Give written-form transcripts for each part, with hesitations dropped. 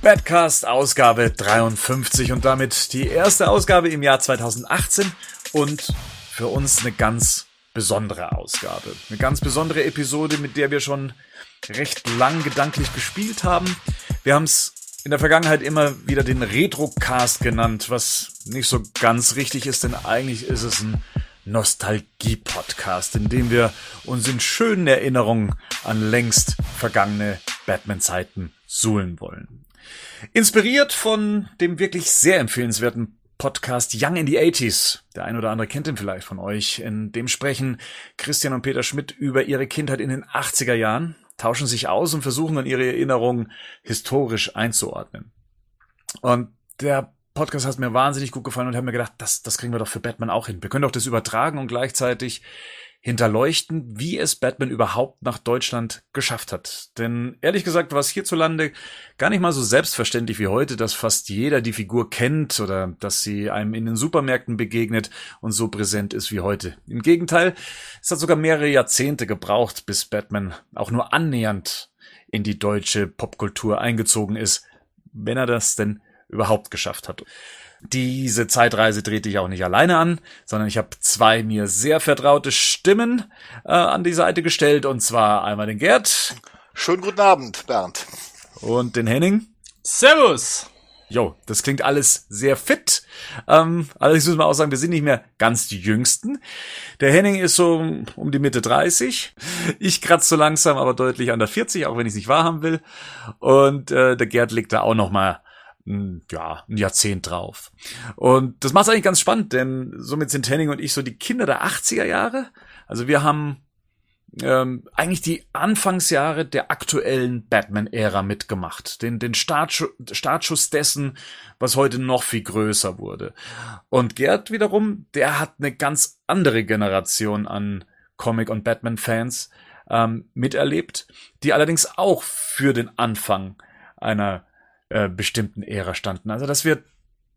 Badcast Ausgabe 53 und damit die erste Ausgabe im Jahr 2018 und für uns eine ganz besondere Ausgabe. Eine ganz besondere Episode, mit der wir schon recht lang gedanklich gespielt haben. Wir haben es in der Vergangenheit immer wieder den Retrocast genannt, was nicht so ganz richtig ist, denn eigentlich ist es ein Nostalgie-Podcast, in dem wir uns in schönen Erinnerungen an längst vergangene Batman-Zeiten suhlen wollen. Inspiriert von dem wirklich sehr empfehlenswerten Podcast Young in the 80s. Der ein oder andere kennt ihn vielleicht von euch. In dem sprechen Christian und Peter Schmidt über ihre Kindheit in den 80er Jahren, tauschen sich aus und versuchen dann ihre Erinnerungen historisch einzuordnen. Und der Podcast hat mir wahnsinnig gut gefallen und ich habe mir gedacht, das kriegen wir doch für Batman auch hin. Wir können doch das übertragen und gleichzeitig hinterleuchten, wie es Batman überhaupt nach Deutschland geschafft hat. Denn ehrlich gesagt war es hierzulande gar nicht mal so selbstverständlich wie heute, dass fast jeder die Figur kennt oder dass sie einem in den Supermärkten begegnet und so präsent ist wie heute. Im Gegenteil, es hat sogar mehrere Jahrzehnte gebraucht, bis Batman auch nur annähernd in die deutsche Popkultur eingezogen ist, wenn er das denn überhaupt geschafft hat. Diese Zeitreise drehte ich auch nicht alleine an, sondern ich habe zwei mir sehr vertraute Stimmen an die Seite gestellt, und zwar einmal den Gerd. Schönen guten Abend, Bernd. Und den Henning. Servus. Jo, das klingt alles sehr fit. Allerdings muss man auch sagen, wir sind nicht mehr ganz die Jüngsten. Der Henning ist so um die Mitte 30. Ich kratze so langsam, aber deutlich an der 40, auch wenn ich es nicht wahrhaben will. Und der Gerd liegt da auch noch mal ein Jahrzehnt drauf. Und das macht es eigentlich ganz spannend, denn somit sind Henning und ich so die Kinder der 80er Jahre. Also wir haben eigentlich die Anfangsjahre der aktuellen Batman-Ära mitgemacht. Den Startschuss dessen, was heute noch viel größer wurde. Und Gerd wiederum, der hat eine ganz andere Generation an Comic- und Batman-Fans miterlebt, die allerdings auch für den Anfang einer bestimmten Ära standen. Also das wird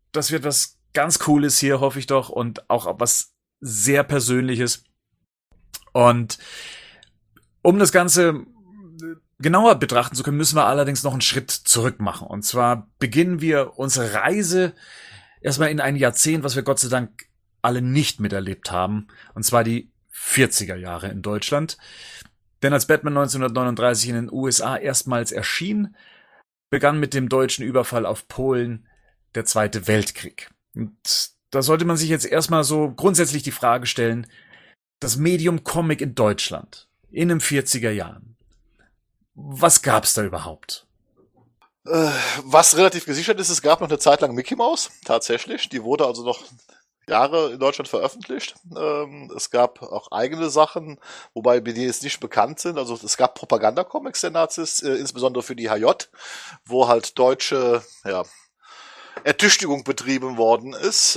was ganz Cooles hier, hoffe ich doch, und auch was sehr Persönliches. Und um das Ganze genauer betrachten zu können, müssen wir allerdings noch einen Schritt zurück machen. Und zwar beginnen wir unsere Reise erstmal in ein Jahrzehnt, was wir Gott sei Dank alle nicht miterlebt haben, und zwar die 40er Jahre in Deutschland. Denn als Batman 1939 in den USA erstmals erschien, begann mit dem deutschen Überfall auf Polen der Zweite Weltkrieg. Und da sollte man sich jetzt erstmal so grundsätzlich die Frage stellen, das Medium Comic in Deutschland in den 40er Jahren. Was gab's da überhaupt? Was relativ gesichert ist, es gab noch eine Zeit lang Mickey Mouse, tatsächlich. Die wurde also noch Jahre in Deutschland veröffentlicht. Es gab auch eigene Sachen, wobei die jetzt nicht bekannt sind. Also es gab Propagandacomics der Nazis, insbesondere für die HJ, wo halt deutsche Ertüchtigung betrieben worden ist.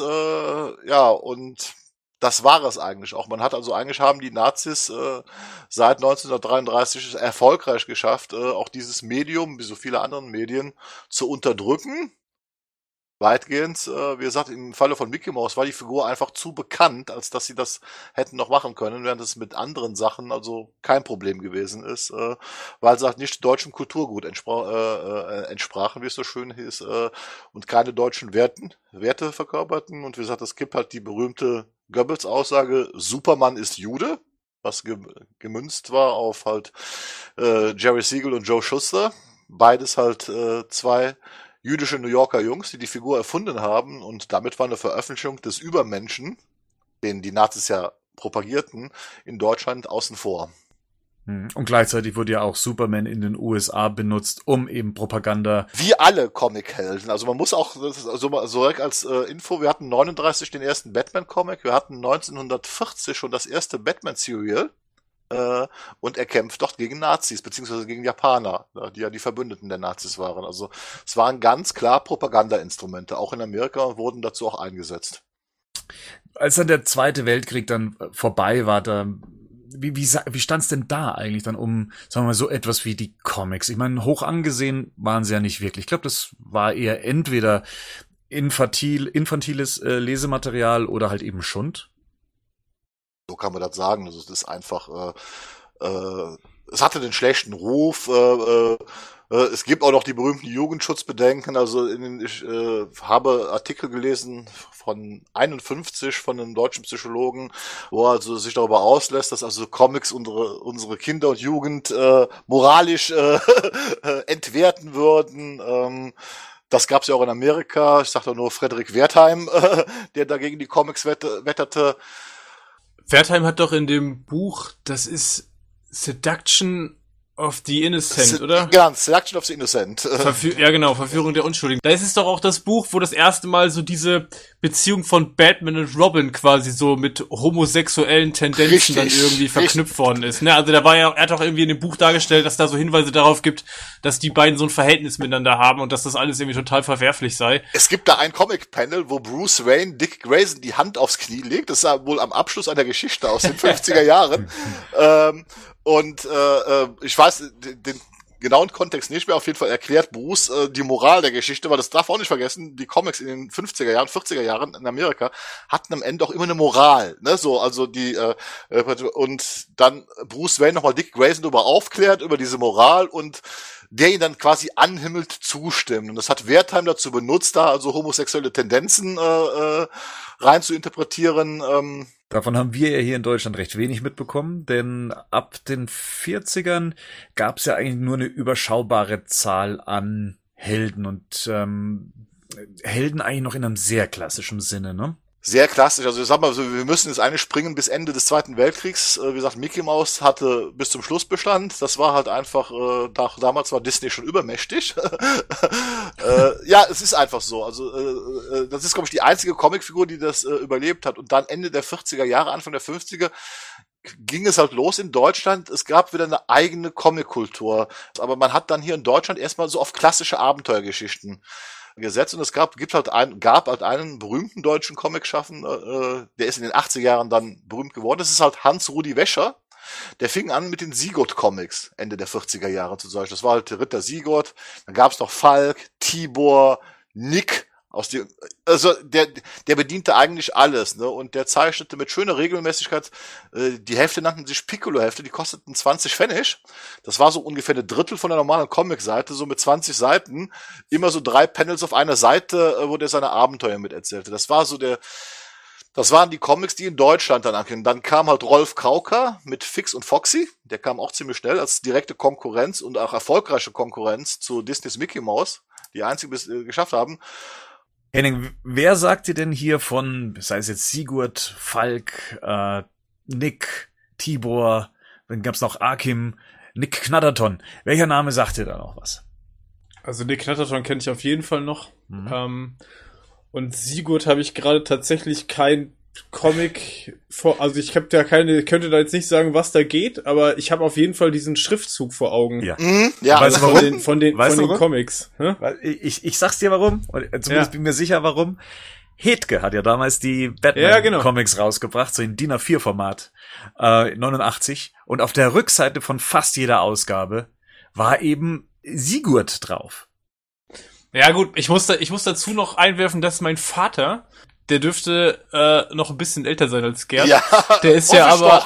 Und das war es eigentlich auch. Man hat also eigentlich haben die Nazis seit 1933 erfolgreich geschafft, auch dieses Medium, wie so viele andere Medien, zu unterdrücken. Weitgehend, wie gesagt, im Falle von Mickey Mouse war die Figur einfach zu bekannt, als dass sie das hätten noch machen können, während es mit anderen Sachen also kein Problem gewesen ist, weil sie halt nicht deutschem Kulturgut entsprachen, wie es so schön hieß, und keine deutschen Werte verkörperten. Und wie gesagt, es gibt halt die berühmte Goebbels-Aussage, Superman ist Jude, was gemünzt war auf halt Jerry Siegel und Joe Shuster. Beides halt zwei jüdische New Yorker Jungs, die Figur erfunden haben, und damit war eine Veröffentlichung des Übermenschen, den die Nazis ja propagierten, in Deutschland außen vor. Und gleichzeitig wurde ja auch Superman in den USA benutzt, um eben Propaganda... Wie alle Comichelden. Also man muss auch, so als Info, wir hatten 39 den ersten Batman-Comic, wir hatten 1940 schon das erste Batman-Serial, und er kämpft dort gegen Nazis, beziehungsweise gegen Japaner, die ja die Verbündeten der Nazis waren. Also es waren ganz klar Propaganda-Instrumente, auch in Amerika wurden dazu auch eingesetzt. Als dann der Zweite Weltkrieg dann vorbei war, wie stand's denn da eigentlich dann um, sagen wir mal, so etwas wie die Comics? Ich meine, hoch angesehen waren sie ja nicht wirklich. Ich glaube, das war eher entweder infantiles Lesematerial oder halt eben Schund. So kann man das sagen. Also es ist einfach es hatte den schlechten Ruf, es gibt auch noch die berühmten Jugendschutzbedenken. Also ich habe Artikel gelesen von 51 von einem deutschen Psychologen, wo er also sich darüber auslässt, dass also Comics unsere Kinder und Jugend moralisch entwerten würden. Das gab's ja auch in Amerika. Ich sag doch nur Frederick Wertheim, der dagegen die Comics wetterte. Wertheim hat doch in dem Buch, das ist Seduction of the Innocent, oder? Ja, Seduction of the Innocent. Ja, genau, Verführung der Unschuldigen. Da ist es doch auch das Buch, wo das erste Mal so diese Beziehung von Batman und Robin quasi so mit homosexuellen Tendenzen dann irgendwie verknüpft worden ist. Ne? Also er hat auch irgendwie in dem Buch dargestellt, dass da so Hinweise darauf gibt, dass die beiden so ein Verhältnis miteinander haben und dass das alles irgendwie total verwerflich sei. Es gibt da ein Comic-Panel, wo Bruce Wayne Dick Grayson die Hand aufs Knie legt. Das ist ja wohl am Abschluss einer Geschichte aus den 50er Jahren. Ich weiß den genauen Kontext nicht mehr. Auf jeden Fall erklärt Bruce die Moral der Geschichte, weil das darf auch nicht vergessen, die Comics in den 50er Jahren, 40er Jahren in Amerika hatten am Ende auch immer eine Moral, ne? So, also und dann Bruce Wayne nochmal Dick Grayson darüber aufklärt, über diese Moral und der ihn dann quasi anhimmelt zustimmt. Und das hat Wertheim dazu benutzt, da also homosexuelle Tendenzen rein zu interpretieren. Davon haben wir ja hier in Deutschland recht wenig mitbekommen, denn ab den 40ern gab es ja eigentlich nur eine überschaubare Zahl an Helden und Helden eigentlich noch in einem sehr klassischen Sinne, ne? Sehr klassisch. Also ich sag mal, wir müssen jetzt eigentlich springen bis Ende des Zweiten Weltkriegs. Wie gesagt, Mickey Mouse hatte bis zum Schluss Bestand. Das war halt einfach, damals war Disney schon übermächtig. Ja, es ist einfach so. Also das ist, glaube ich, die einzige Comicfigur, die das überlebt hat. Und dann Ende der 40er Jahre, Anfang der 50er ging es halt los in Deutschland. Es gab wieder eine eigene Comickultur. Aber man hat dann hier in Deutschland erstmal so auf klassische Abenteuergeschichten gesetzt und es gab halt einen berühmten deutschen Comic-Schaffenden, der ist in den 80er Jahren dann berühmt geworden. Das ist halt Hans-Rudi Wäscher. Der fing an mit den Sigurd-Comics Ende der 40er Jahre zu sagen. Das war halt der Ritter Sigurd. Dann gab es noch Falk, Tibor, Nick. Also der bediente eigentlich alles, ne? Und der zeichnete mit schöner Regelmäßigkeit. Die Hefte nannten sich Piccolo-Hefte, die kosteten 20 Pfennig. Das war so ungefähr ein Drittel von der normalen Comic-Seite, so mit 20 Seiten. Immer so 3 Panels auf einer Seite, wo der seine Abenteuer mit erzählte. Das waren die Comics, die in Deutschland dann ankamen. Dann kam halt Rolf Krauker mit Fix und Foxy. Der kam auch ziemlich schnell als direkte Konkurrenz und auch erfolgreiche Konkurrenz zu Disneys Mickey Mouse, die einzige bis geschafft haben. Henning, wer sagt dir denn hier von, sei es jetzt Sigurd, Falk, Nick, Tibor, dann gab's noch Akim, Nick Knatterton. Welcher Name sagt dir da noch was? Also Nick Knatterton kenne ich auf jeden Fall noch. Und Sigurd habe ich gerade tatsächlich kein Comic vor, also ich habe da könnte da jetzt nicht sagen, was da geht, aber ich habe auf jeden Fall diesen Schriftzug vor Augen. Ja. Ja, weißt du warum? Von den Comics. Hä? Ich sag's dir warum, und zumindest bin mir sicher warum. Hedge hat ja damals die Batman-Comics rausgebracht, so in DIN A4-Format, 89. Und auf der Rückseite von fast jeder Ausgabe war eben Sigurd drauf. Ja gut, ich muss dazu noch einwerfen, dass mein Vater, der dürfte noch ein bisschen älter sein als Gerd. Ja, der ist ja aber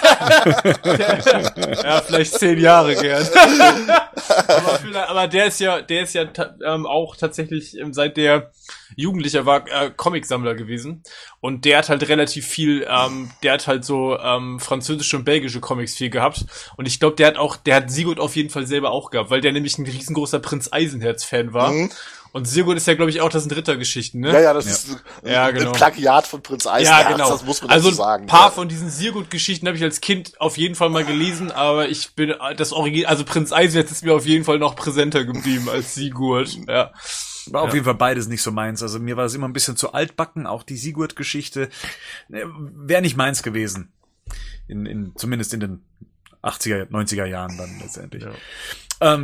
ja, vielleicht 10 Jahre, Gerd. aber der ist ja auch tatsächlich seit der Jugendlicher war Comicsammler gewesen und der hat halt relativ viel, der hat halt so französische und belgische Comics viel gehabt und ich glaube, der hat Sigurd auf jeden Fall selber auch gehabt, weil der nämlich ein riesengroßer Prinz Eisenherz-Fan war. Und Sigurd ist ja, glaube ich, auch das sind Rittergeschichten, ne? Ja, das ist ein Plagiat von Prinz Eisenherz, ja, genau. Das muss man dazu sagen. Also ein paar von diesen Sigurd-Geschichten habe ich als Kind auf jeden Fall mal gelesen, aber ich bin das Original, also Prinz Eisenherz ist mir auf jeden Fall noch präsenter geblieben als Sigurd, ja. War auf jeden Fall beides nicht so meins. Also mir war es immer ein bisschen zu altbacken, auch die Sigurd-Geschichte wäre nicht meins gewesen. Zumindest in den 80er, 90er Jahren dann letztendlich. Ja.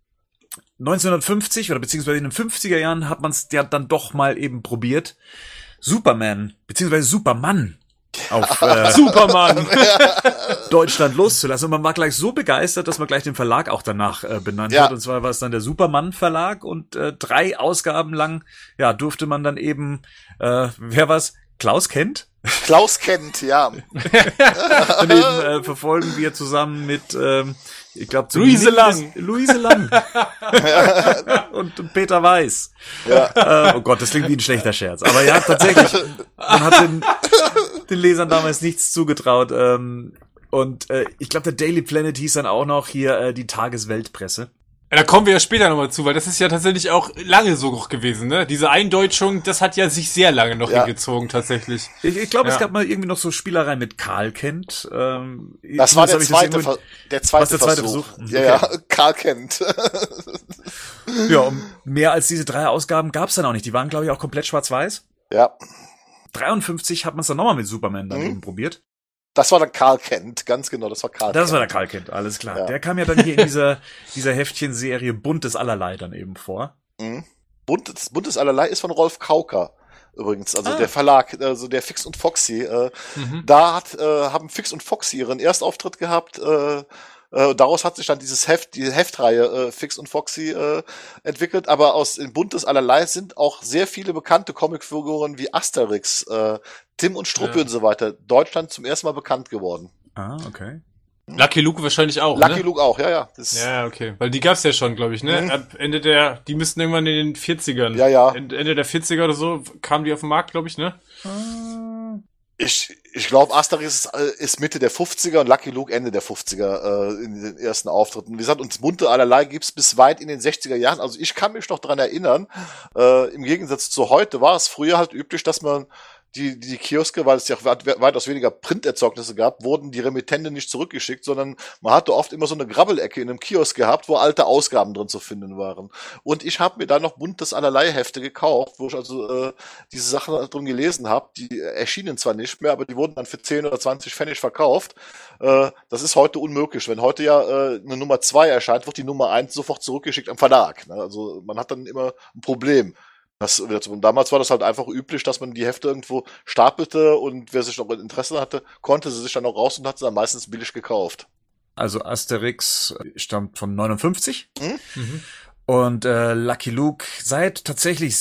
1950 oder beziehungsweise in den 50er Jahren hat man es ja dann doch mal eben probiert, Superman beziehungsweise Superman auf Superman Deutschland loszulassen. Und man war gleich so begeistert, dass man gleich den Verlag auch danach benannt hat. Und zwar war es dann der Superman Verlag und 3 Ausgaben lang durfte man dann eben, wer war's? Klaus Kent. Klaus Kent, ja. Daneben verfolgen wir zusammen mit, ich glaube, Luise Lang. Luise Lang. und Peter Weiß. Ja. Oh Gott, das klingt wie ein schlechter Scherz. Aber ja, tatsächlich, man hat den Lesern damals nichts zugetraut. Und ich glaube, der Daily Planet hieß dann auch noch hier die Tagesweltpresse. Ja, da kommen wir ja später nochmal zu, weil das ist ja tatsächlich auch lange so gewesen, ne? Diese Eindeutschung, das hat ja sich sehr lange noch hingezogen, tatsächlich. Ich glaube, es gab mal irgendwie noch so Spielereien mit Karl Kent. Das war der zweite Versuch. Ja, Karl Kent. Ja, und mehr als diese 3 Ausgaben gab's dann auch nicht. Die waren, glaube ich, auch komplett schwarz-weiß. Ja. 53 hat man es dann nochmal mit Superman dann eben probiert. Das war dann Karl Kent, ganz genau, das war Karl Kent. Das war der Karl Kent, alles klar. Ja. Der kam ja dann hier in dieser Heftchenserie Buntes Allerlei dann eben vor. Mhm. Buntes Allerlei ist von Rolf Kauker übrigens, also der Verlag, also der Fix und Foxy. Da haben Fix und Foxy ihren Erstauftritt gehabt. Daraus hat sich dann diese Heftreihe Fix und Foxy entwickelt, aber aus in Buntes Allerlei sind auch sehr viele bekannte Comicfiguren wie Asterix, Tim und Struppi und so weiter Deutschland zum ersten Mal bekannt geworden. Ah, okay. Lucky Luke wahrscheinlich auch, Lucky Luke auch, ja. Ja, okay. Weil die gab's ja schon, glaube ich, ne? Ab Ende die müssten irgendwann in den 40ern. Ja. Ende der 40er oder so kamen die auf den Markt, glaube ich, ne? Ich glaube, Asterix ist Mitte der 50er und Lucky Luke Ende der 50er in den ersten Auftritten. Wie gesagt, uns Bunte Allerlei gibt's bis weit in den 60er Jahren. Also ich kann mich noch dran erinnern, im Gegensatz zu heute war es früher halt üblich, dass man die Kioske, weil es ja auch weitaus weniger Printerzeugnisse gab, wurden die Remittenten nicht zurückgeschickt, sondern man hatte oft immer so eine Grabbelecke in einem Kiosk gehabt, wo alte Ausgaben drin zu finden waren. Und ich habe mir da noch Buntes Allerlei Hefte gekauft, wo ich also diese Sachen drin gelesen habe. Die erschienen zwar nicht mehr, aber die wurden dann für 10 oder 20 Pfennig verkauft. Das ist heute unmöglich. Wenn heute ja eine Nummer 2 erscheint, wird die Nummer 1 sofort zurückgeschickt am Verlag. Ne? Also man hat dann immer ein Problem. Damals war das halt einfach üblich, dass man die Hefte irgendwo stapelte und wer sich noch Interesse hatte, konnte sie sich dann auch raus und hat sie dann meistens billig gekauft. Also Asterix stammt von 59 und Lucky Luke seit tatsächlich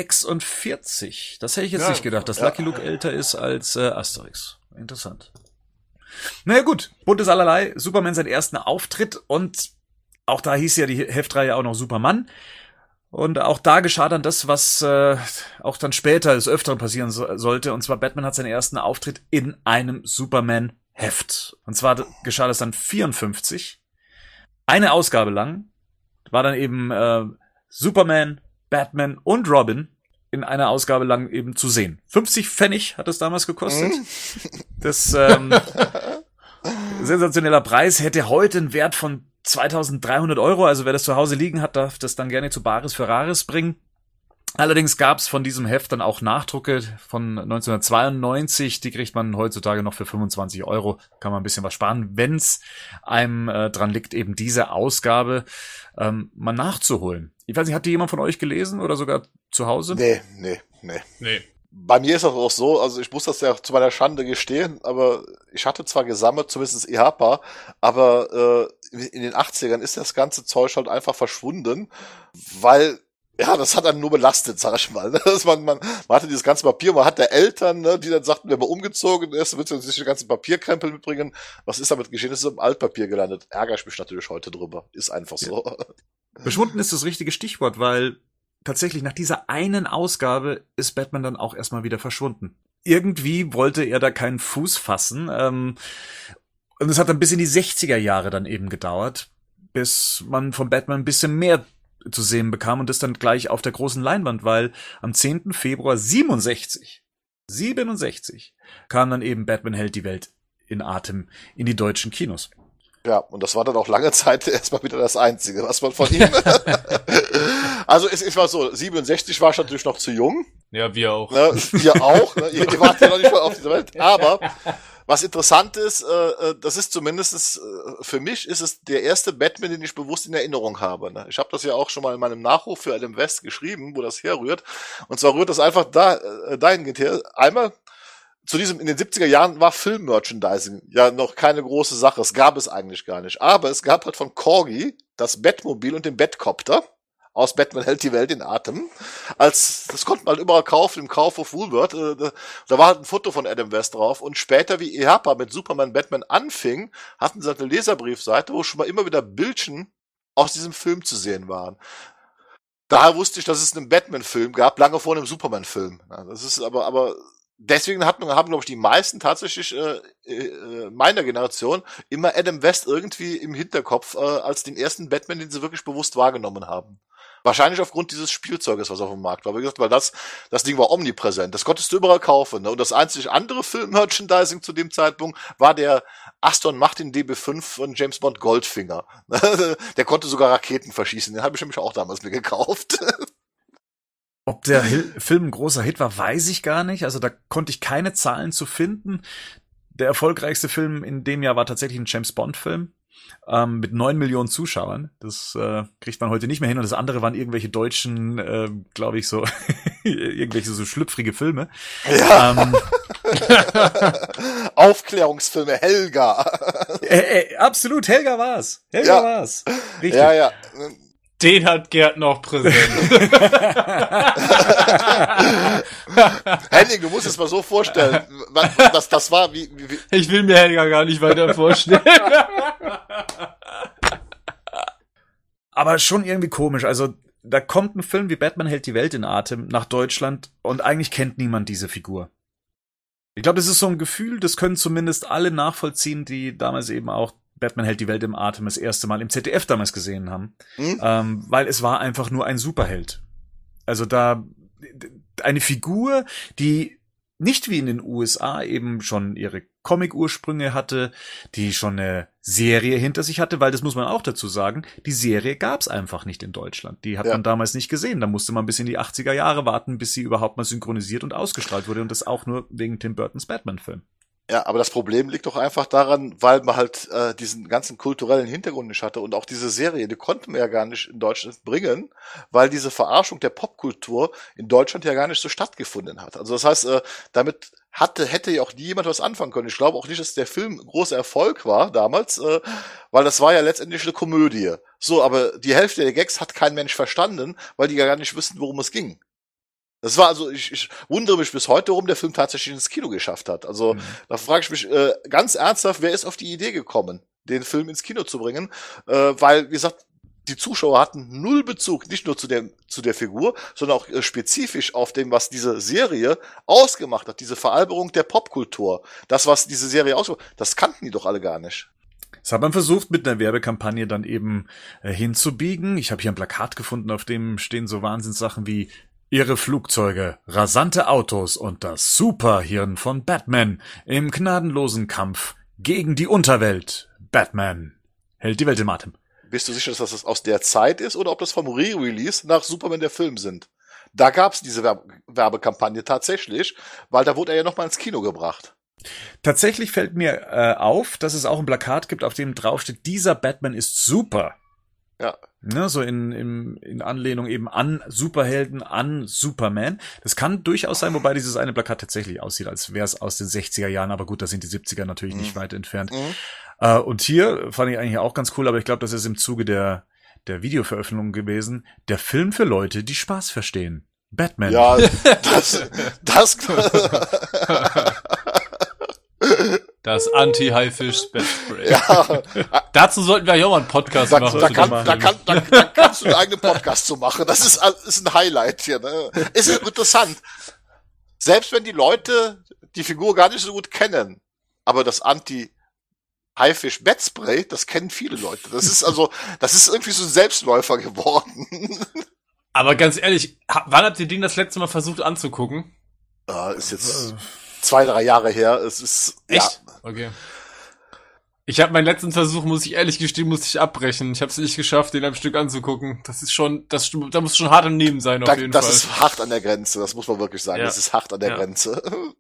46. Das hätte ich jetzt nicht gedacht, dass Lucky Luke älter ist als Asterix. Interessant. Naja gut, Buntes Allerlei, Superman seinen ersten Auftritt und auch da hieß ja die Heftreihe auch noch Superman. Und auch da geschah dann das, was auch dann später des Öfteren passieren sollte. Und zwar Batman hat seinen ersten Auftritt in einem Superman-Heft. Und zwar geschah das dann 54. Eine Ausgabe lang war dann eben Superman, Batman und Robin in einer Ausgabe lang eben zu sehen. 50 Pfennig hat es damals gekostet. Das sensationeller Preis hätte heute einen Wert von 2.300 €, also wer das zu Hause liegen hat, darf das dann gerne zu Bares Ferraris bringen. Allerdings gab's von diesem Heft dann auch Nachdrucke von 1992, die kriegt man heutzutage noch für 25 €, kann man ein bisschen was sparen, wenn's einem dran liegt, eben diese Ausgabe mal nachzuholen. Ich weiß nicht, hat die jemand von euch gelesen oder sogar zu Hause? Nee. Bei mir ist das auch so, also ich muss das ja zu meiner Schande gestehen, aber ich hatte zwar gesammelt, zumindest EHPA, aber in den 80ern ist das ganze Zeug halt einfach verschwunden, weil, ja, das hat einen nur belastet, sag ich mal. Man hatte dieses ganze Papier, man hatte Eltern, ne, die dann sagten, wenn man umgezogen ist, willst du sich den ganzen Papierkrempel mitbringen. Was ist damit geschehen? Es ist im Altpapier gelandet. Ärgere ich mich natürlich heute drüber. Ist einfach so. Verschwunden ist das richtige Stichwort, weil tatsächlich nach dieser einen Ausgabe ist Batman dann auch erstmal wieder verschwunden. Irgendwie wollte er da keinen Fuß fassen. Und es hat dann bis in die 60er Jahre dann eben gedauert, bis man von Batman ein bisschen mehr zu sehen bekam und das dann gleich auf der großen Leinwand, weil am 10. Februar 67 kam dann eben Batman hält die Welt in Atem in die deutschen Kinos. Ja, und das war dann auch lange Zeit erstmal wieder das Einzige, was man von ihm... Also es war so, 67 war ich natürlich noch zu jung. Ja, wir auch. Ne, ihr auch, ne? Ihr wart ja noch nicht mal auf dieser Welt. Aber was interessant ist, das ist zumindest für mich ist es der erste Batman, den ich bewusst in Erinnerung habe. Ne? Ich habe das ja auch schon mal in meinem Nachruf für Adam West geschrieben, wo das herrührt. Und zwar rührt das einfach dahingehend her. Einmal in den 70er Jahren war Film-Merchandising ja noch keine große Sache. Es gab es eigentlich gar nicht. Aber es gab halt von Corgi das Batmobil und den Batcopter. aus Batman hält die Welt in Atem. Das konnte man halt überall kaufen, im Kaufhof Woolworth. Da war halt ein Foto von Adam West drauf. Und später, wie EHPA mit Superman Batman anfing, hatten sie halt eine Leserbriefseite, wo schon mal immer wieder Bildchen aus diesem Film zu sehen waren. Daher wusste ich, dass es einen Batman-Film gab, lange vor einem Superman-Film. Ja, das ist aber deswegen haben, glaube ich, die meisten tatsächlich meiner Generation immer Adam West irgendwie im Hinterkopf als den ersten Batman, den sie wirklich bewusst wahrgenommen haben. Wahrscheinlich aufgrund dieses Spielzeuges, was auf dem Markt war. Wie gesagt, weil das Ding war omnipräsent. Das konntest du überall kaufen. Ne? Und das einzig andere Film-Merchandising zu dem Zeitpunkt war der Aston Martin DB5 von James Bond Goldfinger. Der konnte sogar Raketen verschießen. Den habe ich nämlich auch damals mir gekauft. Ob der Film ein großer Hit war, weiß ich gar nicht. Also da konnte ich keine Zahlen zu finden. Der erfolgreichste Film in dem Jahr war tatsächlich ein James Bond-Film. Mit 9 Millionen Zuschauern. Das kriegt man heute nicht mehr hin. Und das andere waren irgendwelche deutschen, glaube ich, so irgendwelche so schlüpfrige Filme. Ja. Aufklärungsfilme, Helga. Absolut, Helga war's. War's. Richtig. Ja. Den hat Gerd noch präsent. Henning, du musst es mal so vorstellen. Das war wie Ich will mir Helga gar nicht weiter vorstellen. Aber schon irgendwie komisch. Also da kommt ein Film wie Batman hält die Welt in Atem nach Deutschland und eigentlich kennt niemand diese Figur. Ich glaube, das ist so ein Gefühl, das können zumindest alle nachvollziehen, die damals eben auch Batman hält die Welt im Atem das erste Mal im ZDF damals gesehen haben. Weil es war einfach nur ein Superheld. Also da eine Figur, die nicht wie in den USA eben schon ihre Comic-Ursprünge hatte, die schon eine Serie hinter sich hatte, weil das muss man auch dazu sagen, die Serie gab's einfach nicht in Deutschland. Die hat man damals nicht gesehen. Da musste man bis in die 80er Jahre warten, bis sie überhaupt mal synchronisiert und ausgestrahlt wurde und das auch nur wegen Tim Burtons Batman-Film. Ja, aber das Problem liegt doch einfach daran, weil man halt diesen ganzen kulturellen Hintergrund nicht hatte und auch diese Serie, die konnten wir ja gar nicht in Deutschland bringen, weil diese Verarschung der Popkultur in Deutschland ja gar nicht so stattgefunden hat. Also das heißt, damit hätte ja auch nie jemand was anfangen können. Ich glaube auch nicht, dass der Film ein großer Erfolg war damals, weil das war ja letztendlich eine Komödie. So, aber die Hälfte der Gags hat kein Mensch verstanden, weil die ja gar nicht wussten, worum es ging. Das war also, ich wundere mich bis heute, warum der Film tatsächlich ins Kino geschafft hat. Also da frage ich mich ganz ernsthaft, wer ist auf die Idee gekommen, den Film ins Kino zu bringen? Weil, wie gesagt, die Zuschauer hatten null Bezug, nicht nur zu der Figur, sondern auch spezifisch auf dem, was diese Serie ausgemacht hat, diese Veralberung der Popkultur. Das, was diese Serie ausgemacht hat, das kannten die doch alle gar nicht. Das hat man versucht, mit einer Werbekampagne dann eben hinzubiegen. Ich habe hier ein Plakat gefunden, auf dem stehen so Wahnsinnssachen wie Ihre Flugzeuge, rasante Autos und das Superhirn von Batman im gnadenlosen Kampf gegen die Unterwelt. Batman hält die Welt im Atem. Bist du sicher, dass das aus der Zeit ist oder ob das vom Re-Release nach Superman der Film sind? Da gab's diese Werbekampagne tatsächlich, weil da wurde er ja nochmal ins Kino gebracht. Tatsächlich fällt mir auf, dass es auch ein Plakat gibt, auf dem draufsteht, dieser Batman ist super. Ja. Ne, so in Anlehnung eben an Superhelden, an Superman. Das kann durchaus sein, wobei dieses eine Plakat tatsächlich aussieht, als wäre es aus den 60er Jahren, aber gut, da sind die 70er natürlich nicht weit entfernt. Und hier fand ich eigentlich auch ganz cool, aber ich glaube, das ist im Zuge der Videoveröffentlichung gewesen. Der Film für Leute, die Spaß verstehen. Batman. Ja, das Das Anti-Haifisch-Spray. Ja. Dazu sollten wir ja auch mal einen Podcast machen. Da kannst du einen eigenen Podcast zu machen. Das ist ein Highlight hier. Ne? Ist interessant. Selbst wenn die Leute die Figur gar nicht so gut kennen, aber das Anti-Haifisch-Bettspray, das kennen viele Leute. Das ist irgendwie so ein Selbstläufer geworden. Aber ganz ehrlich, wann habt ihr den das letzte Mal versucht anzugucken? Ist jetzt 2-3 Jahre her. Es ist echt? Ja. Okay. Ich habe meinen letzten Versuch, muss ich ehrlich gestehen, musste ich abbrechen. Ich habe es nicht geschafft, den am Stück anzugucken. Das ist schon, da muss schon hart im Nehmen sein, auf jeden Fall. Das ist hart an der Grenze, das muss man wirklich sagen. Ja. Das ist hart an der Grenze.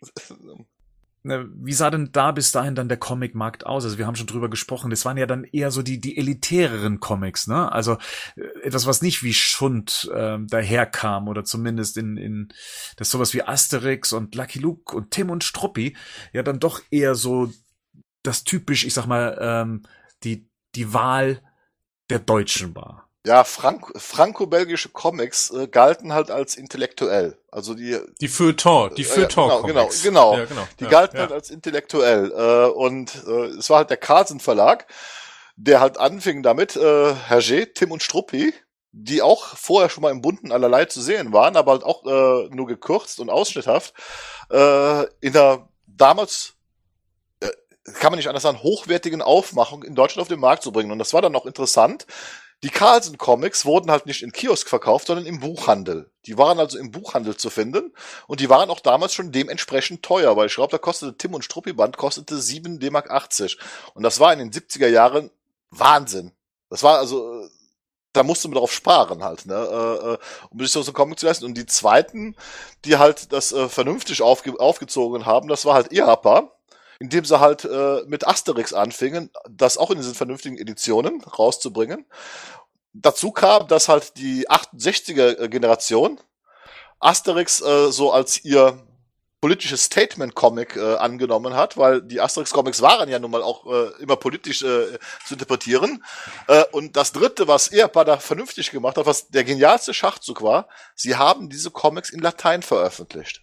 Wie sah denn da bis dahin dann der Comic-Markt aus? Also wir haben schon drüber gesprochen, das waren ja dann eher so die elitäreren Comics, ne? Also etwas, was nicht wie Schund daherkam oder zumindest in das sowas wie Asterix und Lucky Luke und Tim und Struppi ja dann doch eher so das typisch, ich sag mal, die Wahl der Deutschen war. Ja, franco-belgische Comics galten halt als intellektuell. Also die Feuilleton-Comics. Genau. Ja, genau. Die galten halt als intellektuell. Und es war halt der Carlsen Verlag, der halt anfing damit, Hergé, Tim und Struppi, die auch vorher schon mal im Bunten allerlei zu sehen waren, aber halt auch nur gekürzt und ausschnitthaft, in der damals, kann man nicht anders sagen, hochwertigen Aufmachung in Deutschland auf den Markt zu bringen. Und das war dann noch interessant. Die Carlsen-Comics wurden halt nicht in Kiosk verkauft, sondern im Buchhandel. Die waren also im Buchhandel zu finden und die waren auch damals schon dementsprechend teuer, weil ich glaube, da kostete Tim und Struppi Band 7 D-Mark 80. Und das war in den 70er Jahren Wahnsinn. Das war also, da musste man drauf sparen halt, ne, um sich so einen Comic zu leisten. Und die zweiten, die halt das vernünftig aufgezogen haben, das war halt EHPA, indem sie halt mit Asterix anfingen, das auch in diesen vernünftigen Editionen rauszubringen. Dazu kam, dass halt die 68er-Generation Asterix so als ihr politisches Statement-Comic angenommen hat, weil die Asterix-Comics waren ja nun mal auch immer politisch zu interpretieren. Und das Dritte, was EHPA da vernünftig gemacht hat, was der genialste Schachzug war, sie haben diese Comics in Latein veröffentlicht.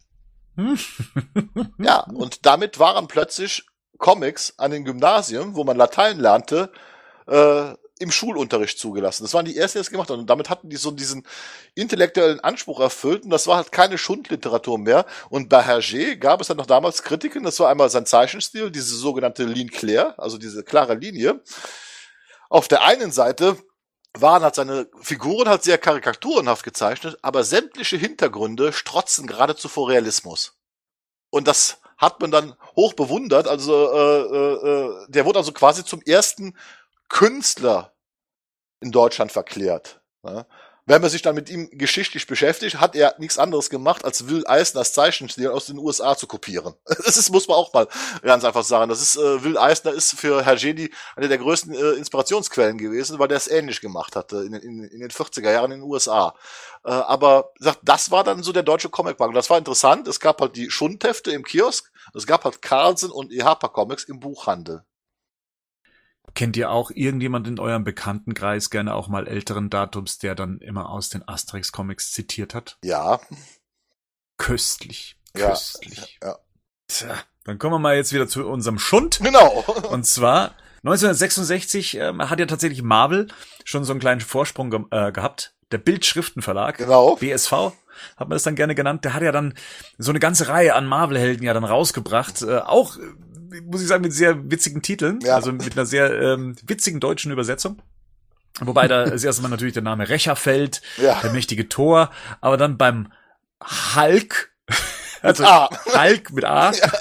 Ja, und damit waren plötzlich Comics an den Gymnasien, wo man Latein lernte, im Schulunterricht zugelassen. Das waren die ersten, die das gemacht haben. Und damit hatten die so diesen intellektuellen Anspruch erfüllt. Und das war halt keine Schundliteratur mehr. Und bei Hergé gab es dann noch damals Kritiken. Das war einmal sein Zeichenstil, diese sogenannte Ligne claire, also diese klare Linie. Auf der einen Seite waren halt seine Figuren halt sehr karikaturenhaft gezeichnet, aber sämtliche Hintergründe strotzen geradezu vor Realismus. Und das hat man dann hoch bewundert. Also der wurde also quasi zum ersten Künstler in Deutschland verklärt. Ja. Wenn man sich dann mit ihm geschichtlich beschäftigt, hat er nichts anderes gemacht, als Will Eisners Zeichenstil aus den USA zu kopieren. Das ist, muss man auch mal ganz einfach sagen. Das ist, Will Eisner ist für Hergé eine der größten Inspirationsquellen gewesen, weil der es ähnlich gemacht hatte in den 40er Jahren in den USA. Aber das war dann so der deutsche Comicmarkt. Und das war interessant. Es gab halt die Schundhefte im Kiosk, es gab halt Carlsen und EHPA Comics im Buchhandel. Kennt ihr auch irgendjemand in eurem Bekanntenkreis, gerne auch mal älteren Datums, der dann immer aus den Asterix-Comics zitiert hat? Ja. Köstlich. Ja. Ja. Tja, dann kommen wir mal jetzt wieder zu unserem Schund. Genau. Und zwar 1966 hat ja tatsächlich Marvel schon so einen kleinen Vorsprung gehabt. Der Bildschriftenverlag, genau. BSV, hat man das dann gerne genannt. Der hat ja dann so eine ganze Reihe an Marvel-Helden ja dann rausgebracht. Auch, muss ich sagen, mit sehr witzigen Titeln. Ja. Also mit einer sehr witzigen deutschen Übersetzung. Wobei da ist erstmal natürlich der Name Rächer fällt, ja. Der mächtige Thor. Aber dann beim Hulk, also Hulk mit A. Ja.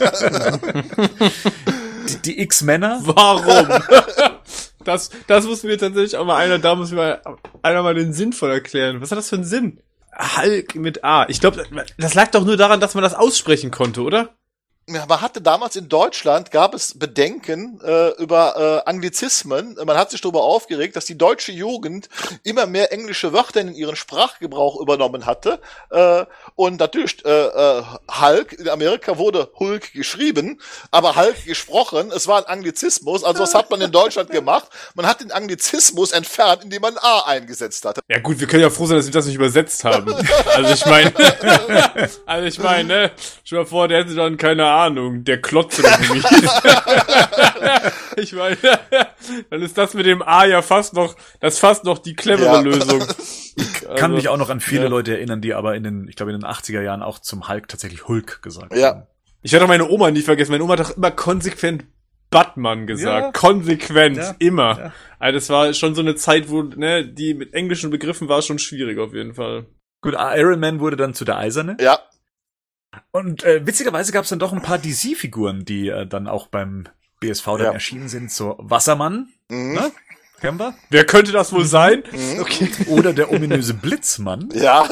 die X-Männer. Warum? Das muss mir tatsächlich auch mal einer mal den Sinn voll erklären. Was hat das für einen Sinn? Hulk mit A. Ich glaube, das lag doch nur daran, dass man das aussprechen konnte, oder? Ja, man hatte damals in Deutschland, gab es Bedenken über Anglizismen. Man hat sich darüber aufgeregt, dass die deutsche Jugend immer mehr englische Wörter in ihren Sprachgebrauch übernommen hatte. Und natürlich, Hulk, in Amerika wurde Hulk geschrieben, aber Hulk gesprochen, es war ein Anglizismus. Also was hat man in Deutschland gemack? Man hat den Anglizismus entfernt, indem man A eingesetzt hat. Ja gut, wir können ja froh sein, dass wir das nicht übersetzt haben. Also ich meine, ne? Stell dir mal vor, der hätte dann keine Ahnung, der Klotz oder wie mich. Ich meine, dann ist das mit dem A ja fast noch die clevere Lösung. Ich kann mich auch noch an viele Leute erinnern, die aber in den 80er Jahren auch zum Hulk tatsächlich Hulk gesagt haben. Ich werde auch meine Oma nie vergessen. Meine Oma hat doch immer konsequent Batman gesagt. Ja. Konsequent. Immer. Ja. Also das war schon so eine Zeit, wo, ne, die mit englischen Begriffen war schon schwierig auf jeden Fall. Gut, Iron Man wurde dann zu der Eiserne. Ja. Und witzigerweise gab es dann doch ein paar DC-Figuren, die dann auch beim BSV dann erschienen sind. So Wassermann, ne? Kennen wir? Wer könnte das wohl sein? Okay. Oder der ominöse Blitzmann. Ja.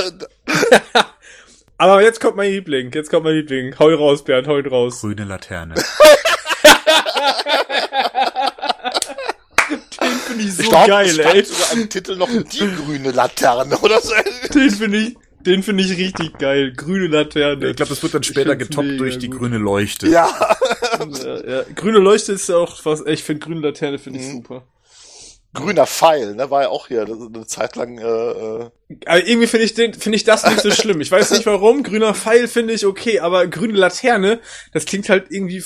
Aber jetzt kommt mein Liebling. Hau raus, Bernd, hau raus. Grüne Laterne. Den finde ich so geil, ey. Sogar am Titel noch die grüne Laterne oder so. Den finde ich richtig geil. Grüne Laterne. Ich glaube, das wird dann später getoppt durch die grüne Leuchte. Ja. Ja. Grüne Leuchte ist ja auch was, ich finde grüne Laterne finde ich super. Grüner Pfeil, ne, war ja auch hier eine Zeit lang. Aber irgendwie finde ich das nicht so schlimm. Ich weiß nicht warum. Grüner Pfeil finde ich okay, aber grüne Laterne, das klingt halt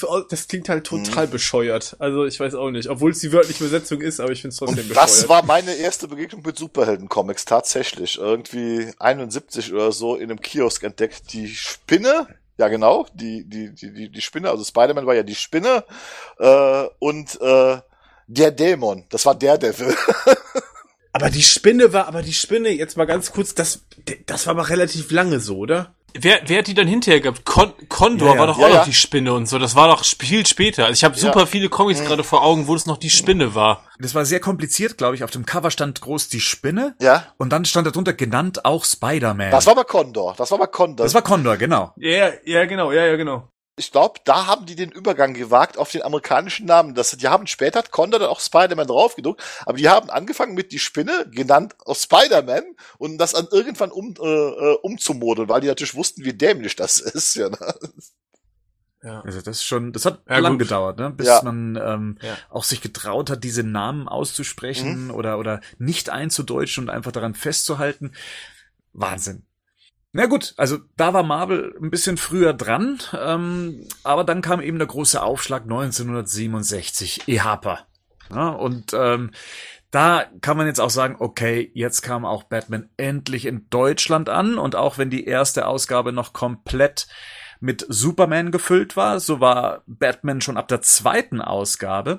total bescheuert. Also ich weiß auch nicht, obwohl es die wörtliche Übersetzung ist, aber ich finde es trotzdem bescheuert. Das war meine erste Begegnung mit Superhelden-Comics, tatsächlich. Irgendwie 71 oder so in einem Kiosk entdeckt. Die Spinne, ja genau, die Spinne, also Spider-Man war ja die Spinne, und der Dämon, das war Daredevil. Aber die Spinne, jetzt mal ganz kurz, das war aber relativ lange so, oder? Wer hat die dann hinterher gehabt? Condor war doch auch noch die Spinne und so. Das war doch viel später. Also ich habe super viele Comics gerade vor Augen, wo es noch die Spinne war. Das war sehr kompliziert, glaube ich. Auf dem Cover stand groß die Spinne. Ja. Und dann stand darunter genannt auch Spider-Man. Das war aber Condor. Das war Condor, genau. Ja, genau. Ich glaube, da haben die den Übergang gewagt auf den amerikanischen Namen. Die haben später, hat Condor dann auch Spider-Man draufgedruckt, aber die haben angefangen mit die Spinne, genannt aus Spider-Man, und das dann irgendwann umzumodeln, weil die natürlich wussten, wie dämlich das ist. Ja, ne? Ja. Also das hat lang gedauert, ne? Bis man auch sich getraut hat, diese Namen auszusprechen oder nicht einzudeutschen und einfach daran festzuhalten. Wahnsinn. Na gut, also da war Marvel ein bisschen früher dran, aber dann kam eben der große Aufschlag 1967, EHPA. Ja, und da kann man jetzt auch sagen, okay, jetzt kam auch Batman endlich in Deutschland an, und auch wenn die erste Ausgabe noch komplett mit Superman gefüllt war, so war Batman schon ab der zweiten Ausgabe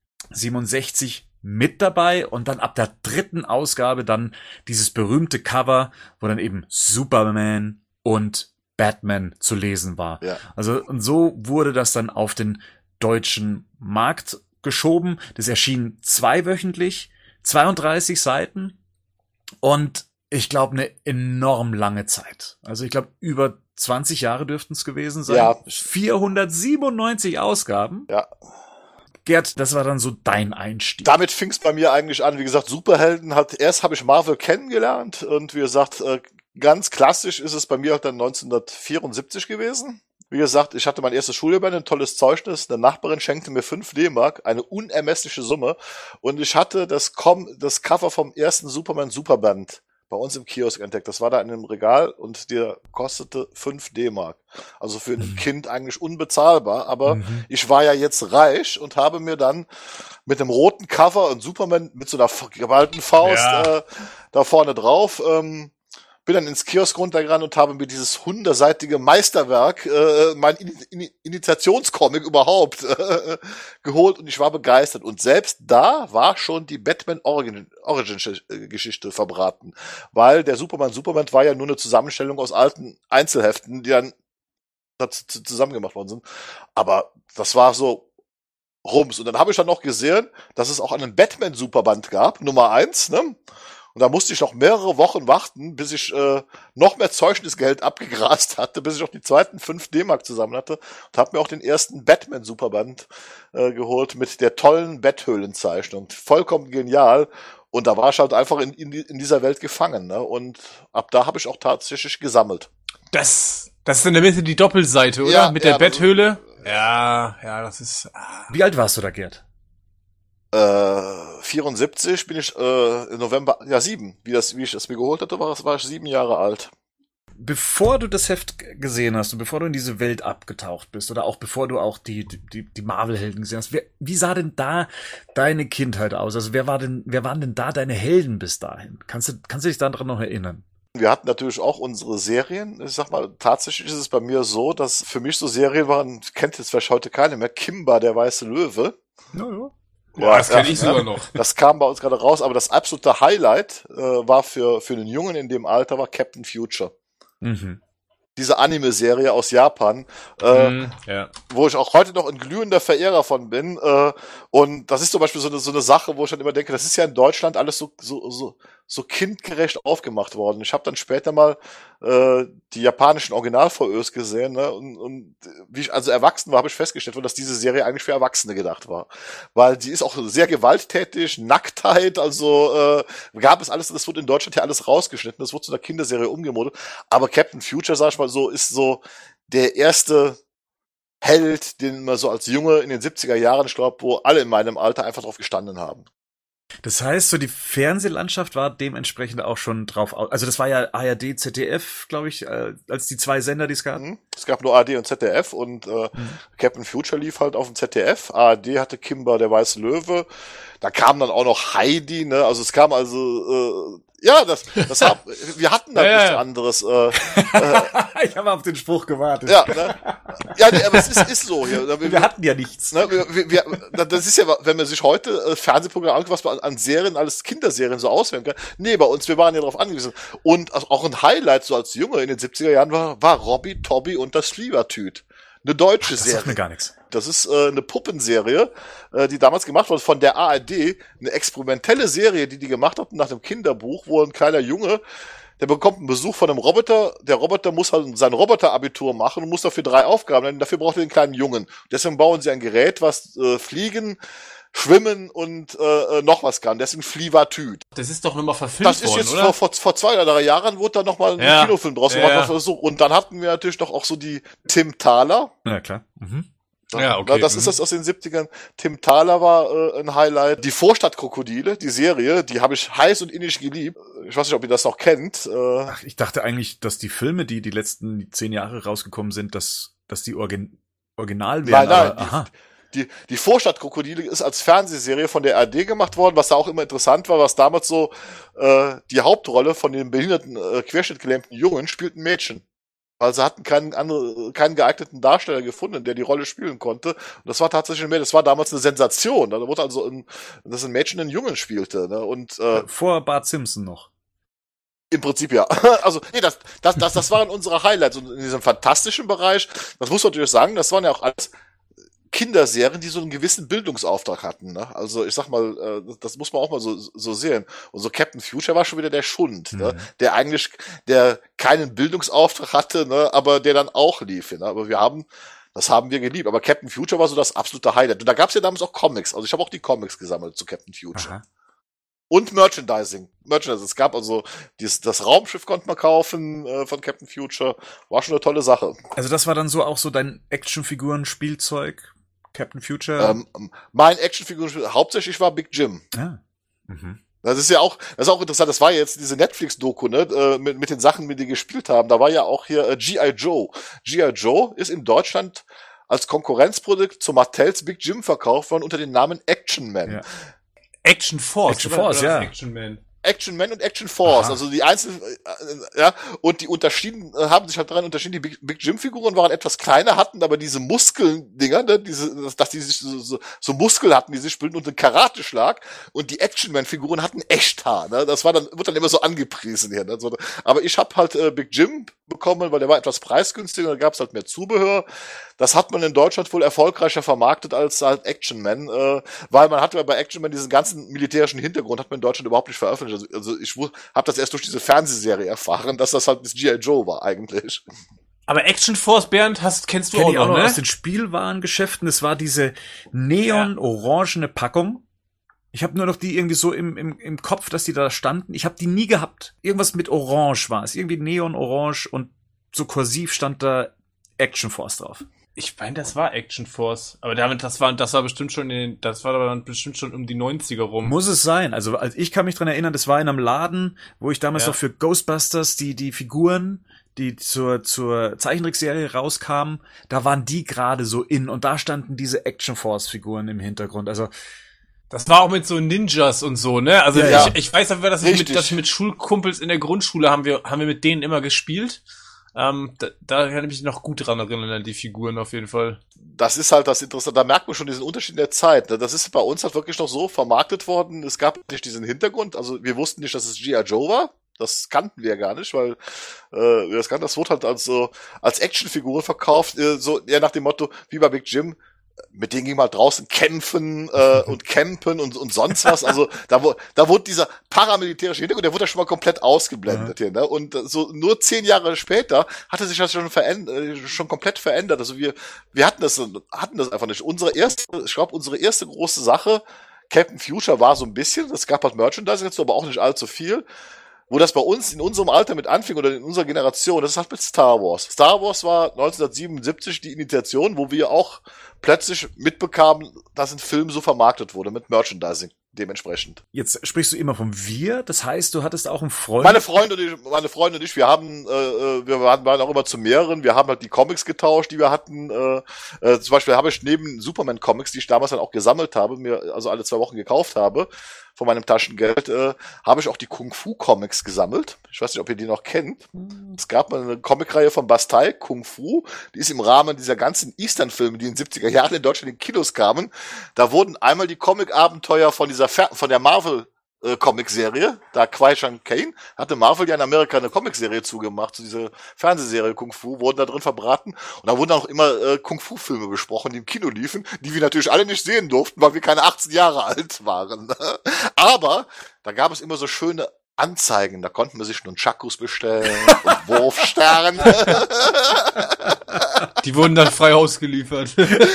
67 mit dabei, und dann ab der dritten Ausgabe dann dieses berühmte Cover, wo dann eben Superman und Batman zu lesen war. Ja. Also, und so wurde das dann auf den deutschen Markt geschoben. Das erschien zweiwöchentlich, 32 Seiten, und ich glaube eine enorm lange Zeit. Also ich glaube über 20 Jahre dürften es gewesen sein. Ja. 497 Ausgaben. Ja. Gerd, das war dann so dein Einstieg. Damit fing es bei mir eigentlich an. Wie gesagt, Superhelden erst habe ich Marvel kennengelernt, und wie gesagt, ganz klassisch ist es bei mir dann 1974 gewesen. Wie gesagt, ich hatte mein erstes Schuljahr bei ein tolles Zeugnis. Eine Nachbarin schenkte mir 5 D-Mark, eine unermessliche Summe, und ich hatte das Cover vom ersten Superman Superband bei uns im Kiosk entdeckt. Das war da in einem Regal, und der kostete 5 D-Mark. Also für ein Kind eigentlich unbezahlbar, aber ich war ja jetzt reich und habe mir dann mit einem roten Cover und Superman mit so einer geballten Faust da vorne drauf, bin dann ins Kiosk runtergerannt und habe mir dieses 100-seitige Meisterwerk, mein Initiationscomic überhaupt, geholt, und ich war begeistert. Und selbst da war schon die Batman Origin-Geschichte verbraten, weil der Superman war ja nur eine Zusammenstellung aus alten Einzelheften, die dann zusammen gemacht worden sind. Aber das war so Rums. Und dann habe ich dann noch gesehen, dass es auch einen Batman-Superband gab, Nummer 1, ne? Und da musste ich noch mehrere Wochen warten, bis ich noch mehr Zeugnisgeld abgegrast hatte, bis ich auch die zweiten 5 D-Mark zusammen hatte, und habe mir auch den ersten Batman-Superband geholt mit der tollen Betthöhlenzeichnung. Vollkommen genial. Und da war ich halt einfach in dieser Welt gefangen, ne? Und ab da habe ich auch tatsächlich gesammelt. Das ist in der Mitte die Doppelseite, oder? Ja, mit der Betthöhle. Ja, das ist... Wie alt warst du da, Gerd? 74 bin ich im November, 7, wie ich das mir geholt hatte, war ich 7 Jahre alt. Bevor du das Heft gesehen hast und bevor du in diese Welt abgetaucht bist, oder auch bevor du auch die Marvel-Helden gesehen hast, wie sah denn da deine Kindheit aus? Also wer waren denn da deine Helden bis dahin? Kannst du dich daran noch erinnern? Wir hatten natürlich auch unsere Serien. Ich sag mal, tatsächlich ist es bei mir so, dass für mich so Serien waren, kennt jetzt vielleicht heute keine mehr, Kimba, der weiße Löwe. Ja. Ja, das kenne ich sogar noch. Das kam bei uns gerade raus, aber das absolute Highlight war für einen Jungen in dem Alter war Captain Future. Mhm. Diese Anime-Serie aus Japan, wo ich auch heute noch ein glühender Verehrer von bin. Und das ist zum Beispiel so eine Sache, wo ich dann immer denke, das ist ja in Deutschland alles so kindgerecht aufgemacht worden. Ich habe dann später mal die japanischen Original-VÖs gesehen, ne? Und wie ich also erwachsen war, habe ich festgestellt, dass diese Serie eigentlich für Erwachsene gedacht war. Weil die ist auch sehr gewalttätig, Nacktheit, also gab es alles, das wurde in Deutschland ja alles rausgeschnitten, das wurde zu einer Kinderserie umgemodelt. Aber Captain Future, sag ich mal so, ist so der erste Held, den man so als Junge in den 70er Jahren, ich glaube, wo alle in meinem Alter einfach drauf gestanden haben. Das heißt, so die Fernsehlandschaft war dementsprechend auch schon drauf aus. Also das war ja ARD, ZDF, glaube ich, als die 2 Sender, die es gab. Es gab nur ARD und ZDF und Captain Future lief halt auf dem ZDF. ARD hatte Kimber, der weiße Löwe. Da kam dann auch noch Heidi, ne? Also es kam wir hatten da nichts anderes. Ich habe auf den Spruch gewartet. Ja, ne? Ja, nee, aber es ist so hier. Wir hatten ja nichts. Ne, das ist ja, wenn man sich heute Fernsehprogramme anguckt, was man an Serien, alles Kinderserien so auswählen kann. Nee, bei uns, wir waren ja darauf angewiesen. Und auch ein Highlight so als Junge in den 70er Jahren war Robby, Tobby und das Flievertüt. Eine deutsche Serie. Das sagt mir gar nichts. Das ist eine Puppenserie, die damals gemacht wurde von der ARD. Eine experimentelle Serie, die gemacht hatten nach dem Kinderbuch, wo ein kleiner Junge, der bekommt einen Besuch von einem Roboter. Der Roboter muss halt sein Roboterabitur machen und muss dafür 3 Aufgaben nehmen. Dafür braucht er den kleinen Jungen. Deswegen bauen sie ein Gerät, was fliegen, schwimmen und noch was kann. Deswegen Flievertüt. Das ist doch nochmal verfilmt worden, Das ist jetzt oder? vor 2 oder 3 Jahren wurde da nochmal ein Kinofilm draus gemacht. Ja. Und dann hatten wir natürlich noch auch so die Tim Thaler. Ja, klar. Mhm. Ja, okay. Das ist das aus den 70ern. Tim Thaler war ein Highlight. Die Vorstadtkrokodile, die Serie, die habe ich heiß und innig geliebt. Ich weiß nicht, ob ihr das noch kennt. Ach, ich dachte eigentlich, dass die Filme, die letzten 10 Jahre rausgekommen sind, dass die Original wären. Nein. Die Vorstadtkrokodile ist als Fernsehserie von der ARD gemacht worden, was da auch immer interessant war, was damals so die Hauptrolle von dem behinderten, querschnittgelähmten Jungen spielt ein Mädchen. Weil sie hatten keinen geeigneten Darsteller gefunden, der die Rolle spielen konnte. Und das war tatsächlich das war damals eine Sensation. Da wurde also dass ein Mädchen einen Jungen spielte. Ne? Und vor Bart Simpson noch. Im Prinzip ja. Also, nee, das waren unsere Highlights. Und in diesem fantastischen Bereich, das muss man natürlich sagen, das waren ja auch alles Kinderserien, die so einen gewissen Bildungsauftrag hatten. Ne? Also ich sag mal, das muss man auch mal so sehen. Und so Captain Future war schon wieder der Schund, ne? Der keinen Bildungsauftrag hatte, ne? Aber der dann auch lief. Ne? Aber das haben wir geliebt. Aber Captain Future war so das absolute Highlight. Und da gab's ja damals auch Comics. Also ich habe auch die Comics gesammelt zu Captain Future. Aha. Und Merchandising. Es gab also das Raumschiff konnte man kaufen von Captain Future. War schon eine tolle Sache. Also das war dann so auch so dein Actionfiguren-Spielzeug? Captain Future? Mein Actionfigur hauptsächlich war Big Jim. Ah. Mhm. Das ist auch interessant. Das war jetzt diese Netflix-Doku, ne, mit den Sachen, mit denen die gespielt haben. Da war ja auch hier G.I. Joe. G.I. Joe ist in Deutschland als Konkurrenzprodukt zu Mattels Big Jim verkauft worden unter dem Namen Action Man. Ja. Action Force. Action Force, ja. Action Man. Action Man und Action Force, also die einzelnen, und die haben sich halt daran unterschieden, die Big Jim Figuren waren etwas kleiner, hatten aber diese Muskeldinger, ne, dass die sich so Muskel hatten, die sich bilden und einen Karateschlag, und die Action Man Figuren hatten Echthaar, ne, wird dann immer so angepriesen hier, ne, so, aber ich habe halt Big Jim bekommen, weil der war etwas preisgünstiger, da gab es halt mehr Zubehör. Das hat man in Deutschland wohl erfolgreicher vermarktet als halt Action Man, weil man hatte bei Action Man diesen ganzen militärischen Hintergrund, hat man in Deutschland überhaupt nicht veröffentlicht. Also ich habe das erst durch diese Fernsehserie erfahren, dass das halt das G.I. Joe war eigentlich. Aber Action Force, Bernd, kennst du Kenn auch ich noch, ne? Aus den Spielwarengeschäften. Das war diese neon-orangene Packung. Ich habe nur noch die irgendwie so im Kopf, dass die da standen. Ich habe die nie gehabt. Irgendwas mit Orange war es. Irgendwie Neon-Orange und so kursiv stand da Action Force drauf. Ich meine, das war Action Force. Aber das war bestimmt schon bestimmt schon um die 90er rum. Muss es sein. Also ich kann mich dran erinnern, das war in einem Laden, wo ich damals noch für Ghostbusters die Figuren, die zur Zeichentrickserie rauskamen, da waren die gerade so in, und da standen diese Action Force Figuren im Hintergrund. Also das war auch mit so Ninjas und so, ne? Also ich weiß aber, dass ich mit Schulkumpels in der Grundschule haben wir mit denen immer gespielt. Da kann ich mich noch gut dran erinnern, an die Figuren auf jeden Fall. Das ist halt das Interessante, da merkt man schon diesen Unterschied in der Zeit. Das ist bei uns halt wirklich noch so vermarktet worden, es gab nicht diesen Hintergrund, also wir wussten nicht, dass es G.I. Joe war. Das kannten wir ja gar nicht, weil das wurde halt als Actionfigur verkauft, so eher nach dem Motto, wie bei Big Jim, mit denen ging man draußen kämpfen und campen und sonst was. Also da wurde dieser paramilitärische Hintergrund, der wurde ja schon mal komplett ausgeblendet hier. Ne? Und so nur 10 Jahre später hatte sich das schon komplett verändert. Also wir hatten das einfach nicht. Unsere erste große Sache, Captain Future, war so ein bisschen, es gab halt Merchandising dazu, aber auch nicht allzu viel. Wo das bei uns in unserem Alter mit anfing oder in unserer Generation, das ist halt mit Star Wars. Star Wars war 1977 die Initiation, wo wir auch plötzlich mitbekamen, dass ein Film so vermarktet wurde mit Merchandising. dementsprechend. Jetzt sprichst du immer vom Wir, das heißt, du hattest auch einen Freund. Meine Freunde und ich, wir waren auch immer zu mehreren, wir haben halt die Comics getauscht, die wir hatten. Zum Beispiel habe ich neben Superman-Comics, die ich damals dann auch gesammelt habe, mir also alle 2 Wochen gekauft habe, von meinem Taschengeld, habe ich auch die Kung-Fu-Comics gesammelt. Ich weiß nicht, ob ihr die noch kennt. Es gab mal eine Comicreihe von Bastei, Kung-Fu, die ist im Rahmen dieser ganzen Eastern-Filme, die in den 70er Jahren in Deutschland in Kinos kamen. Da wurden einmal die Comic-Abenteuer von der Marvel Comicserie, da Kwai-Chang Caine hatte Marvel ja in Amerika eine Comicserie zugemacht, so diese Fernsehserie Kung Fu, wurden da drin verbraten und da wurden auch immer Kung Fu Filme besprochen, die im Kino liefen, die wir natürlich alle nicht sehen durften, weil wir keine 18 Jahre alt waren. Aber da gab es immer so schöne Anzeigen, da konnten wir sich Nunchakus bestellen und Wurfstern. Die wurden dann frei ausgeliefert.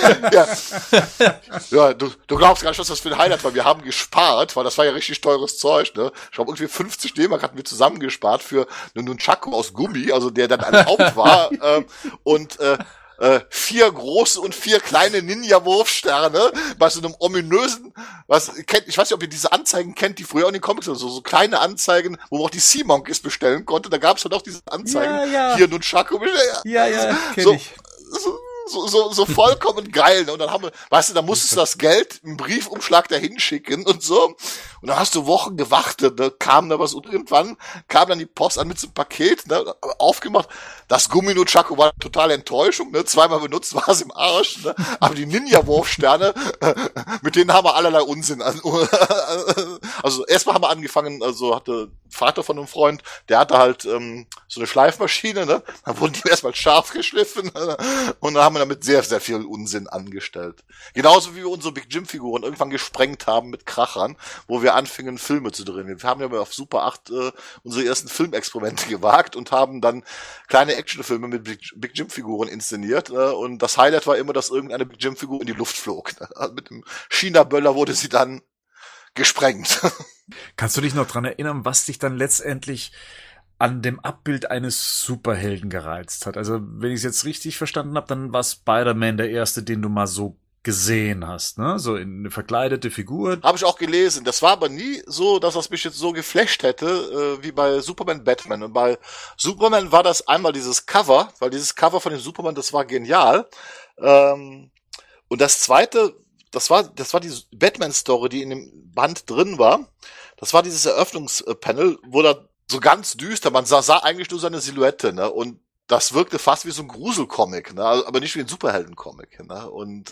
Ja, du glaubst gar nicht, was das für ein Highlight war. Wir haben gespart, weil das war ja richtig teures Zeug, ne? Ich glaube, irgendwie 50 D-Mark hatten wir zusammengespart für einen Nunchaku aus Gummi, also der dann ein Haupt war, und 4 große und 4 kleine Ninja-Wurfsterne bei so einem ominösen, ich weiß nicht, ob ihr diese Anzeigen kennt, die früher in den Comics waren, so kleine Anzeigen, wo man auch die Sea Monkeys bestellen konnte, da gab es halt auch diese Anzeigen, hier Nunchaku bestellen. Kenn ich. So vollkommen geil, ne? Und dann da musstest du das Geld im Briefumschlag dahin schicken und so. Und dann hast du Wochen gewartet, ne? Kam da was und irgendwann kam dann die Post an mit so einem Paket, ne? Aufgemacht. Das Gummi-Nunchaku war eine totale Enttäuschung, ne? 2-mal benutzt war es im Arsch, ne? Aber die Ninja-Wurfsterne, mit denen haben wir allerlei Unsinn an. Also erstmal haben wir angefangen, also hatte Vater von einem Freund, der hatte halt so eine Schleifmaschine, ne? Dann wurden die erstmal scharf geschliffen, ne? Und dann haben wir damit sehr, sehr viel Unsinn angestellt. Genauso wie wir unsere Big Jim-Figuren irgendwann gesprengt haben mit Krachern, wo wir anfingen, Filme zu drehen. Wir haben ja auf Super 8 unsere ersten Filmexperimente gewagt und haben dann kleine Actionfilme mit Big Jim-Figuren inszeniert. Und das Highlight war immer, dass irgendeine Big Jim-Figur in die Luft flog. Ne? Also mit dem China-Böller wurde sie dann gesprengt. Kannst du dich noch dran erinnern, was dich dann letztendlich an dem Abbild eines Superhelden gereizt hat? Also, wenn ich es jetzt richtig verstanden habe, dann war Spider-Man der erste, den du mal so gesehen hast, ne? So in eine verkleidete Figur. Habe ich auch gelesen. Das war aber nie so, dass das mich jetzt so geflasht hätte, wie bei Superman Batman. Und bei Superman war das einmal dieses Cover, weil dieses Cover von dem Superman, das war genial. Und das zweite, das war die Batman-Story, die in dem Band drin war. Das war dieses Eröffnungspanel, wo da so ganz düster, man sah eigentlich nur seine Silhouette, ne? Und das wirkte fast wie so ein Gruselcomic, ne? Aber nicht wie ein Superheldencomic, ne? Und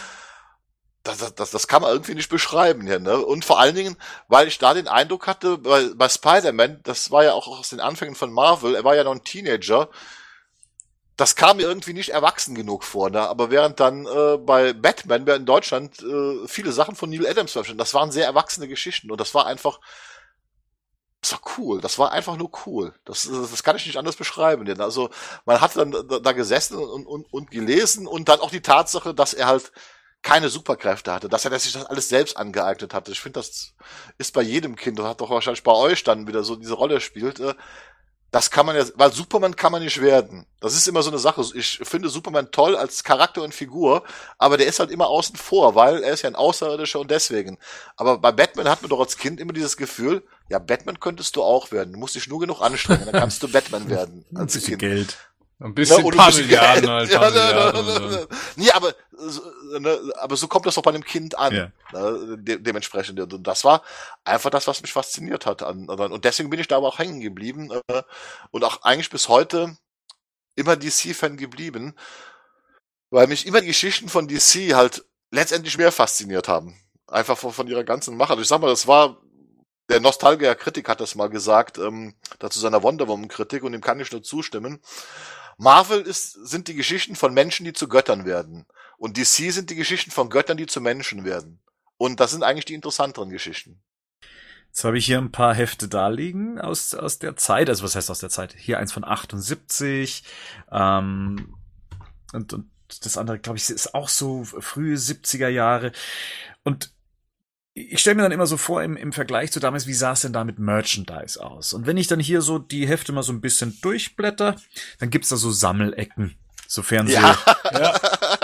das kann man irgendwie nicht beschreiben hier, ne? Und vor allen Dingen, weil ich da den Eindruck hatte, bei Spider-Man, das war ja auch aus den Anfängen von Marvel, er war ja noch ein Teenager, das kam mir irgendwie nicht erwachsen genug vor, ne? Aber während dann bei Batman in Deutschland viele Sachen von Neil Adams veröffentlicht, das waren sehr erwachsene Geschichten und das war cool. Das war einfach nur cool. Das kann ich nicht anders beschreiben. Denn also man hat dann da gesessen und gelesen und dann auch die Tatsache, dass er halt keine Superkräfte hatte, dass er sich das alles selbst angeeignet hatte. Ich finde, das ist bei jedem Kind, das hat doch wahrscheinlich bei euch dann wieder so diese Rolle spielt. Das kann man ja, weil Superman kann man nicht werden. Das ist immer so eine Sache. Ich finde Superman toll als Charakter und Figur, aber der ist halt immer außen vor, weil er ist ja ein Außerirdischer und deswegen. Aber bei Batman hat man doch als Kind immer dieses Gefühl, ja, Batman könntest du auch werden. Du musst dich nur genug anstrengen, dann kannst du Batman werden. Ein bisschen Geld. Ein bisschen Milliarden halt. Nee, aber so kommt das doch bei einem Kind an. Ja. Dementsprechend. Und das war einfach das, was mich fasziniert hat. Und deswegen bin ich da aber auch hängen geblieben. Und auch eigentlich bis heute immer DC-Fan geblieben. Weil mich immer die Geschichten von DC halt letztendlich mehr fasziniert haben. Einfach von ihrer ganzen Mache. Also ich sag mal, das war der Nostalgiker-Kritik hat das mal gesagt, dazu seiner Wonder Woman-Kritik, und dem kann ich nur zustimmen. Marvel sind die Geschichten von Menschen, die zu Göttern werden. Und DC sind die Geschichten von Göttern, die zu Menschen werden. Und das sind eigentlich die interessanteren Geschichten. Jetzt habe ich hier ein paar Hefte da liegen aus der Zeit. Also was heißt aus der Zeit? Hier eins von 78. Und das andere, glaube ich, ist auch so frühe 70er Jahre. Und ich stelle mir dann immer so vor, im Vergleich zu damals, wie sah es denn da mit Merchandise aus? Und wenn ich dann hier so die Hefte mal so ein bisschen durchblätter, dann gibt's da so Sammelecken, sofern sie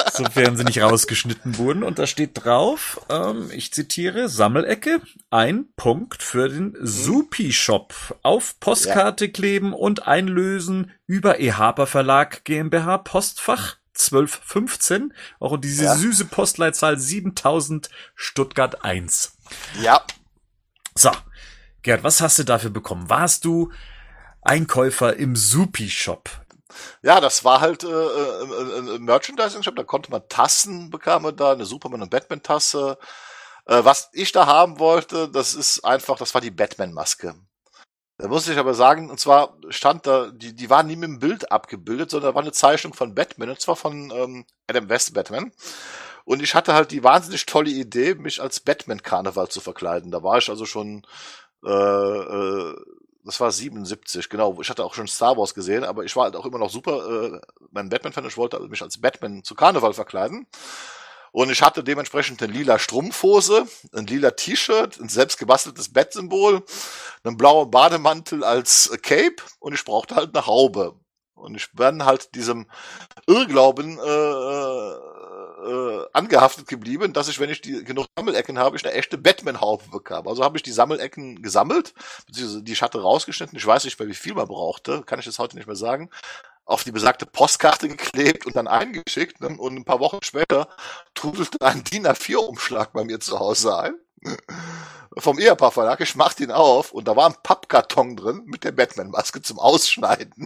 Sofern sie nicht rausgeschnitten wurden. Und da steht drauf, ich zitiere, Sammelecke, 1 Punkt für den Supi-Shop. Auf Postkarte kleben und einlösen über eHaber Verlag GmbH, Postfach 1215. Auch diese süße Postleitzahl 7000 Stuttgart 1. Ja. So, Gerd, was hast du dafür bekommen? Warst du Einkäufer im Supi-Shop? Ja, das war halt ein Merchandising-Shop, da konnte man Tassen bekam man da, eine Superman- und Batman-Tasse. Was ich da haben wollte, das war die Batman-Maske. Da muss ich aber sagen, und zwar stand da, die war nie mit dem Bild abgebildet, sondern da war eine Zeichnung von Batman, und zwar von Adam West Batman. Und ich hatte halt die wahnsinnig tolle Idee, mich als Batman-Karneval zu verkleiden. Da war ich also schon das war 77, genau. Ich hatte auch schon Star Wars gesehen, aber ich war halt auch immer noch super mein Batman-Fan. Ich wollte mich als Batman zu Karneval verkleiden. Und ich hatte dementsprechend eine lila Strumpfhose, ein lila T-Shirt, ein selbstgebasteltes Bat-Symbol, einen blauen Bademantel als Cape und ich brauchte halt eine Haube. Und ich bin halt diesem Irrglauben angehaftet geblieben, dass ich, wenn ich genug Sammelecken habe, ich eine echte Batman-Haube bekam. Also habe ich die Sammelecken gesammelt, beziehungsweise die Schatte rausgeschnitten. Ich weiß nicht mehr, wie viel man brauchte, kann ich das heute nicht mehr sagen. Auf die besagte Postkarte geklebt und dann eingeschickt. Ne? Und ein paar Wochen später trudelte ein DIN A4-Umschlag bei mir zu Hause ein. Vom Ehepaar Verlag. Ich mach den auf und da war ein Pappkarton drin mit der Batman-Maske zum Ausschneiden.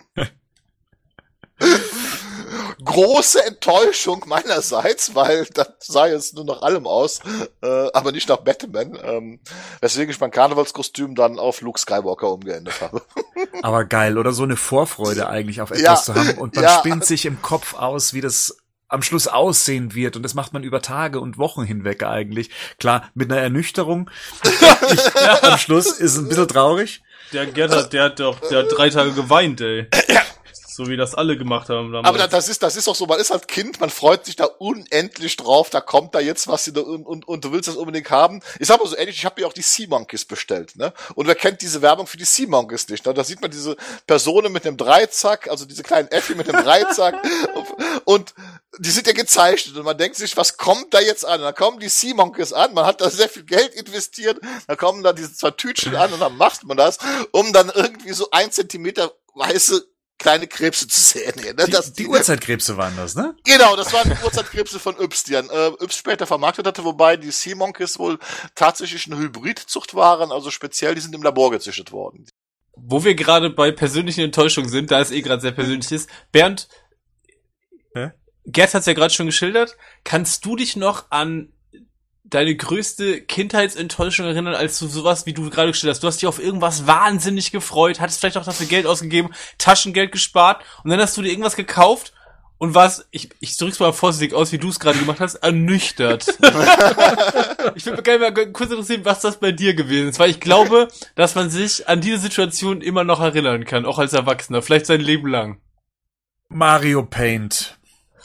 Große Enttäuschung meinerseits, weil das sah jetzt nur nach allem aus, aber nicht nach Batman, weswegen ich mein Karnevalskostüm dann auf Luke Skywalker umgeändert habe. Aber geil, oder so eine Vorfreude eigentlich auf etwas zu haben und man spinnt sich im Kopf aus, wie das am Schluss aussehen wird und das macht man über Tage und Wochen hinweg eigentlich. Klar, mit einer Ernüchterung am Schluss ist ein bisschen traurig. Der Gerd der hat 3 Tage geweint, ey. So wie das alle gemacht haben damals. Aber das ist auch so, man ist halt Kind, man freut sich da unendlich drauf, da kommt da jetzt was und du willst das unbedingt haben. Ich sag mal so ähnlich, ich habe mir auch die Sea Monkeys bestellt, ne? Und wer kennt diese Werbung für die Sea Monkeys nicht? Ne? Da sieht man diese Personen mit dem Dreizack, also diese kleinen Äffchen mit dem Dreizack und die sind ja gezeichnet und man denkt sich, was kommt da jetzt an? Und dann kommen die Sea Monkeys an, man hat da sehr viel Geld investiert, dann kommen da diese 2 Tütchen an und dann macht man das, um dann irgendwie so 1 Zentimeter weiße kleine Krebse zu sehen. Ne? Die Urzeitkrebse waren das, ne? Genau, das waren die Urzeitkrebse von Yps, die Yps später vermarktet hatte, wobei die Sea Monkeys wohl tatsächlich eine Hybridzucht waren, also speziell, die sind im Labor gezüchtet worden. Wo wir gerade bei persönlichen Enttäuschungen sind, da es gerade sehr persönlich ist, Bernd, Gerd hat's ja gerade schon geschildert, kannst du dich noch an deine größte Kindheitsenttäuschung erinnern, als du sowas, wie du gerade gestellt hast? Du hast dich auf irgendwas wahnsinnig gefreut, hattest vielleicht auch dafür Geld ausgegeben, Taschengeld gespart und dann hast du dir irgendwas gekauft und warst, ich drück's mal vorsichtig aus, wie du es gerade gemacht hast, ernüchtert. Ich würde mir gerne mal kurz interessieren, was das bei dir gewesen ist, weil ich glaube, dass man sich an diese Situation immer noch erinnern kann, auch als Erwachsener, vielleicht sein Leben lang. Mario Paint.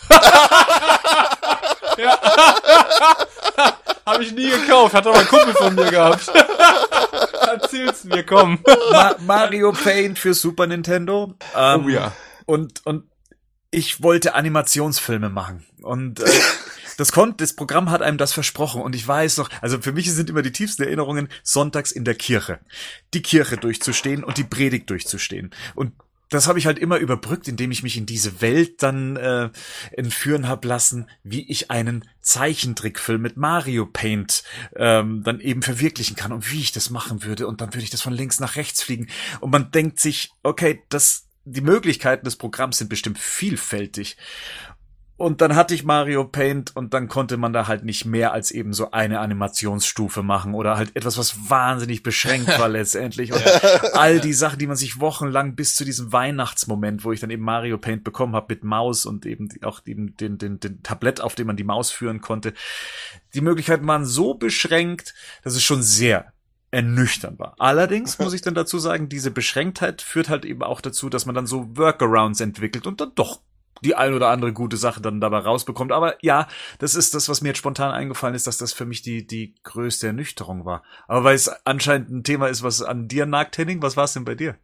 Ja. Habe ich nie gekauft, hat aber ein Kumpel von mir gehabt. Erzähl's mir, komm. Mario Paint für Super Nintendo. Oh ja. Und ich wollte Animationsfilme machen. Und das Programm hat einem das versprochen. Und ich weiß noch, also für mich sind immer die tiefsten Erinnerungen sonntags in der Kirche. Die Kirche durchzustehen und die Predigt durchzustehen. Und das habe ich halt immer überbrückt, indem ich mich in diese Welt dann entführen hab lassen, wie ich einen Zeichentrickfilm mit Mario Paint dann eben verwirklichen kann und wie ich das machen würde. Und dann würde ich das von links nach rechts fliegen. Und man denkt sich, okay, die Möglichkeiten des Programms sind bestimmt vielfältig. Und dann hatte ich Mario Paint und dann konnte man da halt nicht mehr als eben so eine Animationsstufe machen oder halt etwas, was wahnsinnig beschränkt war letztendlich. Und all die Sachen, die man sich wochenlang bis zu diesem Weihnachtsmoment, wo ich dann eben Mario Paint bekommen habe mit Maus und eben auch den Tablett, auf dem man die Maus führen konnte. Die Möglichkeiten waren so beschränkt, dass es schon sehr ernüchternd war. Allerdings muss ich dann dazu sagen, diese Beschränktheit führt halt eben auch dazu, dass man dann so Workarounds entwickelt und dann doch die ein oder andere gute Sache dann dabei rausbekommt. Aber ja, das ist das, was mir jetzt spontan eingefallen ist, dass das für mich die größte Ernüchterung war. Aber weil es anscheinend ein Thema ist, was an dir nagt, Henning, was war es denn bei dir?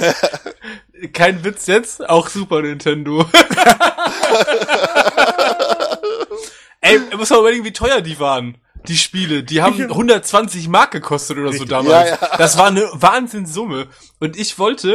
Kein Witz jetzt, auch Super Nintendo. Ey, muss man überlegen, wie teuer die waren. Die Spiele, die haben 120 Mark gekostet oder so damals. Ja. Das war eine Wahnsinnssumme. Und ich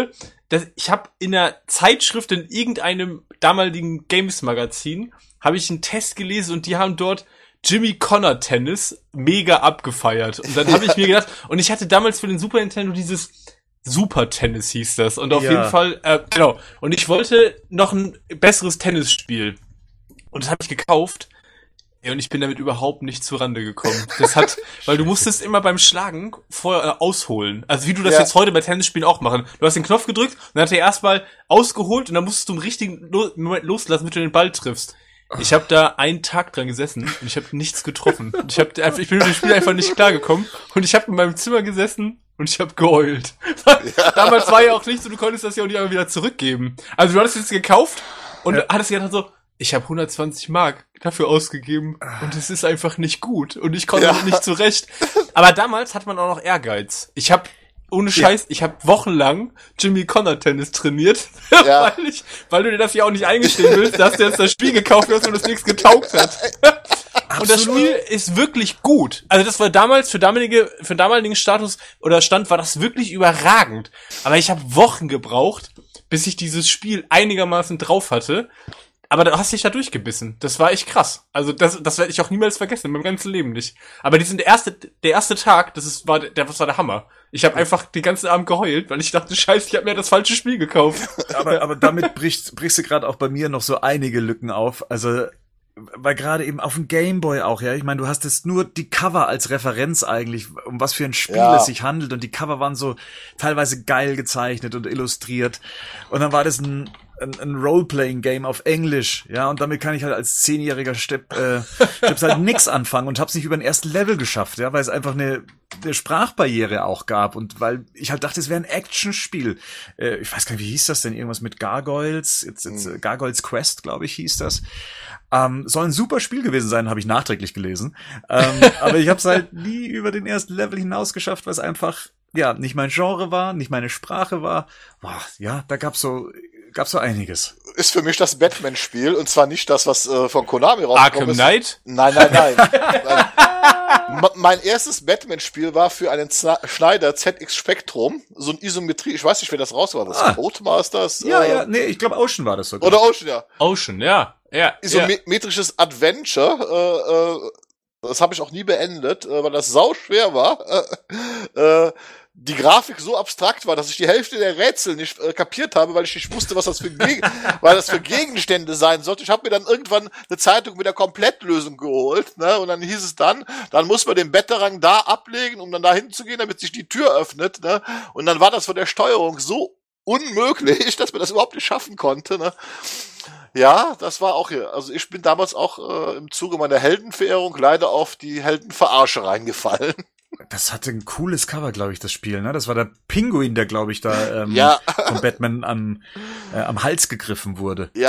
habe in der Zeitschrift in irgendeinem damaligen Games-Magazin, habe ich einen Test gelesen und die haben dort Jimmy Connor Tennis mega abgefeiert. Und dann habe ich mir gedacht, und ich hatte damals für den Super Nintendo dieses Super Tennis hieß das. Und auf jeden Fall, genau. Und ich wollte noch ein besseres Tennisspiel. Und das habe ich gekauft. Und ich bin damit überhaupt nicht zurande gekommen. Weil du musstest immer beim Schlagen vorher ausholen. Also wie du das jetzt heute bei Tennisspielen auch machen. Du hast den Knopf gedrückt und dann hat er erstmal ausgeholt und dann musstest du im richtigen Moment loslassen, damit du den Ball triffst. Ich habe da einen Tag dran gesessen und ich habe nichts getroffen. Und ich bin mit dem Spiel einfach nicht klargekommen und ich habe in meinem Zimmer gesessen und ich habe geheult. Damals war ja auch nicht so, du konntest das ja auch nicht einfach wieder zurückgeben. Also du hattest es gekauft und hattest gedacht so, ich habe 120 Mark dafür ausgegeben und es ist einfach nicht gut und ich konnte nicht zurecht. Aber damals hat man auch noch Ehrgeiz. Ich habe ohne Scheiß, ich habe wochenlang Jimmy Connor Tennis trainiert, weil du dir das ja auch nicht eingestehen willst, dass du jetzt das Spiel gekauft hast und es nichts getaugt hat. Und das Spiel ist wirklich gut. Also das war damals für damaligen Status oder Stand war das wirklich überragend. Aber ich habe Wochen gebraucht, bis ich dieses Spiel einigermaßen drauf hatte. Aber du hast dich da durchgebissen. Das war echt krass. Also das werde ich auch niemals vergessen, in meinem ganzen Leben nicht. Aber der erste Tag, das war der Hammer. Ich habe einfach den ganzen Abend geheult, weil ich dachte, scheiße, ich habe mir das falsche Spiel gekauft. Aber damit brichst du gerade auch bei mir noch so einige Lücken auf. Also weil gerade eben auf dem Gameboy auch, ja, ich meine, du hast jetzt nur die Cover als Referenz eigentlich, um was für ein Spiel es sich handelt und die Cover waren so teilweise geil gezeichnet und illustriert und dann war das ein Role-Playing-Game auf Englisch, ja, und damit kann ich halt als 10-jähriger Steps halt nix anfangen und hab's nicht über den ersten Level geschafft, ja, weil es einfach eine Sprachbarriere auch gab und weil ich halt dachte, es wäre ein Actionspiel. Ich weiß gar nicht, wie hieß das denn? Irgendwas mit Gargoyles, jetzt Gargoyles Quest, glaube ich, hieß das. Soll ein super Spiel gewesen sein, habe ich nachträglich gelesen. Aber ich habe es halt nie über den ersten Level hinaus geschafft, weil es einfach nicht mein Genre war, nicht meine Sprache war. Boah, ja, da gab's so einiges. Ist für mich das Batman-Spiel und zwar nicht das, was von Konami rausgekommen ist. Arkham Knight? Nein. Mein erstes Batman-Spiel war für einen Schneider ZX Spectrum, so ein Isometrie, ich weiß nicht, wer das raus war, das Codemasters? Ich glaube Ocean war das sogar. Oder Ocean, ja. Ocean, ja. Isometrisches Adventure, das habe ich auch nie beendet, weil das sau schwer war. Die Grafik so abstrakt war, dass ich die Hälfte der Rätsel nicht kapiert habe, weil ich nicht wusste, was das für Gegenstände sein sollte. Ich habe mir dann irgendwann eine Zeitung mit der Komplettlösung geholt, ne? Und dann hieß es dann muss man den Betterang da ablegen, um dann da hinzugehen, damit sich die Tür öffnet, ne? Und dann war das von der Steuerung so unmöglich, dass man das überhaupt nicht schaffen konnte, ne? Ja, das war auch hier. Also ich bin damals auch im Zuge meiner Heldenverehrung leider auf die Heldenverarsche reingefallen. Das hatte ein cooles Cover, glaube ich, das Spiel, ne? Das war der Pinguin, der, glaube ich, da von Batman am Hals gegriffen wurde. Ja.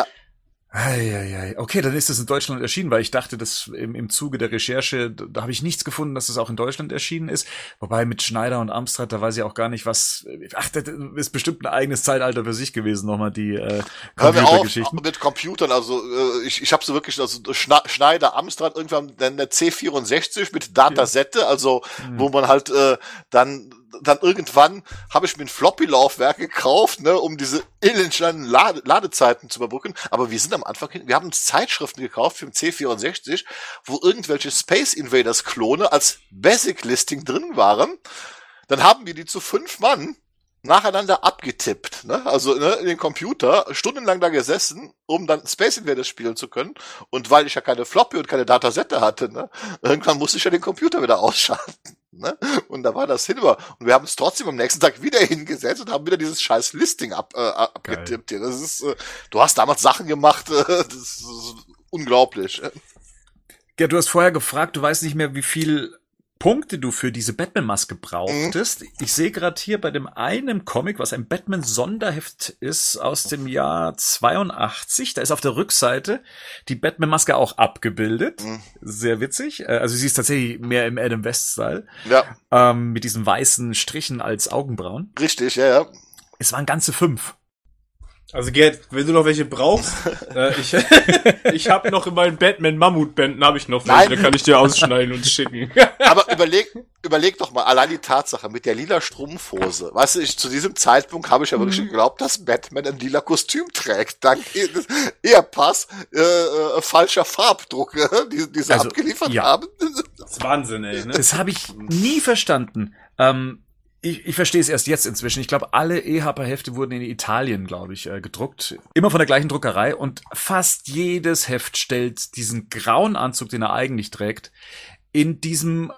Okay, dann ist das in Deutschland erschienen, weil ich dachte, dass im Zuge der Recherche, da habe ich nichts gefunden, dass das auch in Deutschland erschienen ist. Wobei mit Schneider und Amstrad, da weiß ich auch gar nicht, das ist bestimmt ein eigenes Zeitalter für sich gewesen, nochmal die Computergeschichten. Mit Computern, also ich habe so wirklich, also Schneider, Amstrad, irgendwann dann der C64 mit Datasette, also wo man halt dann irgendwann habe ich mir ein Floppy-Laufwerk gekauft, ne, um diese elenden Ladezeiten zu überbrücken. Aber wir sind am Anfang wir haben uns Zeitschriften gekauft für den C64, wo irgendwelche Space Invaders Klone als Basic Listing drin waren. Dann haben wir die zu 5 Mann nacheinander abgetippt, ne? Also in den Computer, stundenlang da gesessen, um dann Space Invaders spielen zu können. Und weil ich ja keine Floppy und keine Datasette hatte, ne, irgendwann musste ich ja den Computer wieder ausschalten. Ne? Und da war das hinüber. Und wir haben es trotzdem am nächsten Tag wieder hingesetzt und haben wieder dieses scheiß Listing abgetippt hier. Das ist, du hast damals Sachen gemacht, das ist unglaublich. Ja, du hast vorher gefragt, du weißt nicht mehr, wie viel Punkte du für diese Batman-Maske brauchtest. Ich sehe gerade hier bei dem einen Comic, was ein Batman-Sonderheft ist, aus dem Jahr 82. Da ist auf der Rückseite die Batman-Maske auch abgebildet. Sehr witzig. Also sie ist tatsächlich mehr im Adam West-Style. Ja. Mit diesen weißen Strichen als Augenbrauen. Richtig, ja. Es waren ganze 5. Also Gerd, wenn du noch welche brauchst, ich habe noch in meinen Batman-Mammut-Bänden habe ich noch welche, da kann ich dir ausschneiden und schicken. Aber überleg doch mal, allein die Tatsache mit der lila Strumpfhose. Weißt du, zu diesem Zeitpunkt habe ich ja wirklich geglaubt, dass Batman ein lila Kostüm trägt. Dank Ehepass falscher Farbdrucke, die sie abgeliefert haben. Das ist Wahnsinn, ey. Ne? Das habe ich nie verstanden. Ich verstehe es erst jetzt inzwischen. Ich glaube, alle EHPA-Hefte wurden in Italien, glaube ich, gedruckt. Immer von der gleichen Druckerei. Und fast jedes Heft stellt diesen grauen Anzug, den er eigentlich trägt, in diesem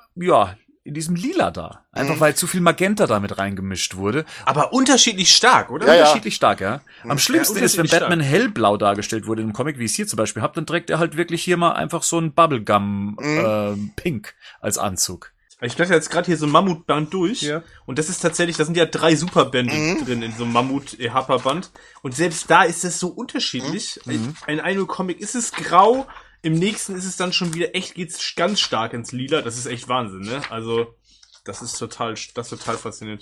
Lila da. Einfach weil zu viel Magenta damit reingemischt wurde. Aber unterschiedlich stark, oder? Ja, Unterschiedlich stark, ja. Am schlimmsten ist, wenn Batman hellblau dargestellt wurde in einem Comic, wie ich es hier zum Beispiel habe, dann trägt er halt wirklich hier mal einfach so ein Bubblegum Pink als Anzug. Ich blätter jetzt gerade hier so ein Mammutband durch. Ja. Und das ist tatsächlich, da sind ja 3 Superbände drin in so einem Mammut-EHPA-Band. Und selbst da ist es so unterschiedlich. In einem Comic ist es grau, im nächsten ist es dann schon wieder geht's ganz stark ins Lila. Das ist echt Wahnsinn, ne? Also, das ist total faszinierend.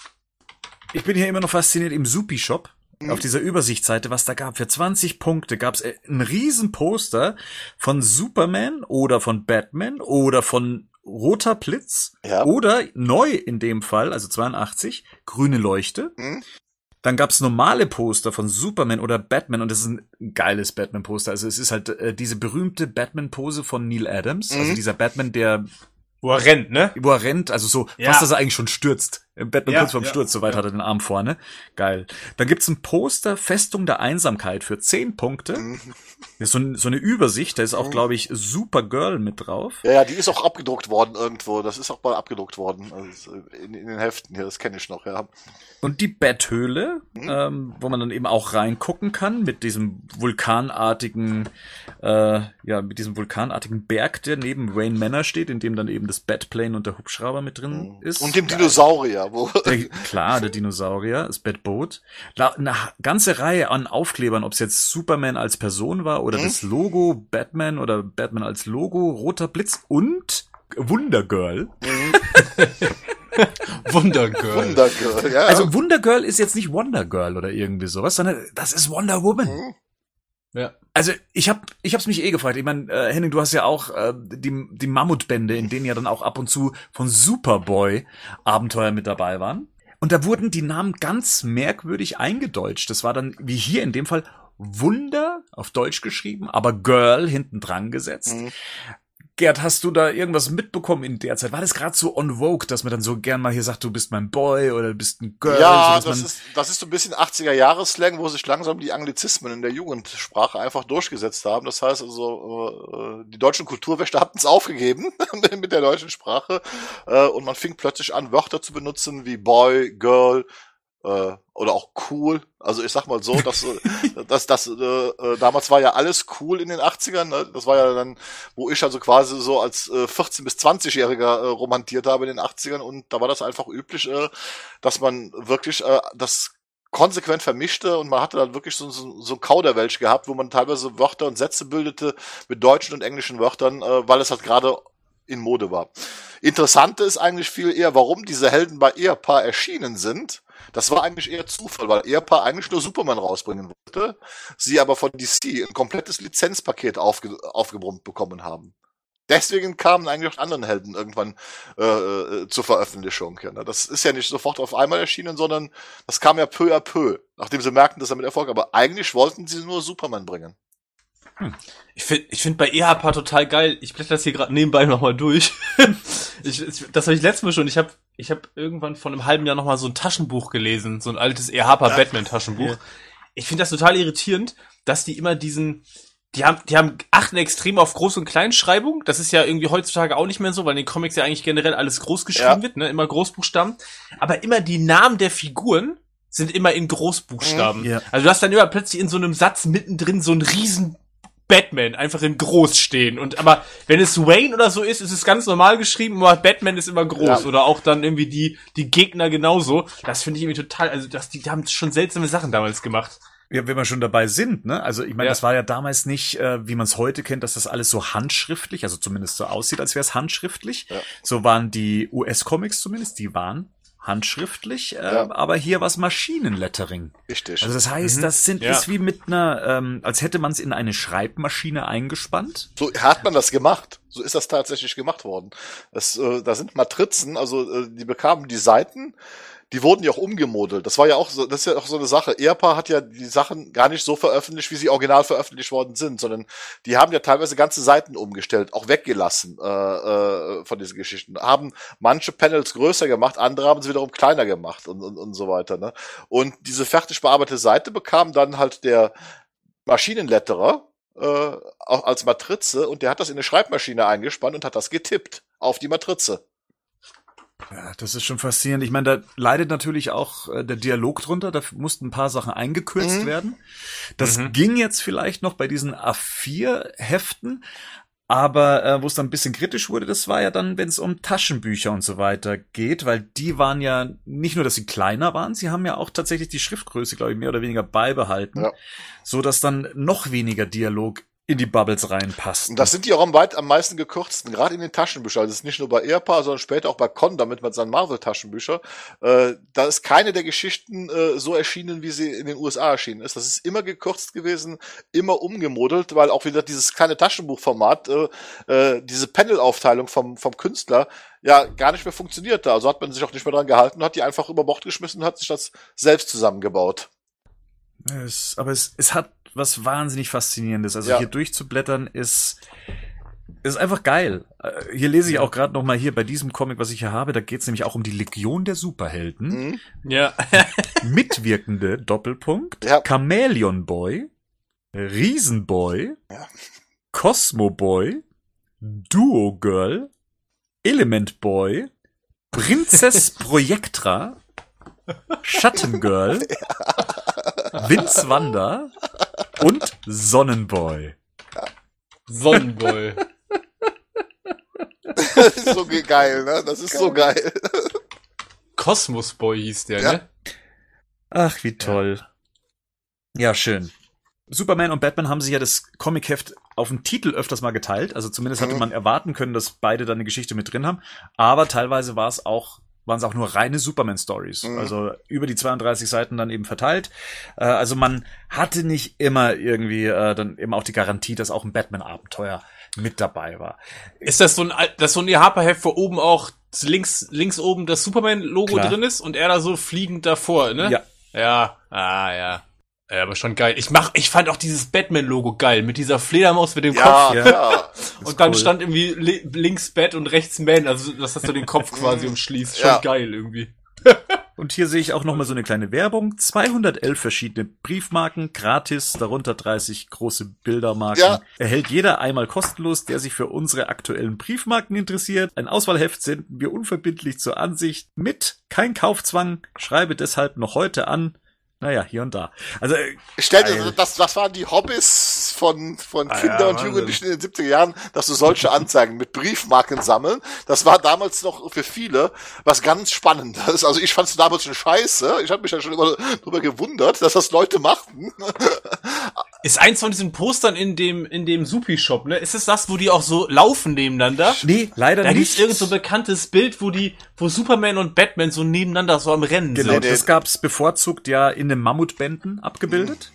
Ich bin hier immer noch fasziniert im Supi-Shop. Auf dieser Übersichtsseite, was da gab. Für 20 Punkte gab es ein riesen Poster von Superman oder von Batman oder von Roter Blitz oder neu in dem Fall, also 82, grüne Leuchte. Dann gab's normale Poster von Superman oder Batman und das ist ein geiles Batman-Poster. Also es ist halt diese berühmte Batman-Pose von Neil Adams, also dieser Batman, der wo er rennt, ne? Wo er rennt, also so, fast, dass er eigentlich schon stürzt. Batman kurz vorm Sturz, so weit hat er den Arm vorne. Geil. Dann gibt's ein Poster, Festung der Einsamkeit für 10 Punkte. Das ist so eine Übersicht, da ist auch, glaube ich, Supergirl mit drauf. Ja, die ist auch abgedruckt worden irgendwo. Das ist auch mal abgedruckt worden. Also in den Heften hier, das kenne ich noch, ja. Und die Betthöhle, wo man dann eben auch reingucken kann mit diesem vulkanartigen Berg, der neben Wayne Manor steht, in dem dann eben das Batplane und der Hubschrauber mit drin ist. Und dem Dinosaurier. Der Dinosaurier, das Batboot. Eine ganze Reihe an Aufklebern, ob es jetzt Superman als Person war oder das Logo Batman oder Batman als Logo, Roter Blitz und Wundergirl. Wundergirl, ja. Also Wundergirl ist jetzt nicht Wonder Girl oder irgendwie sowas, sondern das ist Wonder Woman. Ja. Also ich hab's mich gefragt. Ich meine, Henning, du hast ja auch die Mammutbände, in denen ja dann auch ab und zu von Superboy Abenteuer mit dabei waren. Und da wurden die Namen ganz merkwürdig eingedeutscht. Das war dann, wie hier in dem Fall, Wunder auf Deutsch geschrieben, aber Girl hinten dran gesetzt. Gerd, hast du da irgendwas mitbekommen in der Zeit? War das gerade so on vogue, dass man dann so gern mal hier sagt, du bist mein Boy oder du bist ein Girl? Ja, so, das ist so ein bisschen 80er-Jahres-Slang, wo sich langsam die Anglizismen in der Jugendsprache einfach durchgesetzt haben. Das heißt also, die deutschen Kulturwächter hatten es aufgegeben mit der deutschen Sprache und man fing plötzlich an, Wörter zu benutzen wie Boy, Girl, oder auch cool. Also ich sag mal so, dass damals war ja alles cool in den 80ern. Ne? Das war ja dann, wo ich also quasi so als 14- bis 20-Jähriger romantiert habe in den 80ern und da war das einfach üblich, dass man wirklich das konsequent vermischte und man hatte dann wirklich so Kauderwelsch gehabt, wo man teilweise Wörter und Sätze bildete mit deutschen und englischen Wörtern, weil es halt gerade in Mode war. Interessante ist eigentlich viel eher, warum diese Helden bei EHPA erschienen sind. Das war eigentlich eher Zufall, weil EHPA eigentlich nur Superman rausbringen wollte, sie aber von DC ein komplettes Lizenzpaket aufgebrummt bekommen haben. Deswegen kamen eigentlich auch anderen Helden irgendwann zur Veröffentlichung. Ja, das ist ja nicht sofort auf einmal erschienen, sondern das kam ja peu à peu, nachdem sie merkten, dass er mit Erfolg, aber eigentlich wollten sie nur Superman bringen. Ich find bei EHPA total geil. Ich blätter das hier gerade nebenbei nochmal durch. Das habe ich letztes Mal schon. Ich hab irgendwann vor einem halben Jahr nochmal so ein Taschenbuch gelesen. So ein altes EHPA-Batman-Taschenbuch. Ja. Ich finde das total irritierend, dass die immer die achten extrem auf Groß- und Kleinschreibung. Das ist ja irgendwie heutzutage auch nicht mehr so, weil in den Comics ja eigentlich generell alles groß geschrieben wird, ne? Immer Großbuchstaben. Aber immer die Namen der Figuren sind immer in Großbuchstaben. Ja. Also du hast dann immer plötzlich in so einem Satz mittendrin so einen riesen Batman einfach in groß stehen. Aber wenn es Wayne oder so ist es ganz normal geschrieben, aber Batman ist immer groß. Ja. Oder auch dann irgendwie die Gegner genauso. Das finde ich irgendwie total, also die haben schon seltsame Sachen damals gemacht. Ja, wenn wir schon dabei sind, ne? Also ich meine, das war ja damals nicht, wie man es heute kennt, dass das alles so handschriftlich, also zumindest so aussieht, als wäre es handschriftlich. Ja. So waren die US-Comics zumindest, die waren handschriftlich, aber hier was Maschinenlettering. Richtig. Also das heißt, das ist wie mit einer, als hätte man es in eine Schreibmaschine eingespannt. So hat man das gemacht. So ist das tatsächlich gemacht worden. Da sind Matrizen, also die bekamen die Seiten, die wurden ja auch umgemodelt. Das ist ja auch so eine Sache. ERPA hat ja die Sachen gar nicht so veröffentlicht, wie sie original veröffentlicht worden sind, sondern die haben ja teilweise ganze Seiten umgestellt, auch weggelassen von diesen Geschichten. Haben manche Panels größer gemacht, andere haben sie wiederum kleiner gemacht und so weiter. Ne? Und diese fertig bearbeitete Seite bekam dann halt der Maschinenletterer auch als Matrize und der hat das in eine Schreibmaschine eingespannt und hat das getippt auf die Matrize. Ja, das ist schon faszinierend. Ich meine, da leidet natürlich auch der Dialog drunter. Da mussten ein paar Sachen eingekürzt werden. Das ging jetzt vielleicht noch bei diesen A4-Heften. Aber wo es dann ein bisschen kritisch wurde, das war ja dann, wenn es um Taschenbücher und so weiter geht, weil die waren ja nicht nur, dass sie kleiner waren, sie haben ja auch tatsächlich die Schriftgröße, glaube ich, mehr oder weniger beibehalten, so dass dann noch weniger Dialog in die Bubbles reinpasst. Und das sind die auch am meisten gekürzten, gerade in den Taschenbüchern. Das ist nicht nur bei ERPA, sondern später auch bei Condor mit seinen Marvel-Taschenbücher. Da ist keine der Geschichten so erschienen, wie sie in den USA erschienen ist. Das ist immer gekürzt gewesen, immer umgemodelt, weil auch wieder dieses kleine Taschenbuchformat, diese Panel-Aufteilung vom Künstler, ja gar nicht mehr funktionierte. Also hat man sich auch nicht mehr dran gehalten und hat die einfach über Bord geschmissen und hat sich das selbst zusammengebaut. Aber es hat was wahnsinnig Faszinierendes. Also hier durchzublättern ist einfach geil. Hier lese ich auch gerade noch mal hier bei diesem Comic, was ich hier habe, da geht es nämlich auch um die Legion der Superhelden. Ja. Mitwirkende Doppelpunkt, Chameleon Boy, Riesenboy, Cosmo Boy, Duo Girl, Element Boy, Prinzess Projektra, Schattengirl, Vince Wanda und Sonnenboy. Sonnenboy. Das ist so geil, ne? Das ist so geil. Cosmos Boy hieß der, ne? Ach, wie toll. Ja, schön. Superman und Batman haben sich ja das Comicheft auf dem Titel öfters mal geteilt. Also zumindest hatte man erwarten können, dass beide da eine Geschichte mit drin haben. Aber teilweise waren es auch nur reine Superman-Stories. Also über die 32 Seiten dann eben verteilt. Also man hatte nicht immer irgendwie dann eben auch die Garantie, dass auch ein Batman-Abenteuer mit dabei war. Ist das so ein ERPA-Heft, wo oben auch links oben das Superman-Logo drin ist und er da so fliegend davor, ne? Ja. Ja. Ja, aber schon geil. Ich fand auch dieses Batman-Logo geil, mit dieser Fledermaus mit dem Kopf. Ja. Und dann stand irgendwie links Bat und rechts Man, also dass das so den Kopf quasi umschließt. Schon geil irgendwie. Und hier sehe ich auch nochmal so eine kleine Werbung. 211 verschiedene Briefmarken, gratis, darunter 30 große Bildermarken. Ja. Erhält jeder einmal kostenlos, der sich für unsere aktuellen Briefmarken interessiert. Ein Auswahlheft senden wir unverbindlich zur Ansicht mit. Kein Kaufzwang. Schreibe deshalb noch heute an. Naja, hier und da. Also, ich stelle, das waren die Hobbys von Kindern und Jugendlichen in den 70er Jahren, dass du solche Anzeigen mit Briefmarken sammeln. Das war damals noch für viele was ganz Spannendes. Also ich fand es damals schon scheiße. Ich habe mich ja schon immer drüber gewundert, dass das Leute machten. Ist eins von diesen Postern in dem Supi-Shop, ne? Ist es das, wo die auch so laufen nebeneinander? Nee, leider nicht. Da gibt's irgend so ein bekanntes Bild, wo Superman und Batman so nebeneinander so am Rennen sind. Genau, das gab's bevorzugt ja in den Mammutbänden abgebildet.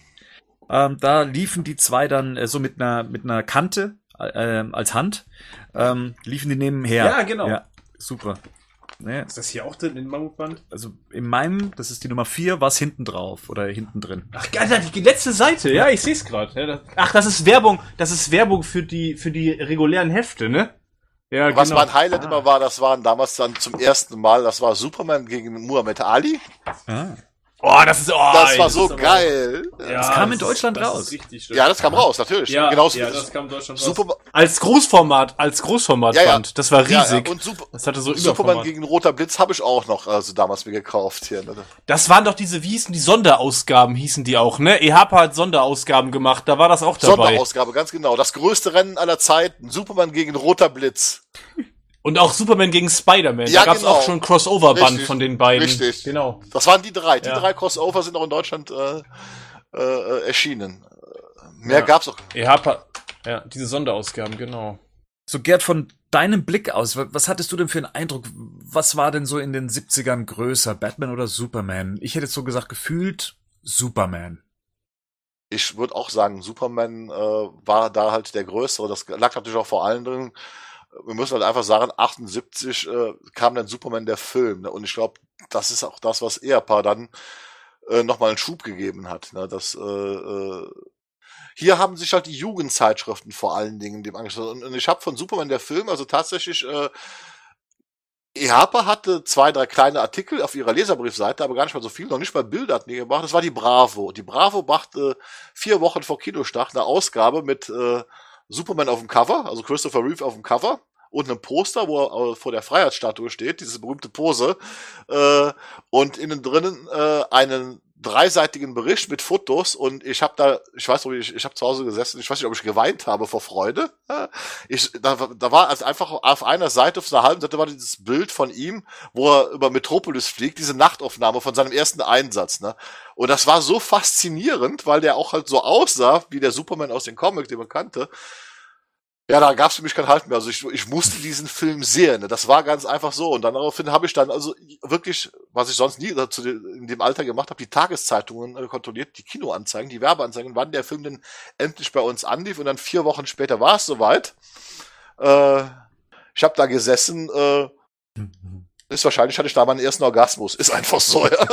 Da liefen die zwei dann so mit einer Kante als Hand, liefen die nebenher. Ja, genau. Ja, super. Ja. Ist das hier auch drin in Mammutband? Also in meinem, das ist die Nummer 4, war es hinten drauf oder hinten drin. Ach, die letzte Seite, ja, ich sehe es gerade. Ach, das ist Werbung für die regulären Hefte, ne? Ja, was mein Highlight immer war, das waren damals dann zum ersten Mal, das war Superman gegen Muhammad Ali. Das war so geil. Ja, das kam in Deutschland raus. Ja, das kam raus, natürlich. Ja, genauso das kam in Deutschland raus. Als Großformat Band. Das war riesig. Ja. Und das hatte so Superman gegen Roter Blitz habe ich auch noch damals mir gekauft hier. Ne? Das waren doch wie hießen die Sonderausgaben, hießen die auch, ne? EHPA hat Sonderausgaben gemacht, da war das auch dabei. Sonderausgabe, ganz genau. Das größte Rennen aller Zeiten. Superman gegen Roter Blitz. Und auch Superman gegen Spider-Man. Ja, da gab's auch schon ein Crossover-Band von den beiden. Richtig. Genau. Das waren die drei. Die drei Crossover sind auch in Deutschland erschienen. Mehr gab's auch. EHPA, diese Sonderausgaben, genau. So, Gerd, von deinem Blick aus, was hattest du denn für einen Eindruck? Was war denn so in den 70ern größer, Batman oder Superman? Ich hätte jetzt so gesagt, gefühlt Superman. Ich würde auch sagen, Superman war da halt der Größere. Das lag natürlich auch vor allen Dingen, wir müssen halt einfach sagen, 78 kam dann Superman der Film. Ne? Und ich glaube, das ist auch das, was Ehepaar dann nochmal einen Schub gegeben hat. Ne? Hier haben sich halt die Jugendzeitschriften vor allen Dingen dem angeschlossen. Und ich habe von Superman der Film, also tatsächlich, Harper hatte 2, 3 kleine Artikel auf ihrer Leserbriefseite, aber gar nicht mal so viel, noch nicht mal Bilder hatten die gemacht. Das war die Bravo. Die Bravo machte 4 Wochen vor Kinostart eine Ausgabe mit Superman auf dem Cover, also Christopher Reeve auf dem Cover und einem Poster, wo er vor der Freiheitsstatue steht, diese berühmte Pose, und innen drinnen einen 3-seitigen Bericht mit Fotos, und ich habe zu Hause gesessen, ich weiß nicht, ob ich geweint habe vor Freude. Da war also einfach auf einer Seite, auf einer halben Seite war dieses Bild von ihm, wo er über Metropolis fliegt, diese Nachtaufnahme von seinem ersten Einsatz, ne? Und das war so faszinierend, weil der auch halt so aussah, wie der Superman aus den Comics, den man kannte. Ja, da gab's für mich kein Halt mehr. Also ich musste diesen Film sehen. Ne? Das war ganz einfach so. Und dann daraufhin habe ich dann also wirklich, was ich sonst nie in dem Alter gemacht habe, die Tageszeitungen kontrolliert, die Kinoanzeigen, die Werbeanzeigen, wann der Film denn endlich bei uns anlief. Und dann 4 Wochen später war es soweit. Ich habe da gesessen. Wahrscheinlich hatte ich da meinen ersten Orgasmus. Ist einfach so. Ja.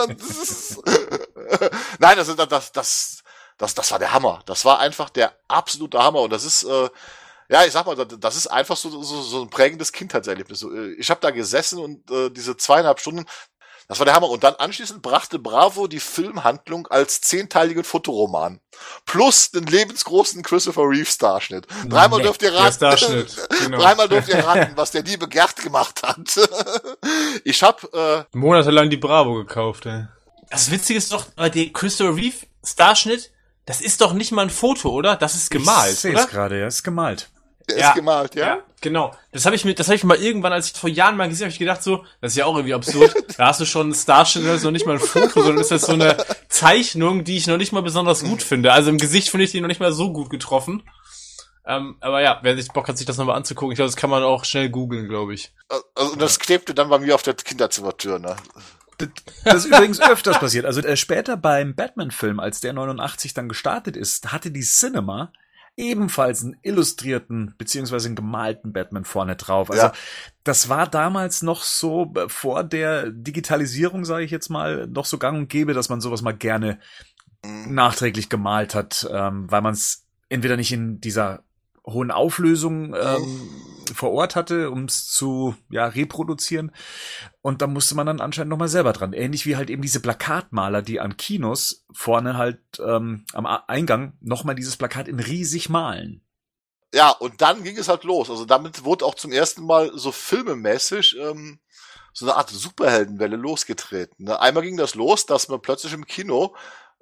Nein, das war der Hammer. Das war einfach der absolute Hammer. Und das ist ja, ich sag mal, das ist einfach so ein prägendes Kindheitserlebnis. Ich habe da gesessen und diese 2,5 Stunden, das war der Hammer. Und dann anschließend brachte Bravo die Filmhandlung als 10-teiligen Fotoroman. Plus den lebensgroßen Christopher Reeve Starschnitt. Dreimal dürft ihr raten, genau. Dreimal dürft ihr raten, was der liebe Gerd gemacht hat. Ich habe monatelang die Bravo gekauft, ey. Das Witzige ist doch, der Christopher Reeve Starschnitt, das ist doch nicht mal ein Foto, oder? Das ist gemalt, ich sehe es gerade, ja, ist gemalt. Der ist gemalt, ja? Ja, genau. Das habe ich mal irgendwann, als ich vor Jahren mal gesehen habe, ich gedacht so, das ist ja auch irgendwie absurd. Da hast du schon einen Starschnitt, das ist noch nicht mal ein Foto, sondern ist das so eine Zeichnung, die ich noch nicht mal besonders gut finde. Also im Gesicht finde ich die noch nicht mal so gut getroffen. Aber ja, wer sich Bock hat, sich das nochmal anzugucken, ich glaube, das kann man auch schnell googeln, glaube ich. Also das klebte dann bei mir auf der Kinderzimmertür, ne? Das ist übrigens öfters passiert. Also später beim Batman-Film, als der 89 dann gestartet ist, hatte die Cinema ebenfalls einen illustrierten beziehungsweise einen gemalten Batman vorne drauf. Also das war damals noch so vor der Digitalisierung, sage ich jetzt mal, noch so gang und gäbe, dass man sowas mal gerne nachträglich gemalt hat, weil man es entweder nicht in dieser hohen Auflösung vor Ort hatte, um es zu reproduzieren. Und da musste man dann anscheinend nochmal selber dran. Ähnlich wie halt eben diese Plakatmaler, die an Kinos vorne halt am Eingang nochmal dieses Plakat in riesig malen. Ja, und dann ging es halt los. Also damit wurde auch zum ersten Mal so filmemäßig so eine Art Superheldenwelle losgetreten. Ne? Einmal ging das los, dass man plötzlich im Kino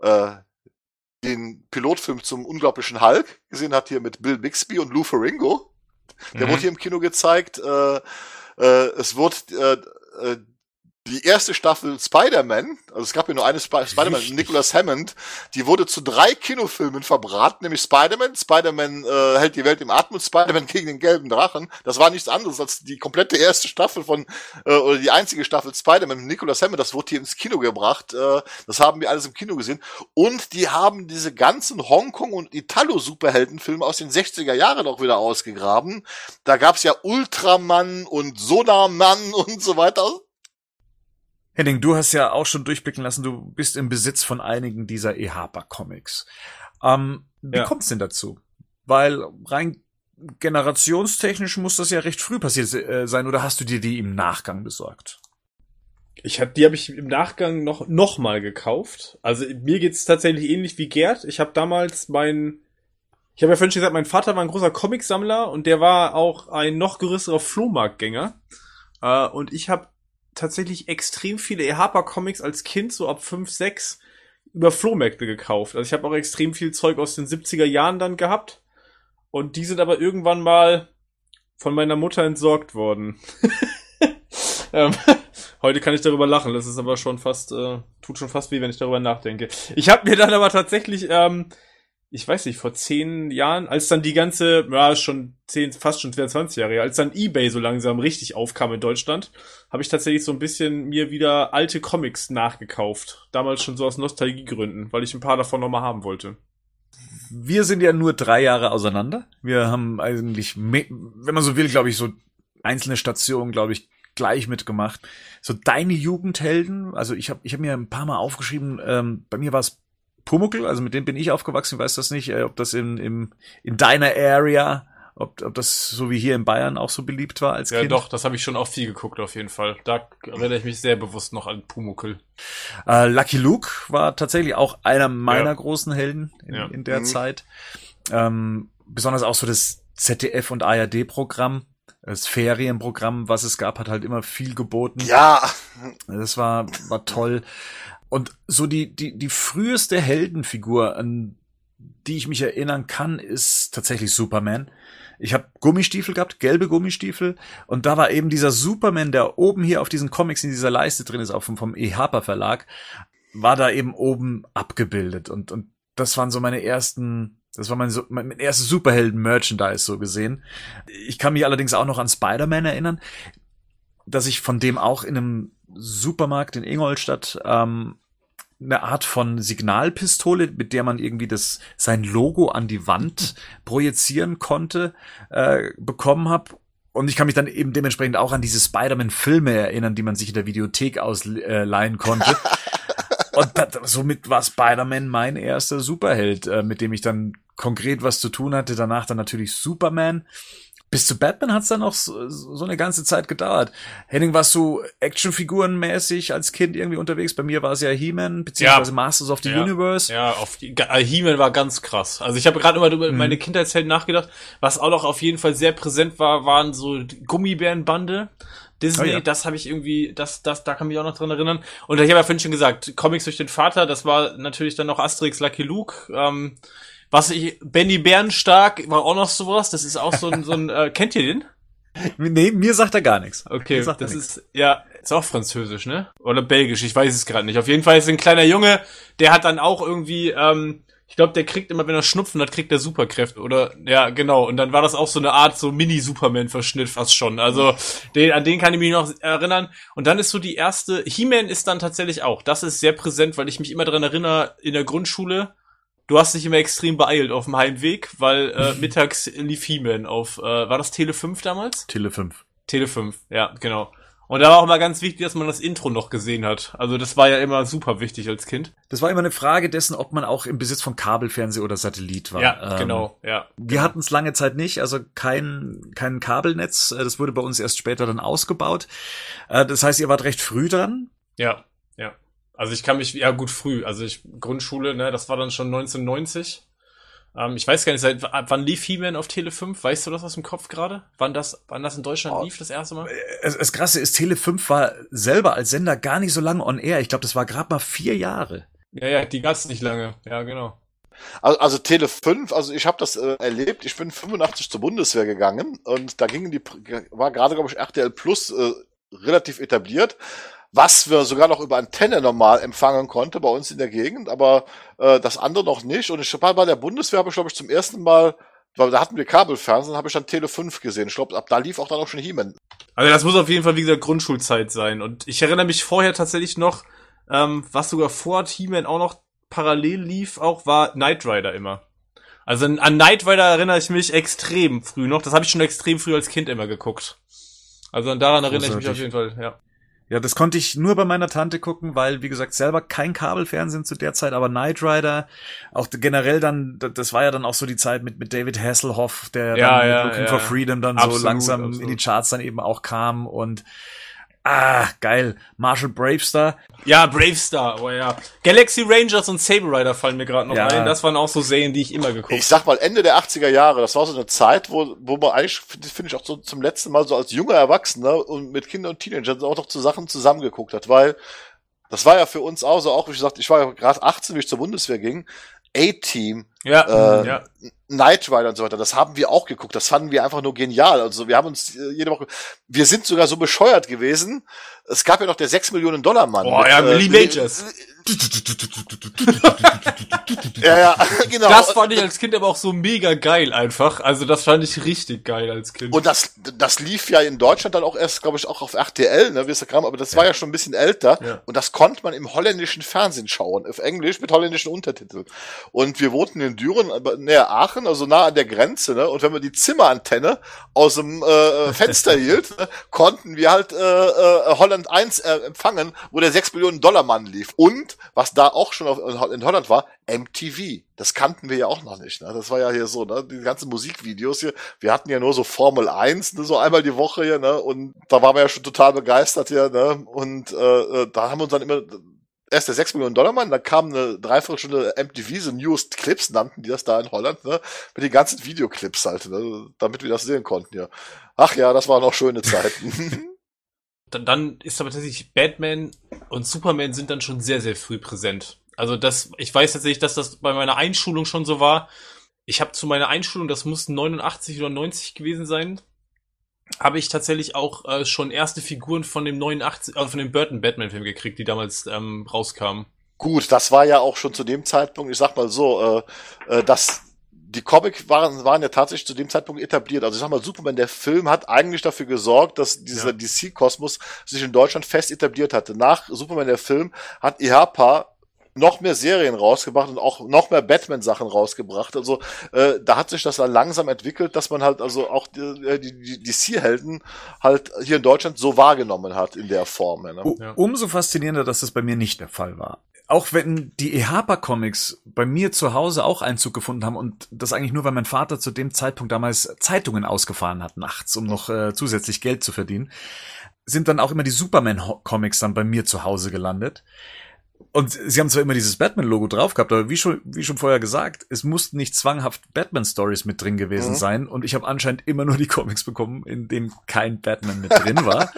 den Pilotfilm zum Unglaublichen Hulk gesehen hat, hier mit Bill Bixby und Lou Ferrigno. Der wurde hier im Kino gezeigt. Es wurde die erste Staffel Spider-Man, also es gab ja nur eine Spider-Man, Nicholas Hammond, die wurde zu 3 Kinofilmen verbraten, nämlich Spider-Man hält die Welt im Atem und Spider-Man gegen den gelben Drachen. Das war nichts anderes als die komplette erste Staffel oder die einzige Staffel Spider-Man mit Nicholas Hammond, das wurde hier ins Kino gebracht. Das haben wir alles im Kino gesehen. Und die haben diese ganzen Hongkong- und Italo-Superheldenfilme aus den 60er Jahren auch wieder ausgegraben. Da gab's ja Ultraman und Sonarman und so weiter. Henning, du hast ja auch schon durchblicken lassen, du bist im Besitz von einigen dieser Harper-Comics. Wie kommt's denn dazu? Weil rein generationstechnisch muss das ja recht früh passiert sein, oder hast du dir die im Nachgang besorgt? Die habe ich im Nachgang noch mal gekauft. Also mir geht's tatsächlich ähnlich wie Gerd. Ich habe damals ich habe ja vorhin schon gesagt, mein Vater war ein großer Comicsammler und der war auch ein noch größerer Flohmarktgänger. Und ich habe tatsächlich extrem viele Harper-Comics als Kind, so ab 5, 6, über Flohmärkte gekauft. Also ich habe auch extrem viel Zeug aus den 70er Jahren dann gehabt. Und die sind aber irgendwann mal von meiner Mutter entsorgt worden. Heute kann ich darüber lachen. Das ist aber schon fast, tut schon fast weh, wenn ich darüber nachdenke. Ich habe mir dann aber tatsächlich ich weiß nicht, vor 10 Jahren, als dann die ganze, ja, schon 10, fast schon 20 Jahre, als dann eBay so langsam richtig aufkam in Deutschland, habe ich tatsächlich so ein bisschen mir wieder alte Comics nachgekauft. Damals schon so aus Nostalgiegründen, weil ich ein paar davon nochmal haben wollte. Wir sind ja nur 3 Jahre auseinander. Wir haben eigentlich, wenn man so will, glaube ich, so einzelne Stationen, glaube ich, gleich mitgemacht. So deine Jugendhelden, also ich hab mir ein paar Mal aufgeschrieben, bei mir war es Pumuckl, also mit dem bin ich aufgewachsen, ich weiß das nicht, ob das in deiner Area, ob das so wie hier in Bayern auch so beliebt war als Kind. Ja doch, das habe ich schon auch viel geguckt auf jeden Fall. Da erinnere ich mich sehr bewusst noch an Pumuckl. Lucky Luke war tatsächlich auch einer meiner großen Helden in der Zeit. Besonders auch so das ZDF und ARD-Programm. Das Ferienprogramm, was es gab, hat halt immer viel geboten. Ja. Das war toll. Und so die früheste Heldenfigur, an die ich mich erinnern kann, ist tatsächlich Superman. Ich habe Gummistiefel gehabt, gelbe Gummistiefel. Und da war eben dieser Superman, der oben hier auf diesen Comics in dieser Leiste drin ist, auch vom E. Harper Verlag, war da eben oben abgebildet. Und das waren so meine ersten... Das war mein erstes Superhelden-Merchandise so gesehen. Ich kann mich allerdings auch noch an Spider-Man erinnern, dass ich von dem auch in einem Supermarkt in Ingolstadt eine Art von Signalpistole, mit der man irgendwie sein Logo an die Wand projizieren konnte, bekommen habe. Und ich kann mich dann eben dementsprechend auch an diese Spider-Man-Filme erinnern, die man sich in der Videothek ausleihen konnte. Und somit war Spider-Man mein erster Superheld, mit dem ich dann konkret was zu tun hatte. Danach dann natürlich Superman. Bis zu Batman hat's dann auch so eine ganze Zeit gedauert. Henning, warst du actionfigurenmäßig als Kind irgendwie unterwegs? Bei mir war es ja He-Man, beziehungsweise Masters of the Universe. Ja, He-Man war ganz krass. Also ich habe gerade immer über meine Kindheitshelden nachgedacht. Was auch noch auf jeden Fall sehr präsent war, waren so Gummibärenbande. Disney, das habe ich irgendwie, da kann mich auch noch dran erinnern. Und ich habe ja vorhin schon gesagt, Comics durch den Vater, das war natürlich dann noch Asterix, Lucky Luke. Benny Bärenstark war auch noch sowas. Das ist auch so ein kennt ihr den? Nee, mir sagt er gar nichts. Okay, das ist auch französisch, ne? Oder belgisch, ich weiß es gerade nicht. Auf jeden Fall ist ein kleiner Junge, der hat dann auch irgendwie, ich glaube, der kriegt immer, wenn er Schnupfen hat, kriegt er Superkräfte. Oder, ja, genau. Und dann war das auch so eine Art so Mini-Superman-Verschnitt fast schon. Also, an den kann ich mich noch erinnern. Und dann ist so die erste, He-Man ist dann tatsächlich auch. Das ist sehr präsent, weil ich mich immer daran erinnere, in der Grundschule, du hast dich immer extrem beeilt auf dem Heimweg, weil mittags lief He-Man auf, war das Tele 5 damals? Tele 5. Tele 5, ja, genau. Und da war auch immer ganz wichtig, dass man das Intro noch gesehen hat. Also das war ja immer super wichtig als Kind. Das war immer eine Frage dessen, ob man auch im Besitz von Kabelfernseh oder Satellit war. Ja, genau, ja. Wir hatten es lange Zeit nicht, also kein Kabelnetz. Das wurde bei uns erst später dann ausgebaut. Das heißt, ihr wart recht früh dran? Ja. Also ich kann mich, ja gut, früh. Also Grundschule, ne, das war dann schon 1990. Ich weiß gar nicht, wann lief He-Man auf Tele 5? Weißt du das aus dem Kopf gerade? Wann das in Deutschland lief das erste Mal? Das Krasse ist, Tele 5 war selber als Sender gar nicht so lange on air. Ich glaube, das war gerade mal 4 Jahre. Ja, die gab's nicht lange. Ja, genau. Also Tele 5, also ich habe das erlebt. Ich bin 85 zur Bundeswehr gegangen und da war gerade, glaube ich, RTL Plus relativ etabliert, was wir sogar noch über Antenne normal empfangen konnte bei uns in der Gegend, aber das andere noch nicht. Und ich war bei der Bundeswehr, habe ich, glaube ich, zum ersten Mal, weil da hatten wir Kabelfernsehen, habe ich dann Tele 5 gesehen. Ich glaube, ab da lief auch dann auch schon He-Man. Also das muss auf jeden Fall, wie gesagt, Grundschulzeit sein. Und ich erinnere mich vorher tatsächlich noch, was sogar vor He-Man auch noch parallel lief, auch war Knight Rider immer. Also an Knight Rider erinnere ich mich extrem früh noch. Das habe ich schon extrem früh als Kind immer geguckt. Also daran erinnere ich mich auf jeden Fall, ja. Ja, das konnte ich nur bei meiner Tante gucken, weil, wie gesagt, selber kein Kabelfernsehen zu der Zeit, aber Knight Rider, auch generell dann, das war ja dann auch so die Zeit mit David Hasselhoff, der dann mit Looking for Freedom dann absolut, so langsam in die Charts dann eben auch kam und geil. Marshall Bravestar. Ja, Bravestar, oh ja. Galaxy Rangers und Saber Rider fallen mir gerade noch ein. Das waren auch so Serien, die ich immer geguckt habe. Ich sag mal, Ende der 80er Jahre, das war so eine Zeit, wo man eigentlich, finde ich, auch so zum letzten Mal so als junger Erwachsener und mit Kindern und Teenagern auch noch zu Sachen zusammengeguckt hat, weil das war ja für uns auch so, auch wie gesagt, ich war ja gerade 18, wie ich zur Bundeswehr ging, A-Team, Knight Rider und so weiter, das haben wir auch geguckt, das fanden wir einfach nur genial, also wir haben uns jede Woche, wir sind sogar so bescheuert gewesen, es gab ja noch der $6 Millionen Mann. Oh ja, Lee Majors. Ja, genau. Das fand ich als Kind aber auch so mega geil einfach. Also das fand ich richtig geil als Kind. Und das lief ja in Deutschland dann auch erst, glaube ich, auch auf RTL, ne, wie es da kam, aber das war ja schon ein bisschen älter. Ja. Und das konnte man im holländischen Fernsehen schauen, auf Englisch mit holländischen Untertiteln. Und wir wohnten in Düren, näher Aachen, also nah an der Grenze, ne? Und wenn man die Zimmerantenne aus dem Fenster hielt, ne, konnten wir halt Holland 1 empfangen, wo der 6 Millionen Dollar Mann lief. Und was da auch schon in Holland war, MTV. Das kannten wir ja auch noch nicht. Ne? Das war ja hier so, ne? Die ganzen Musikvideos hier. Wir hatten ja nur so Formel 1, ne? So einmal die Woche hier, ne? Und da waren wir ja schon total begeistert hier, ne? Und da haben wir uns dann immer erst der 6 Millionen Dollar Mann, dann kam eine Dreiviertelstunde MTV, so Newest Clips nannten die das da in Holland, ne? Mit den ganzen Videoclips halt, ne? Damit wir das sehen konnten, ja. Ach ja, das waren auch schöne Zeiten. Dann ist aber tatsächlich Batman und Superman sind dann schon sehr, sehr früh präsent. Also ich weiß tatsächlich, dass das bei meiner Einschulung schon so war. Ich habe zu meiner Einschulung, das mussten 89 oder 90 gewesen sein, habe ich tatsächlich auch schon erste Figuren von dem von dem Burton Batman-Film gekriegt, die damals rauskamen. Gut, das war ja auch schon zu dem Zeitpunkt, ich sag mal so, dass die Comic waren ja tatsächlich zu dem Zeitpunkt etabliert. Also ich sag mal, Superman, der Film hat eigentlich dafür gesorgt, dass dieser DC-Kosmos sich in Deutschland fest etabliert hatte. Nach Superman, der Film, hat IHPA noch mehr Serien rausgebracht und auch noch mehr Batman-Sachen rausgebracht. Also da hat sich das dann langsam entwickelt, dass man halt also auch die DC-Helden halt hier in Deutschland so wahrgenommen hat in der Form. Ne? Ja. Umso faszinierender, dass das bei mir nicht der Fall war. Auch wenn die EHPA-Comics bei mir zu Hause auch Einzug gefunden haben und das eigentlich nur, weil mein Vater zu dem Zeitpunkt damals Zeitungen ausgefahren hat nachts, um noch zusätzlich Geld zu verdienen, sind dann auch immer die Superman-Comics dann bei mir zu Hause gelandet. Und sie haben zwar immer dieses Batman-Logo drauf gehabt, aber wie schon vorher gesagt, es mussten nicht zwanghaft Batman-Stories mit drin gewesen sein. Und ich habe anscheinend immer nur die Comics bekommen, in denen kein Batman mit drin war.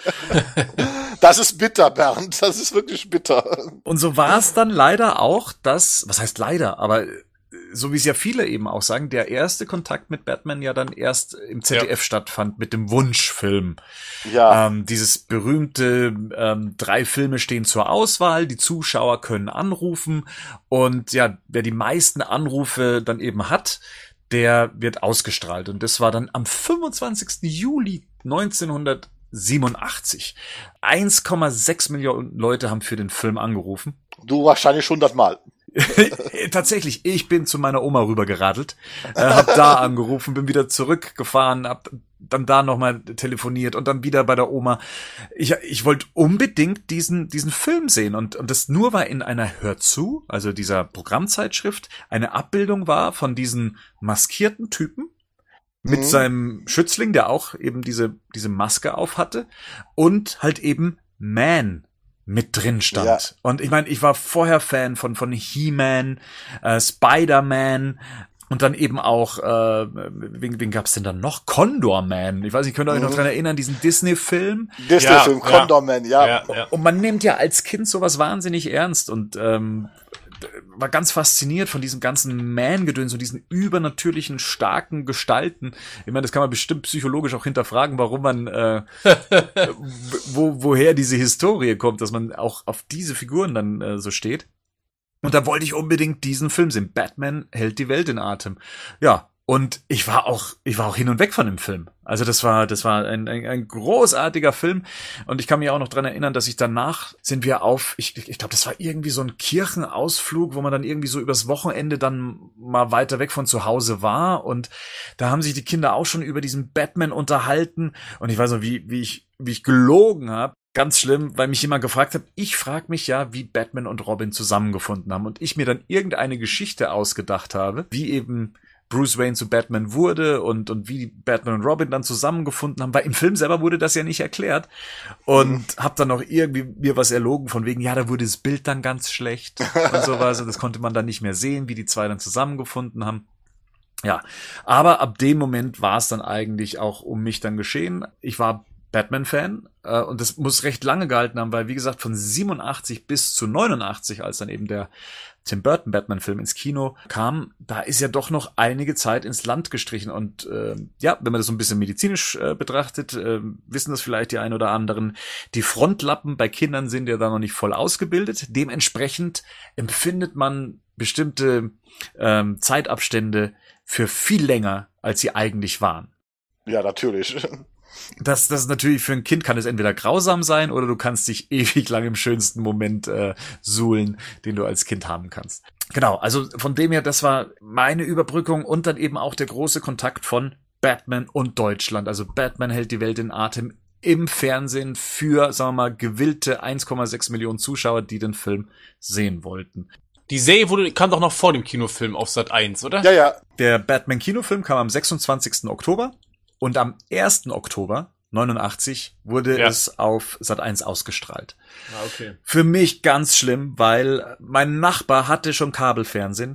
Das ist bitter, Bernd. Das ist wirklich bitter. Und so war es dann leider auch, was heißt leider, aber so wie es ja viele eben auch sagen, der erste Kontakt mit Batman ja dann erst im ZDF stattfand mit dem Wunschfilm. Ja. Dieses berühmte 3 Filme stehen zur Auswahl, die Zuschauer können anrufen und ja, wer die meisten Anrufe dann eben hat, der wird ausgestrahlt. Und das war dann am 25. Juli 1987. 1,6 Millionen Leute haben für den Film angerufen. Du wahrscheinlich 100 Mal. Tatsächlich, ich bin zu meiner Oma rübergeradelt, hab da angerufen, bin wieder zurückgefahren, hab dann da nochmal telefoniert und dann wieder bei der Oma. Ich wollte unbedingt diesen Film sehen und das nur war in einer Hör zu, also dieser Programmzeitschrift, eine Abbildung war von diesen maskierten Typen mit seinem Schützling, der auch eben diese Maske auf hatte und halt eben Man mit drin stand. Ja. Und ich meine, ich war vorher Fan von He-Man, Spider-Man und dann eben auch, wen gab's denn dann noch? Condor-Man. Ich weiß nicht, könnt ihr euch noch dran erinnern, diesen Disney-Film? Disney-Film, Condor-Man, ja. Und man nimmt ja als Kind sowas wahnsinnig ernst und war ganz fasziniert von diesem ganzen Man-Gedöns und diesen übernatürlichen, starken Gestalten. Ich meine, das kann man bestimmt psychologisch auch hinterfragen, warum man, woher diese Historie kommt, dass man auch auf diese Figuren dann so steht. Und da wollte ich unbedingt diesen Film sehen. Batman hält die Welt in Atem. Ja. Und ich war auch hin und weg von dem Film. Also das war ein großartiger Film. Und ich kann mich auch noch dran erinnern, dass danach sind wir ich glaube, das war irgendwie so ein Kirchenausflug, wo man dann irgendwie so übers Wochenende dann mal weiter weg von zu Hause war. Und da haben sich die Kinder auch schon über diesen Batman unterhalten. Und ich weiß noch, wie ich gelogen habe. Ganz schlimm, weil mich jemand gefragt hat, ich frage mich ja, wie Batman und Robin zusammengefunden haben. Und ich mir dann irgendeine Geschichte ausgedacht habe, wie eben Bruce Wayne zu Batman wurde und wie Batman und Robin dann zusammengefunden haben, weil im Film selber wurde das ja nicht erklärt und hab dann noch irgendwie mir was erlogen von wegen, ja, da wurde das Bild dann ganz schlecht und sowas und das konnte man dann nicht mehr sehen, wie die zwei dann zusammengefunden haben. Ja, aber ab dem Moment war es dann eigentlich auch um mich dann geschehen. Ich war Batman-Fan und das muss recht lange gehalten haben, weil wie gesagt von 87 bis zu 89, als dann eben der Tim Burton Batman-Film ins Kino kam, da ist ja doch noch einige Zeit ins Land gestrichen und ja, wenn man das so ein bisschen medizinisch betrachtet, wissen das vielleicht die ein oder anderen, die Frontlappen bei Kindern sind ja da noch nicht voll ausgebildet, dementsprechend empfindet man bestimmte Zeitabstände für viel länger, als sie eigentlich waren. Ja, natürlich. Das natürlich für ein Kind kann es entweder grausam sein oder du kannst dich ewig lang im schönsten Moment suhlen, den du als Kind haben kannst. Genau, also von dem her, das war meine Überbrückung und dann eben auch der große Kontakt von Batman und Deutschland. Also Batman hält die Welt in Atem im Fernsehen für, sagen wir mal, gewillte 1,6 Millionen Zuschauer, die den Film sehen wollten. Die Serie kam doch noch vor dem Kinofilm auf Sat 1, oder? Ja, ja. Der Batman-Kinofilm kam am 26. Oktober. Und am 1. Oktober 89 wurde es auf Sat 1 ausgestrahlt. Ah, okay. Für mich ganz schlimm, weil mein Nachbar hatte schon Kabelfernsehen.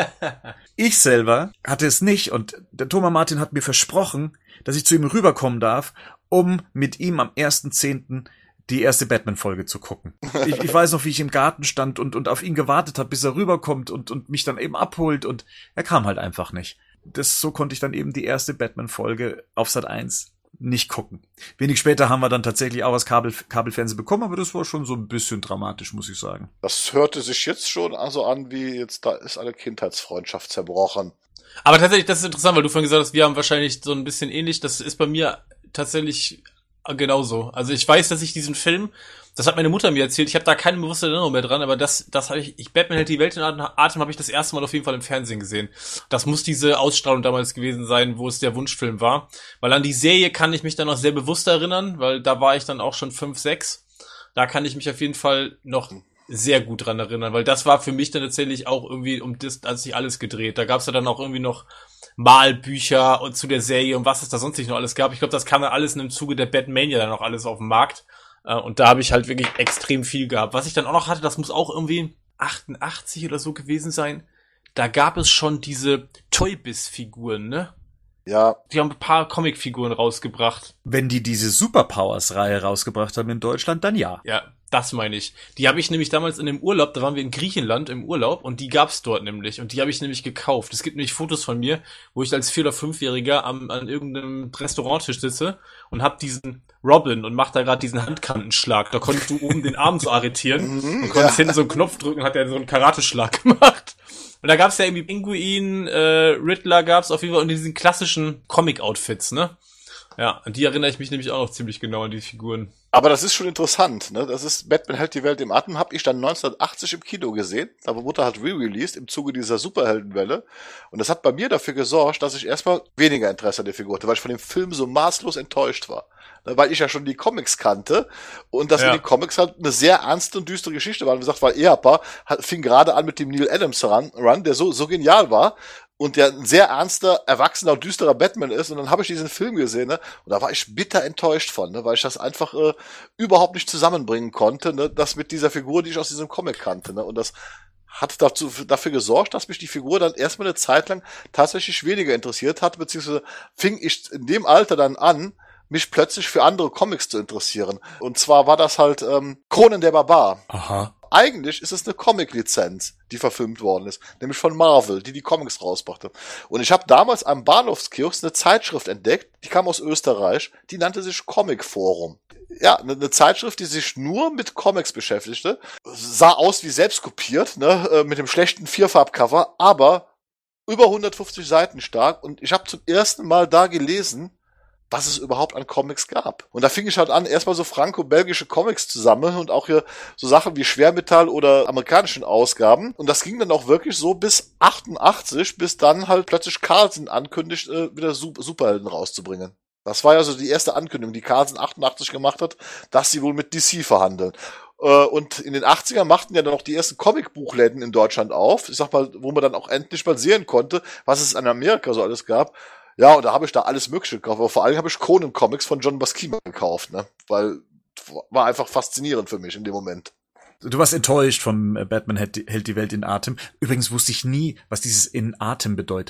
Ich selber hatte es nicht und der Thomas Martin hat mir versprochen, dass ich zu ihm rüberkommen darf, um mit ihm am 1.10. die erste Batman-Folge zu gucken. Ich weiß noch, wie ich im Garten stand und auf ihn gewartet habe, bis er rüberkommt und mich dann eben abholt und er kam halt einfach nicht. So konnte ich dann eben die erste Batman-Folge auf Sat 1 nicht gucken. Wenig später haben wir dann tatsächlich auch das Kabelfernsehen bekommen, aber das war schon so ein bisschen dramatisch, muss ich sagen. Das hörte sich jetzt schon also an, wie jetzt da ist eine Kindheitsfreundschaft zerbrochen. Aber tatsächlich, das ist interessant, weil du vorhin gesagt hast, wir haben wahrscheinlich so ein bisschen ähnlich. Das ist bei mir tatsächlich genauso. Also ich weiß, dass ich diesen Film, das hat meine Mutter mir erzählt, ich habe da keine bewusste Erinnerung mehr dran, aber das habe ich Batman hält die Welt in Atem habe ich das erste Mal auf jeden Fall im Fernsehen gesehen. Das muss diese Ausstrahlung damals gewesen sein, wo es der Wunschfilm war. Weil an die Serie kann ich mich dann noch sehr bewusst erinnern, weil da war ich dann auch schon 5, 6. Da kann ich mich auf jeden Fall noch sehr gut dran erinnern, weil das war für mich dann tatsächlich auch irgendwie als sich alles gedreht. Da gab es ja dann auch irgendwie noch Malbücher und zu der Serie und was es da sonst nicht noch alles gab. Ich glaube, das kam dann alles in dem Zuge der Batmania dann noch alles auf den Markt. Und da habe ich halt wirklich extrem viel gehabt. Was ich dann auch noch hatte, das muss auch irgendwie 88 oder so gewesen sein. Da gab es schon diese Toy-Biz-Figuren, ne? Ja. Die haben ein paar Comicfiguren rausgebracht. Wenn die diese Superpowers-Reihe rausgebracht haben in Deutschland, dann ja. Ja, das meine ich. Die habe ich nämlich damals in dem Urlaub, da waren wir in Griechenland im Urlaub und die gab's dort nämlich. Und die habe ich nämlich gekauft. Es gibt nämlich Fotos von mir, wo ich als 4- oder 5-Jähriger an irgendeinem Restauranttisch sitze und hab diesen Robin und mach da gerade diesen Handkantenschlag. Da konntest du oben den Arm so arretieren und konntest hinten so einen Knopf drücken und hat er so einen Karateschlag gemacht. Und da gab's ja irgendwie Pinguin, Riddler gab's auf jeden Fall und diesen klassischen Comic-Outfits, ne? Ja, an die erinnere ich mich nämlich auch noch ziemlich genau, an die Figuren. Aber das ist schon interessant, ne? Das ist Batman hält die Welt im Atem, hab ich dann 1980 im Kino gesehen. Da wurde halt re-released im Zuge dieser Superheldenwelle. Und das hat bei mir dafür gesorgt, dass ich erstmal weniger Interesse an der Figur hatte, weil ich von dem Film so maßlos enttäuscht war. Weil ich ja schon die Comics kannte und dass in den Comics halt eine sehr ernste und düstere Geschichte war. Wie gesagt, weil Ehepaar fing gerade an mit dem Neil Adams Run, der so genial war. Und der ein sehr ernster, erwachsener und düsterer Batman ist. Und dann habe ich diesen Film gesehen, ne? Und da war ich bitter enttäuscht von, ne? Weil ich das einfach überhaupt nicht zusammenbringen konnte, ne? Das mit dieser Figur, die ich aus diesem Comic kannte, ne? Und das hat dafür gesorgt, dass mich die Figur dann erstmal eine Zeit lang tatsächlich weniger interessiert hat, beziehungsweise fing ich in dem Alter dann an, mich plötzlich für andere Comics zu interessieren. Und zwar war das halt Conan der Barbar. Aha. Eigentlich ist es eine Comic-Lizenz, die verfilmt worden ist, nämlich von Marvel, die Comics rausbrachte. Und ich habe damals am Bahnhofskiosk eine Zeitschrift entdeckt, die kam aus Österreich, die nannte sich Comic Forum. Ja, eine Zeitschrift, die sich nur mit Comics beschäftigte, sah aus wie selbst kopiert, ne, mit dem schlechten Vierfarbcover, aber über 150 Seiten stark. Und ich habe zum ersten Mal da gelesen, was es überhaupt an Comics gab. Und da fing ich halt an, erstmal so franco-belgische Comics zu sammeln und auch hier so Sachen wie Schwermetall oder amerikanischen Ausgaben. Und das ging dann auch wirklich so bis 88, bis dann halt plötzlich Carlsen ankündigt, wieder Superhelden rauszubringen. Das war ja so die erste Ankündigung, die Carlsen 88 gemacht hat, dass sie wohl mit DC verhandeln. Und in den 80ern machten ja dann auch die ersten Comicbuchläden in Deutschland auf. Ich sag mal, wo man dann auch endlich mal sehen konnte, was es in Amerika so alles gab. Ja, und da habe ich da alles Mögliche gekauft. Aber vor allem habe ich Conan-Comics von John Buscema gekauft, ne? Weil war einfach faszinierend für mich in dem Moment. Du warst enttäuscht von Batman hält die Welt in Atem. Übrigens wusste ich nie, was dieses in Atem bedeutet.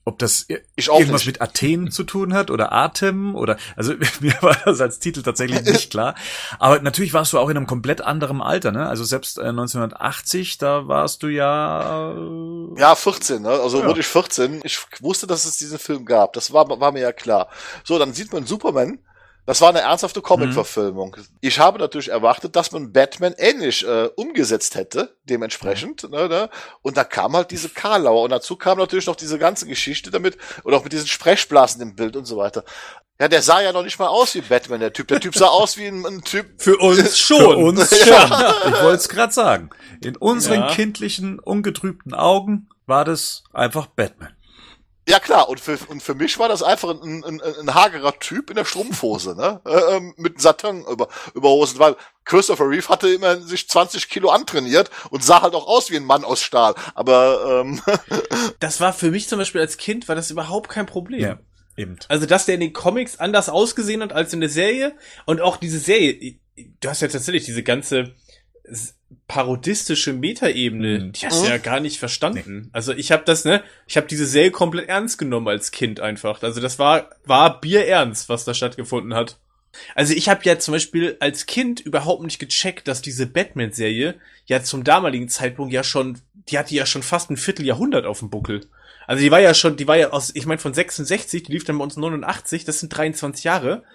ob das Ich auch irgendwas nicht. mit Athen zu tun hat oder Atem oder, also mir war das als Titel tatsächlich nicht klar. Aber natürlich warst du auch in einem komplett anderen Alter, ne? Also selbst 1980, da warst du ja... Ja, 14, ne? Also Ja. wurde ich 14. Ich wusste, dass es diesen Film gab. Das war mir ja klar. So, dann sieht man Superman. Das war eine ernsthafte Comic-Verfilmung. Ich habe natürlich erwartet, dass man Batman ähnlich umgesetzt hätte, dementsprechend. Ne? Und da kam halt diese Karlauer. Und dazu kam natürlich noch diese ganze Geschichte damit und auch mit diesen Sprechblasen im Bild und so weiter. Ja, der sah ja noch nicht mal aus wie Batman, der Typ. Der Typ sah aus wie ein Typ. Für uns schon. Für uns schon. Ich wollte es gerade sagen. In unseren Ja. kindlichen, ungetrübten Augen war das einfach Batman. Ja klar, und für mich war das einfach ein hagerer Typ in der Strumpfhose, ne? Mit Satin über Hosen, weil Christopher Reeve hatte immer sich 20 Kilo antrainiert und sah halt auch aus wie ein Mann aus Stahl. Aber Das war für mich zum Beispiel als Kind, war das überhaupt kein Problem. Ja, eben. Also, dass der in den Comics anders ausgesehen hat als in der Serie und auch diese Serie, du hast ja tatsächlich diese ganze parodistische Metaebene, die hast du ja gar nicht verstanden. Also ich habe diese Serie komplett ernst genommen als Kind einfach. Also das war bierernst, was da stattgefunden hat. Also ich habe ja zum Beispiel als Kind überhaupt nicht gecheckt, dass diese Batman-Serie ja zum damaligen Zeitpunkt die hatte ja schon fast ein Vierteljahrhundert auf dem Buckel. Also die war ja von 66, die lief dann bei uns 89, das sind 23 Jahre.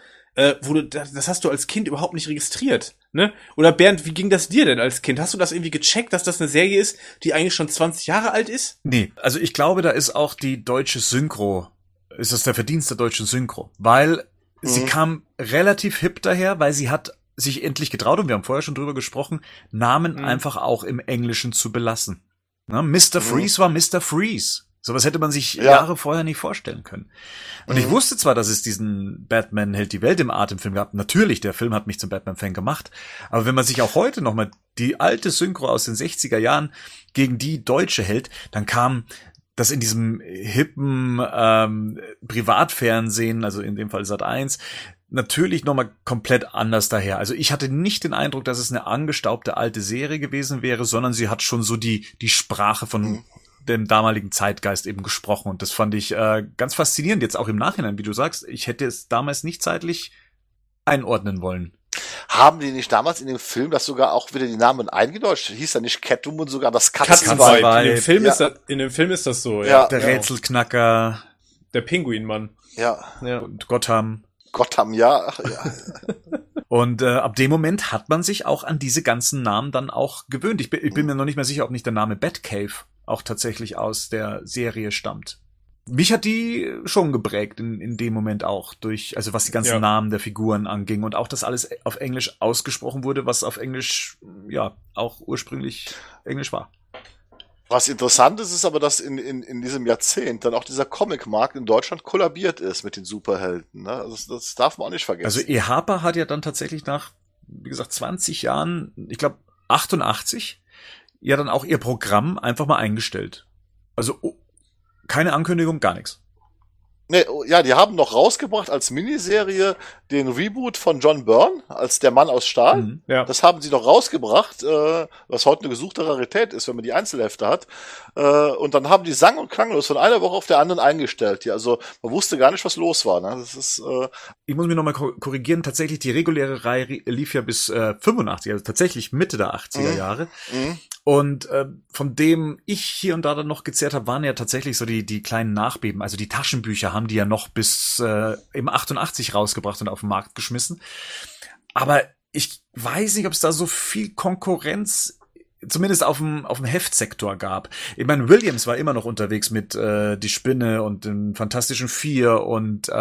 Das hast du als Kind überhaupt nicht registriert, ne? Oder Bernd, wie ging das dir denn als Kind? Hast du das irgendwie gecheckt, dass das eine Serie ist, die eigentlich schon 20 Jahre alt ist? Nee, also ich glaube, da ist auch die deutsche Synchro, ist das der Verdienst der deutschen Synchro, weil sie kam relativ hip daher, weil sie hat sich endlich getraut, und wir haben vorher schon drüber gesprochen, Namen einfach auch im Englischen zu belassen. Ne? Mr. Freeze war Mr. Freeze. Sowas hätte man sich Jahre vorher nicht vorstellen können. Und ich wusste zwar, dass es diesen Batman hält die Welt im Atemfilm gab. Natürlich, der Film hat mich zum Batman-Fan gemacht. Aber wenn man sich auch heute nochmal die alte Synchro aus den 60er Jahren gegen die deutsche hält, dann kam das in diesem hippen Privatfernsehen, also in dem Fall Sat.1, natürlich nochmal komplett anders daher. Also ich hatte nicht den Eindruck, dass es eine angestaubte alte Serie gewesen wäre, sondern sie hat schon so die Sprache von dem damaligen Zeitgeist eben gesprochen. Und das fand ich ganz faszinierend, jetzt auch im Nachhinein, wie du sagst. Ich hätte es damals nicht zeitlich einordnen wollen. haben die nicht damals in dem Film das sogar auch wieder die Namen eingedeutscht? Hieß da nicht Catwoman sogar das Katzenweib? Katzenweib. In dem Film ist das so, Ja. Der Rätselknacker Der Pinguinmann. Ja, Ja. und Gotham. Gotham, ja. Ach, ja. Und ab dem Moment hat man sich auch an diese ganzen Namen dann auch gewöhnt. Ich bin mir noch nicht mehr sicher, ob nicht der Name Batcave auch tatsächlich aus der Serie stammt. Mich hat die schon geprägt in dem Moment auch durch, also was die ganzen Namen der Figuren anging und auch, dass alles auf Englisch ausgesprochen wurde, was auf Englisch, ja, auch ursprünglich Englisch war. Was interessant ist aber, dass in diesem Jahrzehnt dann auch dieser Comicmarkt in Deutschland kollabiert ist mit den Superhelden. Ne? Also das darf man auch nicht vergessen. Also E. Harper hat ja dann tatsächlich nach, wie gesagt, 20 Jahren, ich glaube 88, ja dann auch ihr Programm einfach mal eingestellt. Also keine Ankündigung, gar nichts. Nee, ja, die haben noch rausgebracht als Miniserie den Reboot von John Byrne als der Mann aus Stahl. Mhm. Ja. Das haben sie noch rausgebracht, was heute eine gesuchte Rarität ist, wenn man die Einzelhefte hat. Und dann haben die sang- und klanglos von einer Woche auf der anderen eingestellt. Ja, also man wusste gar nicht, was los war. Ne? Das ist Ich muss mich nochmal korrigieren, tatsächlich die reguläre Reihe lief ja bis 85, also tatsächlich Mitte der 80er Jahre. Und von dem ich hier und da dann noch gezehrt habe, waren ja tatsächlich so die kleinen Nachbeben. Also die Taschenbücher haben die ja noch bis im 88 rausgebracht und auf den Markt geschmissen. Aber ich weiß nicht, ob es da so viel Konkurrenz zumindest auf dem Heftsektor gab. Ich meine, Williams war immer noch unterwegs mit Die Spinne und den Fantastischen Vier und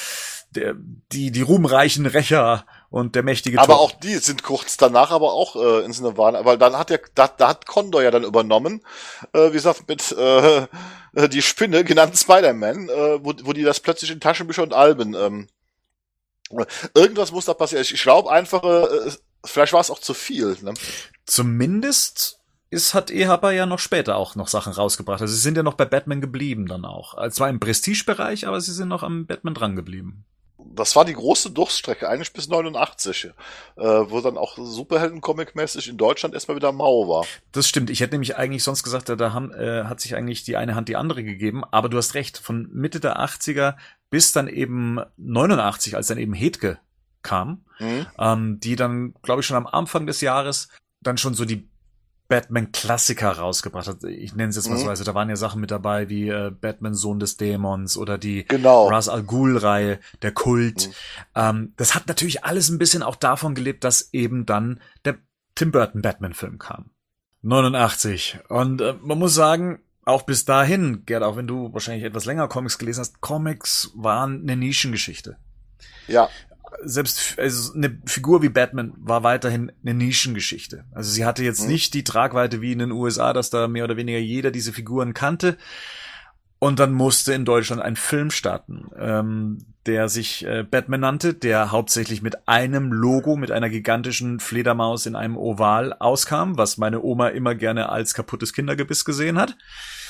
die ruhmreichen Rächer und der mächtige aber Thor. auch die sind kurz danach aber auch ins Nirvana, weil dann hat da hat Condor ja dann übernommen, wie gesagt, mit die Spinne, genannt Spider-Man, wo die das plötzlich in Taschenbücher und Alben irgendwas muss da passieren. Ich glaube einfach, vielleicht war es auch zu viel. Ne? Zumindest hat E. Harper ja noch später auch noch Sachen rausgebracht. Also sie sind ja noch bei Batman geblieben dann auch. Zwar im Prestigebereich, aber sie sind noch am Batman dran geblieben. Das war die große Durchstrecke, eigentlich bis 89, wo dann auch Superhelden-Comic-mäßig in Deutschland erstmal wieder mau war. Das stimmt. Ich hätte nämlich eigentlich sonst gesagt, hat sich eigentlich die eine Hand die andere gegeben. Aber du hast recht, von Mitte der 80er bis dann eben 89, als dann eben Hedge kam, die dann, glaube ich, schon am Anfang des Jahres dann schon so die Batman-Klassiker rausgebracht hat. Ich nenne es jetzt mal so. Also da waren ja Sachen mit dabei wie Batman, Sohn des Dämons oder die Ra's al Ghul-Reihe, der Kult. Das hat natürlich alles ein bisschen auch davon gelebt, dass eben dann der Tim Burton Batman-Film kam. 89. Und man muss sagen, auch bis dahin, Gerd, auch wenn du wahrscheinlich etwas länger Comics gelesen hast, Comics waren eine Nischengeschichte. Ja. Selbst also eine Figur wie Batman war weiterhin eine Nischengeschichte. Also sie hatte jetzt nicht die Tragweite wie in den USA, dass da mehr oder weniger jeder diese Figuren kannte. Und dann musste in Deutschland ein Film starten, der sich Batman nannte, der hauptsächlich mit einem Logo, mit einer gigantischen Fledermaus in einem Oval auskam, was meine Oma immer gerne als kaputtes Kindergebiss gesehen hat.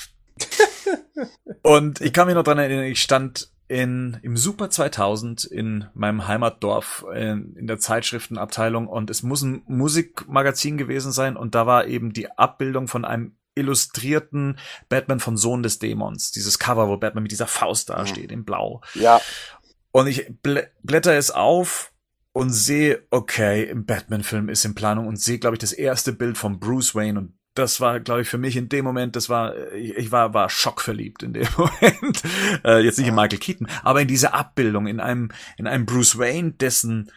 Und ich kann mich noch dran erinnern, ich stand im Super 2000 in meinem Heimatdorf in der Zeitschriftenabteilung und es muss ein Musikmagazin gewesen sein und da war eben die Abbildung von einem illustrierten Batman von Sohn des Dämons. Dieses Cover, wo Batman mit dieser Faust dasteht, in Blau. Ja. Und ich blätter es auf und sehe, okay, im Batman-Film ist in Planung und sehe, glaube ich, das erste Bild von Bruce Wayne und das war, glaube ich, für mich in dem Moment, ich war schockverliebt in dem Moment. Jetzt nicht in Michael Keaton, aber in diese Abbildung, in einem Bruce Wayne, dessen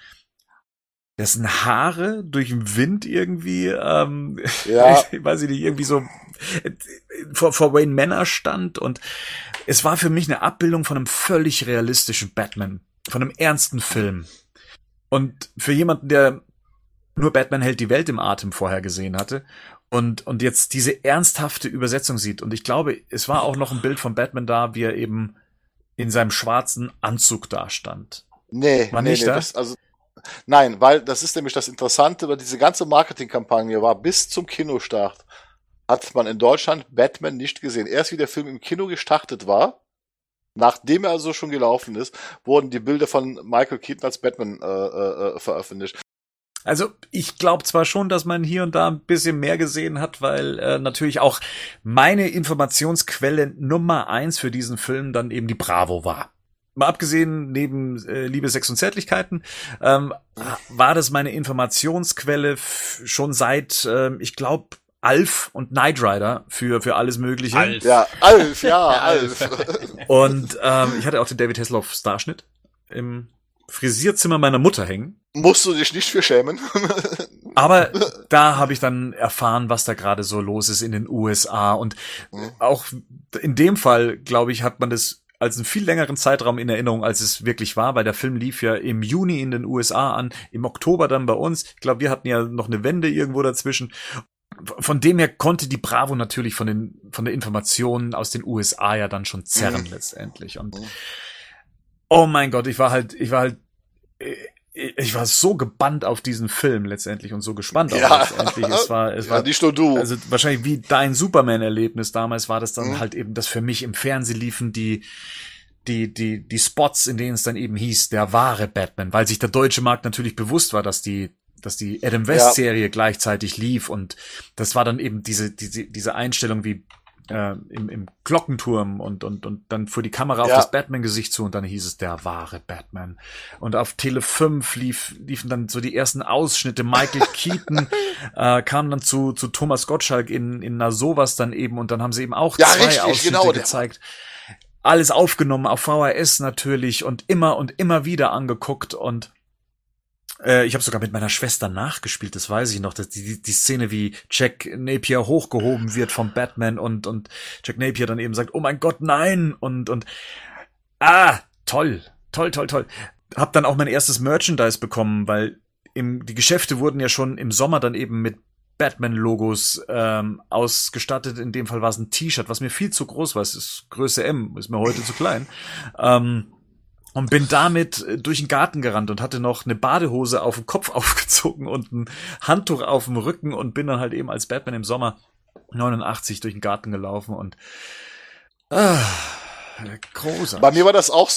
Haare durch den Wind irgendwie, ich weiß nicht, irgendwie so vor Wayne Manor stand und es war für mich eine Abbildung von einem völlig realistischen Batman, von einem ernsten Film. Und für jemanden, der nur Batman hält die Welt im Atem vorher gesehen hatte und jetzt diese ernsthafte Übersetzung sieht. Und ich glaube, es war auch noch ein Bild von Batman da, wie er eben in seinem schwarzen Anzug dastand. Nein, weil das ist nämlich das Interessante, weil diese ganze Marketingkampagne war bis zum Kinostart, hat man in Deutschland Batman nicht gesehen. Erst wie der Film im Kino gestartet war, nachdem er also schon gelaufen ist, wurden die Bilder von Michael Keaton als Batman veröffentlicht. Also ich glaube zwar schon, dass man hier und da ein bisschen mehr gesehen hat, weil natürlich auch meine Informationsquelle Nummer 1 für diesen Film dann eben die Bravo war. Mal abgesehen, neben Liebe, Sex und Zärtlichkeiten, war das meine Informationsquelle schon seit, ich glaube, Alf und Knight Rider für alles Mögliche. Alf. Und ich hatte auch den David Hasselhoff Starschnitt im Frisierzimmer meiner Mutter hängen. Musst du dich nicht für schämen. Aber da habe ich dann erfahren, was da gerade so los ist in den USA. Und auch in dem Fall, glaube ich, hat man das als einen viel längeren Zeitraum in Erinnerung, als es wirklich war, weil der Film lief ja im Juni in den USA an, im Oktober dann bei uns. Ich glaube, wir hatten ja noch eine Wende irgendwo dazwischen. Von dem her konnte die Bravo natürlich von der Information aus den USA ja dann schon zerren letztendlich. Und oh mein Gott, ich war so gebannt auf diesen Film letztendlich und so gespannt auch letztendlich. Es war nicht nur du. Also wahrscheinlich wie dein Superman-Erlebnis damals war das dann halt eben, dass für mich im Fernsehen liefen die Spots, in denen es dann eben hieß, der wahre Batman, weil sich der deutsche Markt natürlich bewusst war, dass die Adam West-Serie gleichzeitig lief und das war dann eben diese Einstellung wie im Glockenturm und dann fuhr die Kamera auf das Batman-Gesicht zu und dann hieß es der wahre Batman. Und auf Tele 5 liefen dann so die ersten Ausschnitte. Michael Keaton kam dann zu Thomas Gottschalk in na sowas dann eben und dann haben sie eben auch zwei Ausschnitte gezeigt. Alles aufgenommen auf VHS natürlich und immer wieder angeguckt und ich habe sogar mit meiner Schwester nachgespielt, das weiß ich noch, dass die Szene, wie Jack Napier hochgehoben wird vom Batman und Jack Napier dann eben sagt, oh mein Gott, nein und toll. Hab dann auch mein erstes Merchandise bekommen, weil die Geschäfte wurden ja schon im Sommer dann eben mit Batman-Logos ausgestattet. In dem Fall war es ein T-Shirt, was mir viel zu groß war. Es ist Größe M, ist mir heute zu klein. Und bin damit durch den Garten gerannt und hatte noch eine Badehose auf dem Kopf aufgezogen und ein Handtuch auf dem Rücken und bin dann halt eben als Batman im Sommer 89 durch den Garten gelaufen und großartig. Bei mir war das auch so.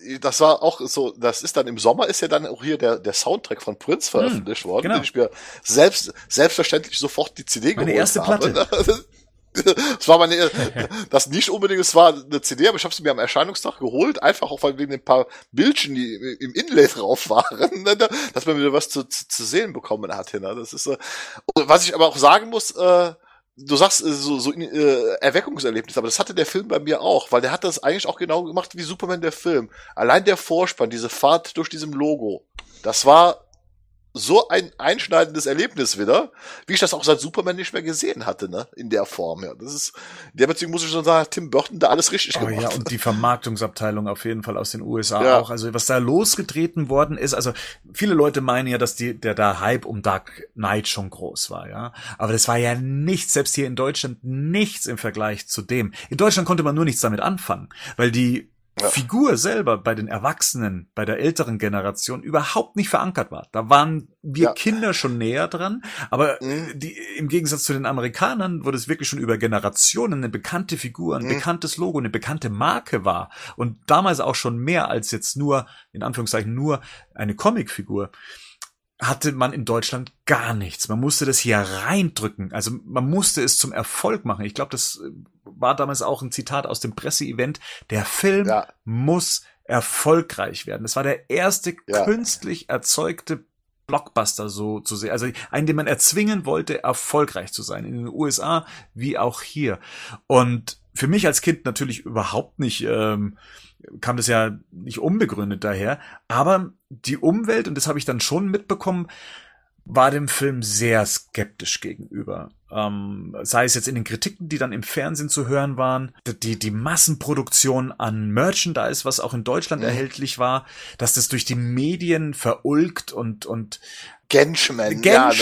das war auch so, das ist dann im Sommer ist ja dann auch hier der Soundtrack von Prince veröffentlicht worden, genau. den ich mir selbstverständlich sofort die CD Meine geholt erste habe. Platte. Das war das nicht unbedingt, es war eine CD, aber ich habe sie mir am Erscheinungstag geholt, einfach auch weil wegen ein paar Bildchen, die im Inlay drauf waren, ne, dass man wieder was zu sehen bekommen hat. Ne? Das ist was ich aber auch sagen muss, du sagst Erweckungserlebnis, aber das hatte der Film bei mir auch, weil der hat das eigentlich auch genau gemacht wie Superman der Film. Allein der Vorspann, diese Fahrt durch diesem Logo, das war so ein einschneidendes Erlebnis wieder, wie ich das auch seit Superman nicht mehr gesehen hatte, ne, in der Form. Ja, das ist, in der Beziehung muss ich schon sagen, Tim Burton da alles richtig gemacht. Ja, und die Vermarktungsabteilung auf jeden Fall aus den USA auch. Also was da losgetreten worden ist, also viele Leute meinen ja, dass der Hype um Dark Knight schon groß war, ja. Aber das war ja nichts, selbst hier in Deutschland nichts im Vergleich zu dem. In Deutschland konnte man nur nichts damit anfangen, weil die Figur selber bei den Erwachsenen, bei der älteren Generation überhaupt nicht verankert war. Da waren wir Kinder schon näher dran, aber im Gegensatz zu den Amerikanern, wo das wirklich schon über Generationen eine bekannte Figur, ein bekanntes Logo, eine bekannte Marke war und damals auch schon mehr als jetzt nur, in Anführungszeichen, nur eine Comicfigur, hatte man in Deutschland gar nichts. Man musste das hier reindrücken. Also man musste es zum Erfolg machen. Ich glaube, das war damals auch ein Zitat aus dem Presseevent. Der Film muss erfolgreich werden. Das war der erste künstlich erzeugte Blockbuster so zu sehen. Also einen, den man erzwingen wollte, erfolgreich zu sein. In den USA wie auch hier. Und für mich als Kind natürlich überhaupt nicht, kam das ja nicht unbegründet daher. Aber die Umwelt, und das habe ich dann schon mitbekommen, war dem Film sehr skeptisch gegenüber. Sei es jetzt in den Kritiken, die dann im Fernsehen zu hören waren, die Massenproduktion an Merchandise, was auch in Deutschland erhältlich war, dass das durch die Medien verulgt und Genschman,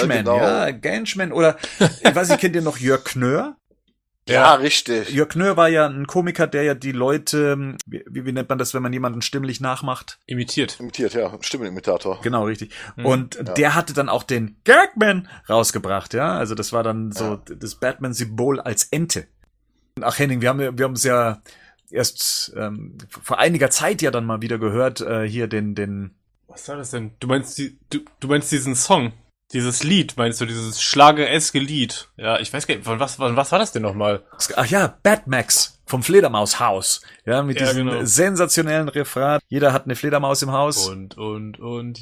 Genschman oder, ich weiß nicht, kennt ihr noch Jörg Knör? Ja, richtig. Jörg Knör war ja ein Komiker, der ja die Leute, wie nennt man das, wenn man jemanden stimmlich nachmacht? Imitiert, ja, Stimmenimitator. Genau, richtig. Und der hatte dann auch den Gagman rausgebracht, ja. Also das war dann so das Batman-Symbol als Ente. Ach Henning, wir haben es ja erst vor einiger Zeit ja dann mal wieder gehört, hier den. Was war das denn? Du meinst diesen Song? Dieses Lied, meinst du, dieses schlagereske Lied? Ja, ich weiß gar nicht, was war das denn nochmal? Ach ja, Batmax vom Fledermaushaus. Ja, mit diesem sensationellen Refrain. Jeder hat eine Fledermaus im Haus. Und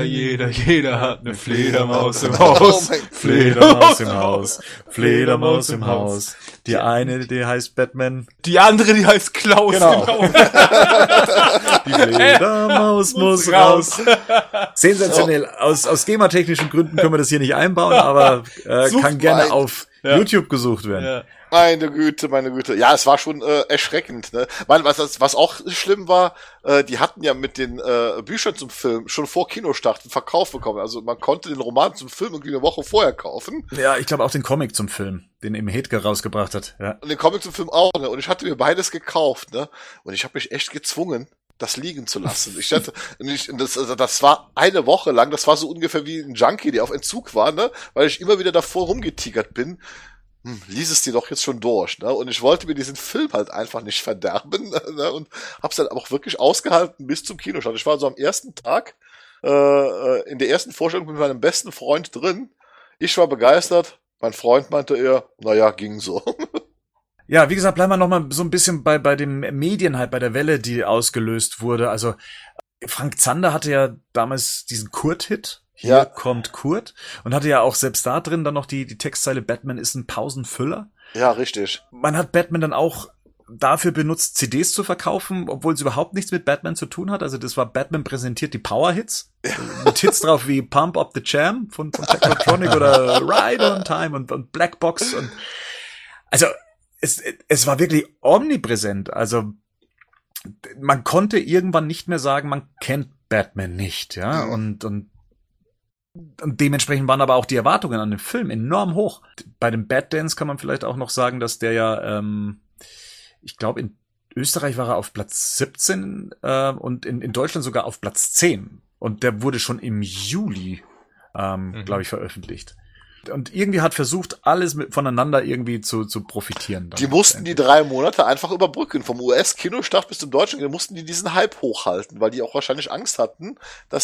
jeder hat eine Fledermaus im Haus. Fledermaus im Haus. Fledermaus im Haus. Die eine, die heißt Batman. Die andere, die heißt Klaus. Genau. Die Fledermaus muss raus. Sensationell. Aus GEMA-technischen Gründen können wir das hier nicht einbauen, aber kann gerne auf YouTube gesucht werden. Ja. Meine Güte. Ja, es war schon erschreckend. Ne? Was auch schlimm war, die hatten ja mit den Büchern zum Film schon vor Kinostart einen Verkauf bekommen. Also man konnte den Roman zum Film irgendwie eine Woche vorher kaufen. Ja, ich glaube auch den Comic zum Film, den eben Hedge rausgebracht hat. Ja. Und den Comic zum Film auch. Ne? Und ich hatte mir beides gekauft. Ne? Und ich habe mich echt gezwungen, das liegen zu lassen. Das war eine Woche lang, das war so ungefähr wie ein Junkie, der auf Entzug war, ne? Weil ich immer wieder davor rumgetigert bin. Lies es dir doch jetzt schon durch, ne? Und ich wollte mir diesen Film halt einfach nicht verderben, ne? Und hab's dann auch wirklich ausgehalten bis zum Kinostart. Ich war so am ersten Tag in der ersten Vorstellung mit meinem besten Freund drin. Ich war begeistert. Mein Freund meinte eher, naja, ging so. Ja, wie gesagt, bleiben wir noch mal so ein bisschen bei dem Medienhype, bei der Welle, die ausgelöst wurde. Also Frank Zander hatte ja damals diesen Kurt-Hit. Hier kommt Kurt. Und hatte ja auch selbst da drin dann noch die Textzeile Batman ist ein Pausenfüller. Ja, richtig. Man hat Batman dann auch dafür benutzt, CDs zu verkaufen, obwohl es überhaupt nichts mit Batman zu tun hat. Also das war Batman präsentiert die Power-Hits. Mit Hits drauf wie Pump Up the Jam von Technotronic oder Ride on Time und Black Box. Und also es war wirklich omnipräsent. Also man konnte irgendwann nicht mehr sagen, man kennt Batman nicht, ja. Und dementsprechend waren aber auch die Erwartungen an den Film enorm hoch. Bei dem Bad Dance kann man vielleicht auch noch sagen, dass der ja, ich glaube, in Österreich war er auf Platz 17 und in Deutschland sogar auf Platz 10. Und der wurde schon im Juli, glaube ich, veröffentlicht. Und irgendwie hat versucht, alles voneinander irgendwie zu profitieren. Die mussten die 3 Monate einfach überbrücken. Vom US-Kinostart bis zum deutschen, mussten die diesen Hype hochhalten, weil die auch wahrscheinlich Angst hatten, dass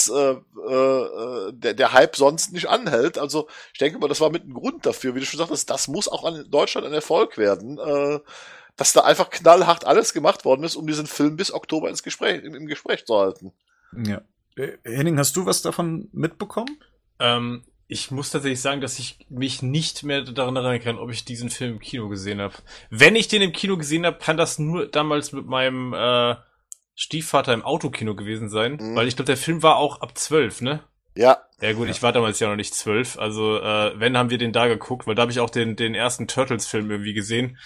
der Hype sonst nicht anhält. Also ich denke mal, das war mit ein Grund dafür, wie du schon sagtest, das muss auch in Deutschland ein Erfolg werden, dass da einfach knallhart alles gemacht worden ist, um diesen Film bis Oktober im Gespräch zu halten. Ja. Henning, hast du was davon mitbekommen? Ich muss tatsächlich sagen, dass ich mich nicht mehr daran erinnern kann, ob ich diesen Film im Kino gesehen habe. Wenn ich den im Kino gesehen habe, kann das nur damals mit meinem Stiefvater im Autokino gewesen sein. Weil ich glaube, der Film war auch ab 12, ne? Ja. Ja gut, ich war damals ja noch nicht 12. Also wenn, haben wir den da geguckt, weil da habe ich auch den ersten Turtles-Film irgendwie gesehen.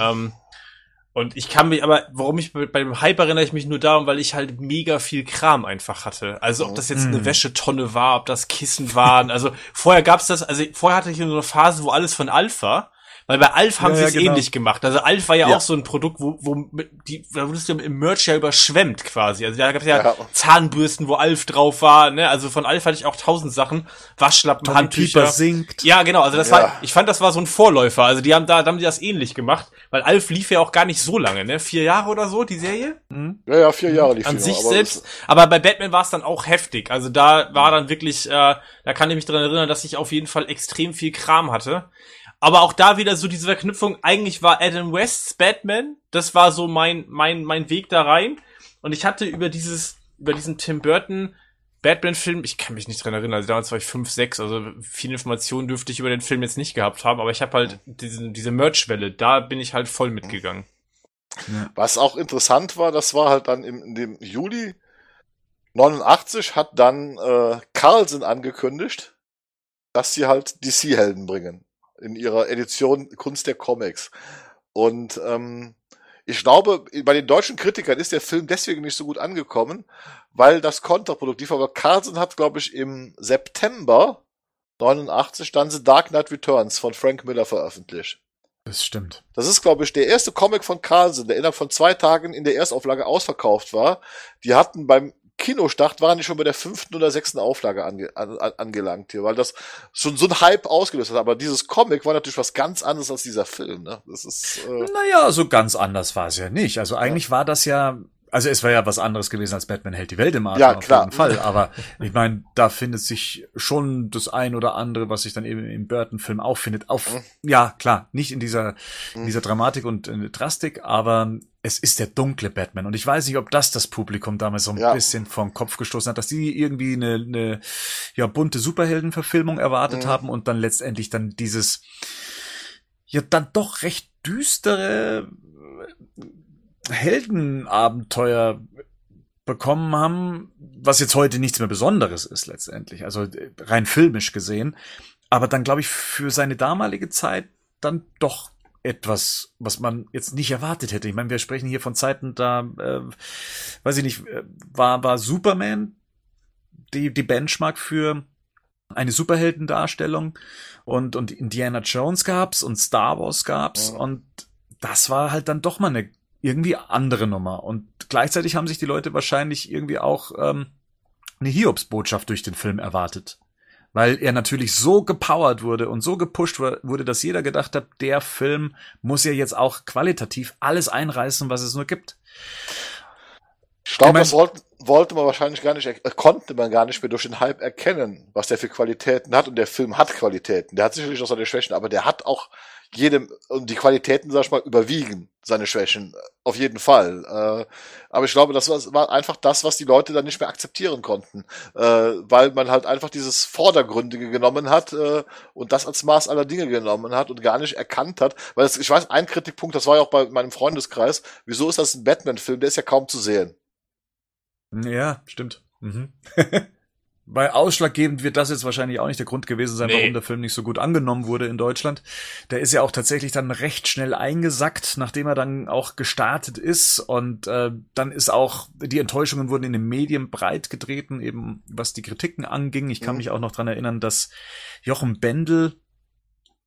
Und ich kann mich, aber warum ich bei dem Hype erinnere ich mich nur darum, weil ich halt mega viel Kram einfach hatte. Also ob das jetzt eine Wäschetonne war, ob das Kissen waren. Also vorher hatte ich so eine Phase, wo alles von Alf war. Weil bei Alf haben sie es ähnlich gemacht. Also Alf war ja auch so ein Produkt, da wurdest du im Merch ja überschwemmt quasi. Also da gab es ja Zahnbürsten, wo Alf drauf war. Ne? Also von Alf hatte ich auch 1000 Sachen. Waschlappen, Tommy Handtücher. Pieper singt. Ja, genau. Also das war, ich fand, das war so ein Vorläufer. Also da haben die das ähnlich gemacht. Weil Alf lief ja auch gar nicht so lange, ne? 4 Jahre oder so, die Serie? Ja, 4 Jahre lief an sich selbst. Aber bei Batman war es dann auch heftig. Also da war dann wirklich, da kann ich mich dran erinnern, dass ich auf jeden Fall extrem viel Kram hatte. Aber auch da wieder so diese Verknüpfung, eigentlich war Adam Wests Batman, das war so mein Weg da rein. Und ich hatte über diesen Tim Burton Batman-Film, ich kann mich nicht dran erinnern, also damals war ich 5, 6, also viel Informationen dürfte ich über den Film jetzt nicht gehabt haben, aber ich habe halt diese Merch-Welle, da bin ich halt voll mitgegangen. Ja. Was auch interessant war, das war halt dann in dem Juli 89 hat dann Carlsen angekündigt, dass sie halt DC-Helden bringen. In ihrer Edition Kunst der Comics. Und ich glaube, bei den deutschen Kritikern ist der Film deswegen nicht so gut angekommen, weil das kontraproduktiv war. Aber Carlsen hat, glaube ich, im September 89 dann The Dark Knight Returns von Frank Miller veröffentlicht. Das stimmt. Das ist, glaube ich, der erste Comic von Carlsen, der innerhalb von 2 Tagen in der Erstauflage ausverkauft war. Die hatten beim Kinostart waren die schon bei der 5. oder 6. Auflage angelangt hier, weil das schon so ein Hype ausgelöst hat. Aber dieses Comic war natürlich was ganz anderes als dieser Film. Ne? Das ist. Naja, so ganz anders war es ja nicht. Also eigentlich war das ja. Also es war ja was anderes gewesen als Batman hält die Welt im Atem, ja, auf klar. jeden Fall. Aber ich meine, da findet sich schon das ein oder andere, was sich dann eben im Burton-Film auch findet. Ja, klar, nicht in dieser Dramatik und Drastik, aber es ist der dunkle Batman. Und ich weiß nicht, ob das Publikum damals so ein bisschen vom Kopf gestoßen hat, dass die irgendwie eine bunte Superheldenverfilmung erwartet haben und dann letztendlich dann dieses dann doch recht düstere Heldenabenteuer bekommen haben, was jetzt heute nichts mehr Besonderes ist letztendlich, also rein filmisch gesehen, aber dann glaube ich für seine damalige Zeit dann doch etwas, was man jetzt nicht erwartet hätte. Ich meine, wir sprechen hier von Zeiten, da weiß ich nicht, war Superman die Benchmark für eine Superheldendarstellung und Indiana Jones gab's und Star Wars gab's und das war halt dann doch mal eine irgendwie andere Nummer. Und gleichzeitig haben sich die Leute wahrscheinlich irgendwie auch eine Hiobsbotschaft durch den Film erwartet. Weil er natürlich so gepowert wurde und so gepusht wurde, dass jeder gedacht hat, der Film muss ja jetzt auch qualitativ alles einreißen, was es nur gibt. Ich glaube, das konnte man gar nicht mehr durch den Hype erkennen, was der für Qualitäten hat. Und der Film hat Qualitäten. Der hat sicherlich auch seine Schwächen, aber der hat auch und die Qualitäten, sag ich mal, überwiegen seine Schwächen. Auf jeden Fall. Aber ich glaube, das war einfach das, was die Leute dann nicht mehr akzeptieren konnten. Weil man halt einfach dieses Vordergründige genommen hat und das als Maß aller Dinge genommen hat und gar nicht erkannt hat. Weil ich weiß, ein Kritikpunkt, das war ja auch bei meinem Freundeskreis, wieso ist das ein Batman-Film? Der ist ja kaum zu sehen. Ja, stimmt. Weil ausschlaggebend wird das jetzt wahrscheinlich auch nicht der Grund gewesen sein, warum der Film nicht so gut angenommen wurde in Deutschland. Der ist ja auch tatsächlich dann recht schnell eingesackt, nachdem er dann auch gestartet ist. Und dann ist auch, die Enttäuschungen wurden in den Medien breit getreten, eben was die Kritiken anging. Ich kann mich auch noch dran erinnern, dass Jochen Bendel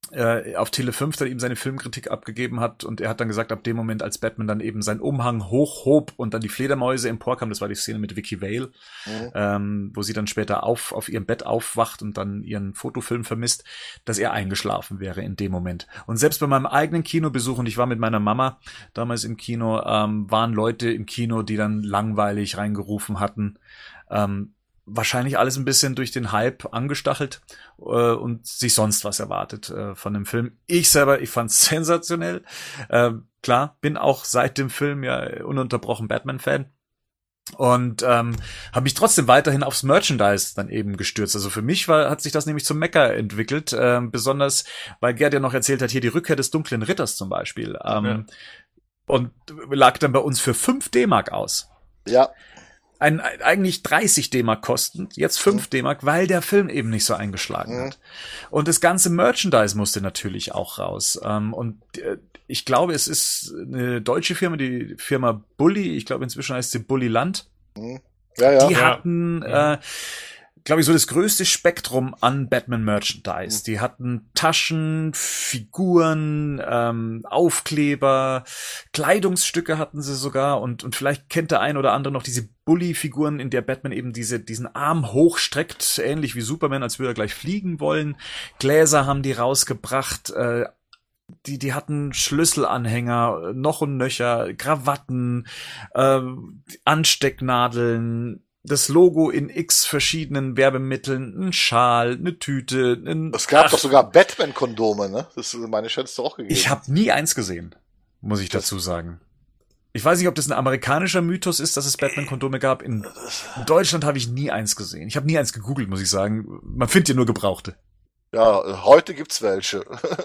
auf Tele 5 dann eben seine Filmkritik abgegeben hat und er hat dann gesagt, ab dem Moment, als Batman dann eben seinen Umhang hochhob und dann die Fledermäuse emporkamen, das war die Szene mit Vicky Vale, wo sie dann später auf ihrem Bett aufwacht und dann ihren Fotofilm vermisst, dass er eingeschlafen wäre in dem Moment. Und selbst bei meinem eigenen Kinobesuch, und ich war mit meiner Mama damals im Kino, waren Leute im Kino, die dann langweilig reingerufen hatten, wahrscheinlich alles ein bisschen durch den Hype angestachelt und sich sonst was erwartet von dem Film. Ich fand's sensationell. Klar, bin auch seit dem Film ja ununterbrochen Batman-Fan. Und habe mich trotzdem weiterhin aufs Merchandise dann eben gestürzt. Also für mich hat sich das nämlich zum Mecker entwickelt, besonders, weil Gerd ja noch erzählt hat, hier die Rückkehr des Dunklen Ritters zum Beispiel. Und lag dann bei uns für 5 D-Mark aus. Ja. Eigentlich 30 D-Mark kostend, jetzt 5 D-Mark, weil der Film eben nicht so eingeschlagen hat. Und das ganze Merchandise musste natürlich auch raus. Und ich glaube, es ist eine deutsche Firma, die Firma Bully, ich glaube inzwischen heißt sie Bullyland. Die hatten, glaube ich, so das größte Spektrum an Batman-Merchandise. Die hatten Taschen, Figuren, Aufkleber, Kleidungsstücke hatten sie sogar und vielleicht kennt der ein oder andere noch diese Bully-Figuren, in der Batman eben diesen Arm hochstreckt, ähnlich wie Superman, als würde er gleich fliegen wollen. Gläser haben die rausgebracht, die hatten Schlüsselanhänger, noch und nöcher, Krawatten, Anstecknadeln, das Logo in x verschiedenen Werbemitteln, ein Schal, eine Tüte. Es gab doch sogar Batman-Kondome, ne? Das ist meine Schätze auch gegeben. Ich habe nie eins gesehen, muss ich dazu sagen. Ich weiß nicht, ob das ein amerikanischer Mythos ist, dass es Batman-Kondome gab. In Deutschland habe ich nie eins gesehen. Ich habe nie eins gegoogelt, muss ich sagen. Man findet ja nur Gebrauchte. Ja, heute gibt's welche.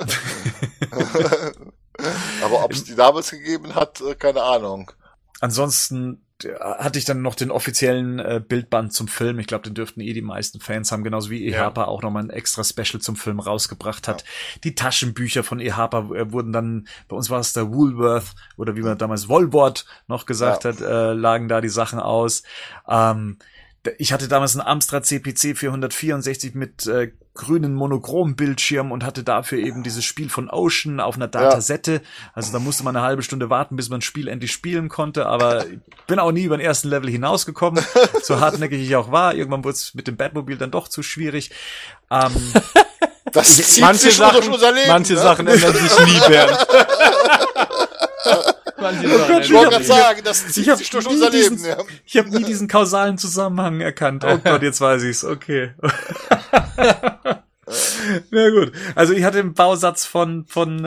Aber ob es die damals gegeben hat, keine Ahnung. Ansonsten hatte ich dann noch den offiziellen Bildband zum Film. Ich glaube, den dürften die meisten Fans haben, genauso wie Harper auch nochmal ein extra Special zum Film rausgebracht hat. Ja. Die Taschenbücher von Harper wurden dann, bei uns war es der Woolworth, oder wie man damals Woolworth noch gesagt hat, lagen da die Sachen aus. Ich hatte damals einen Amstrad CPC 464 mit grünen Monochrom-Bildschirm und hatte dafür eben dieses Spiel von Ocean auf einer Datasette. Also da musste man eine halbe Stunde warten, bis man das Spiel endlich spielen konnte, aber ich bin auch nie über den ersten Level hinausgekommen, so hartnäckig ich auch war. Irgendwann wurde es mit dem Batmobil dann doch zu schwierig. Das zieht manche sich Sachen, unser Leben, manche Sachen ändern sich nie, Bernd. Ich wollte gerade sagen, das zieht sich durch unser Leben. Ich habe nie diesen kausalen Zusammenhang erkannt. Oh Gott, jetzt weiß ich's. Okay. Na gut. Also ich hatte einen Bausatz von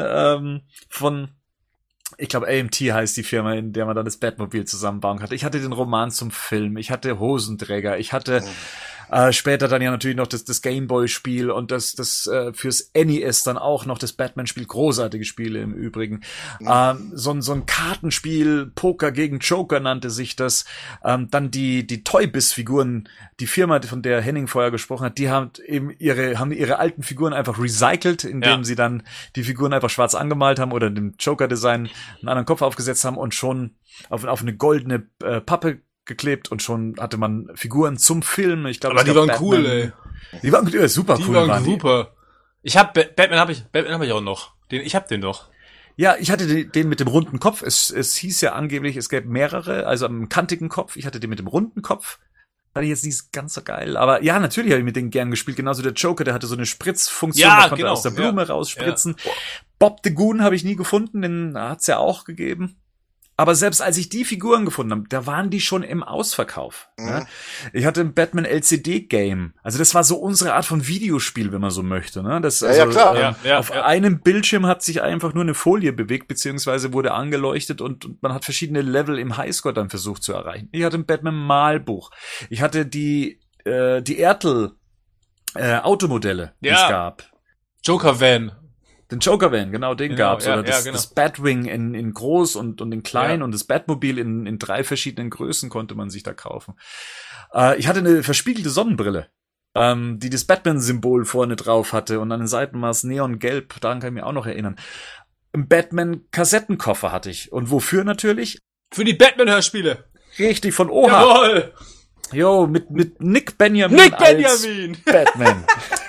ich glaube AMT heißt die Firma, in der man dann das Batmobil zusammenbauen kann. Ich hatte den Roman zum Film. Ich hatte Hosenträger. Ich hatte später dann ja natürlich noch das Gameboy-Spiel und das fürs NES dann auch noch das Batman-Spiel, großartige Spiele im Übrigen. So ein Kartenspiel, Poker gegen Joker nannte sich das. Dann die Toy-Biz-Figuren, die Firma, von der Henning vorher gesprochen hat, die haben eben ihre alten Figuren einfach recycelt, indem sie dann die Figuren einfach schwarz angemalt haben oder dem Joker-Design einen anderen Kopf aufgesetzt haben und schon auf eine goldene Pappe geklebt und schon hatte man Figuren zum Film. Ich glaube, aber die waren Batman. Cool, ey. Die waren super cool. Die waren super. Batman habe ich auch noch. Ich hab den doch. Ja, ich hatte den mit dem runden Kopf. Es hieß ja angeblich, es gäbe mehrere, also am kantigen Kopf. Ich hatte den mit dem runden Kopf. Fand ich jetzt nicht ganz so geil. Aber ja, natürlich habe ich mit denen gern gespielt. Genauso der Joker, der hatte so eine Spritzfunktion, der konnte aus der Blume rausspritzen. Ja. Bob the Goon habe ich nie gefunden, den hat's ja auch gegeben. Aber selbst als ich die Figuren gefunden habe, da waren die schon im Ausverkauf. Ne? Ich hatte ein Batman LCD-Game. Also das war so unsere Art von Videospiel, wenn man so möchte. Ne? Das, klar. Auf einem Bildschirm hat sich einfach nur eine Folie bewegt, beziehungsweise wurde angeleuchtet und man hat verschiedene Level im Highscore dann versucht zu erreichen. Ich hatte ein Batman-Malbuch. Ich hatte die Ertl Automodelle, die es gab. Joker-Van. Den Joker-Van, genau, den gab's. Oder das Batwing in groß und in klein und das Batmobil in 3 verschiedenen Größen konnte man sich da kaufen. Ich hatte eine verspiegelte Sonnenbrille, die das Batman-Symbol vorne drauf hatte und an den Seiten war es neongelb, daran kann ich mich auch noch erinnern. Ein Batman-Kassettenkoffer hatte ich. Und wofür natürlich? Für die Batman-Hörspiele. Richtig, von Oha. Jawohl. Jo, mit Nick Benjamin. Nick als Benjamin! Batman.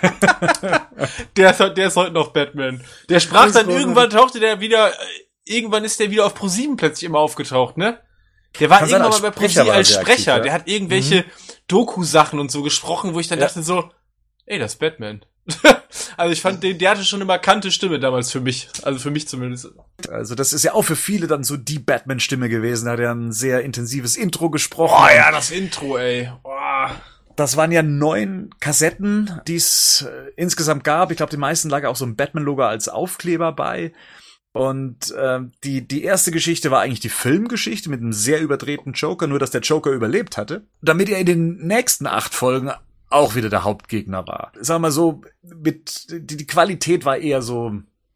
Der ist heute noch Batman. Der sprach dann irgendwann, irgendwann ist der wieder auf ProSieben plötzlich immer aufgetaucht, ne? Der war Kann sein, irgendwann mal als bei Sprecher ProSieben war er als sehr Sprecher. aktiv, ja. Der hat irgendwelche Doku-Sachen und so gesprochen, wo ich dann dachte so, ey, das ist Batman. Also ich fand der hatte schon eine markante Stimme damals für mich. Also für mich zumindest. Also das ist ja auch für viele dann so die Batman-Stimme gewesen. Da hat er ein sehr intensives Intro gesprochen. Oh ja, das Intro, ey. Oh. Das waren ja 9 Kassetten, die es insgesamt gab. Ich glaube, den meisten lag auch so ein Batman-Logo als Aufkleber bei. Und die erste Geschichte war eigentlich die Filmgeschichte mit einem sehr überdrehten Joker, nur dass der Joker überlebt hatte. Damit er in den nächsten 8 Folgen auch wieder der Hauptgegner war. Sagen wir mal so, die Qualität war eher so,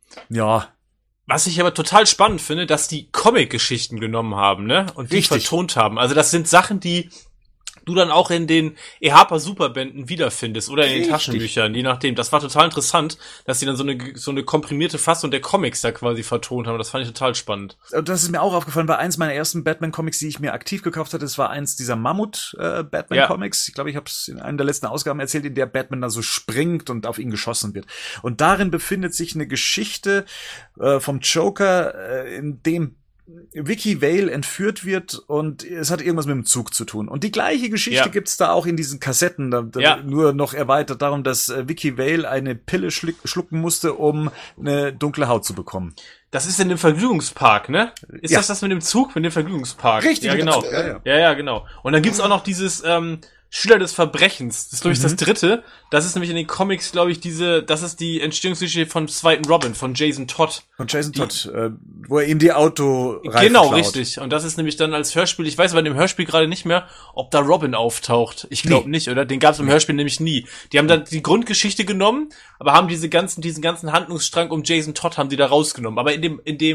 ja. Was ich aber total spannend finde, dass die Comic-Geschichten genommen haben, ne? Und die Richtig. vertont haben. Also das sind Sachen, die du dann auch in den EHPA Superbänden wiederfindest oder in den Richtig. Taschenbüchern, je nachdem. Das war total interessant, dass sie dann so eine komprimierte Fassung der Comics da quasi vertont haben. Das fand ich total spannend. Und das ist mir auch aufgefallen bei eins meiner ersten Batman-Comics, die ich mir aktiv gekauft hatte. Das war eins dieser Mammut-Batman-Comics. Ich glaube, ich habe es in einer der letzten Ausgaben erzählt, in der Batman da so springt und auf ihn geschossen wird. Und darin befindet sich eine Geschichte vom Joker, in dem Vicky Vale entführt wird und es hat irgendwas mit dem Zug zu tun. Und die gleiche Geschichte gibt's da auch in diesen Kassetten, nur noch erweitert darum, dass Vicky Vale eine Pille schlucken musste, um eine dunkle Haut zu bekommen. Das ist in dem Vergnügungspark, ne? Ist Ja. das mit dem Zug, mit dem Vergnügungspark? Richtig, Ja, mit dem genau. Zug, ja. Ja, genau. Und dann gibt's auch noch dieses Schüler des Verbrechens. Das ist, glaube ich, das dritte. Das ist nämlich in den Comics, glaube ich, das ist die Entstehungsgeschichte von zweiten Robin, von Jason Todd. Von Jason Todd, wo er ihm die Autoreifen Genau, klaut. richtig. Und das ist nämlich dann als Hörspiel, ich weiß aber in dem Hörspiel gerade nicht mehr, ob da Robin auftaucht. Ich glaube nicht, oder? Den gab es im Hörspiel nämlich nie. Die haben dann die Grundgeschichte genommen, aber haben diesen ganzen Handlungsstrang um Jason Todd haben die da rausgenommen. Aber in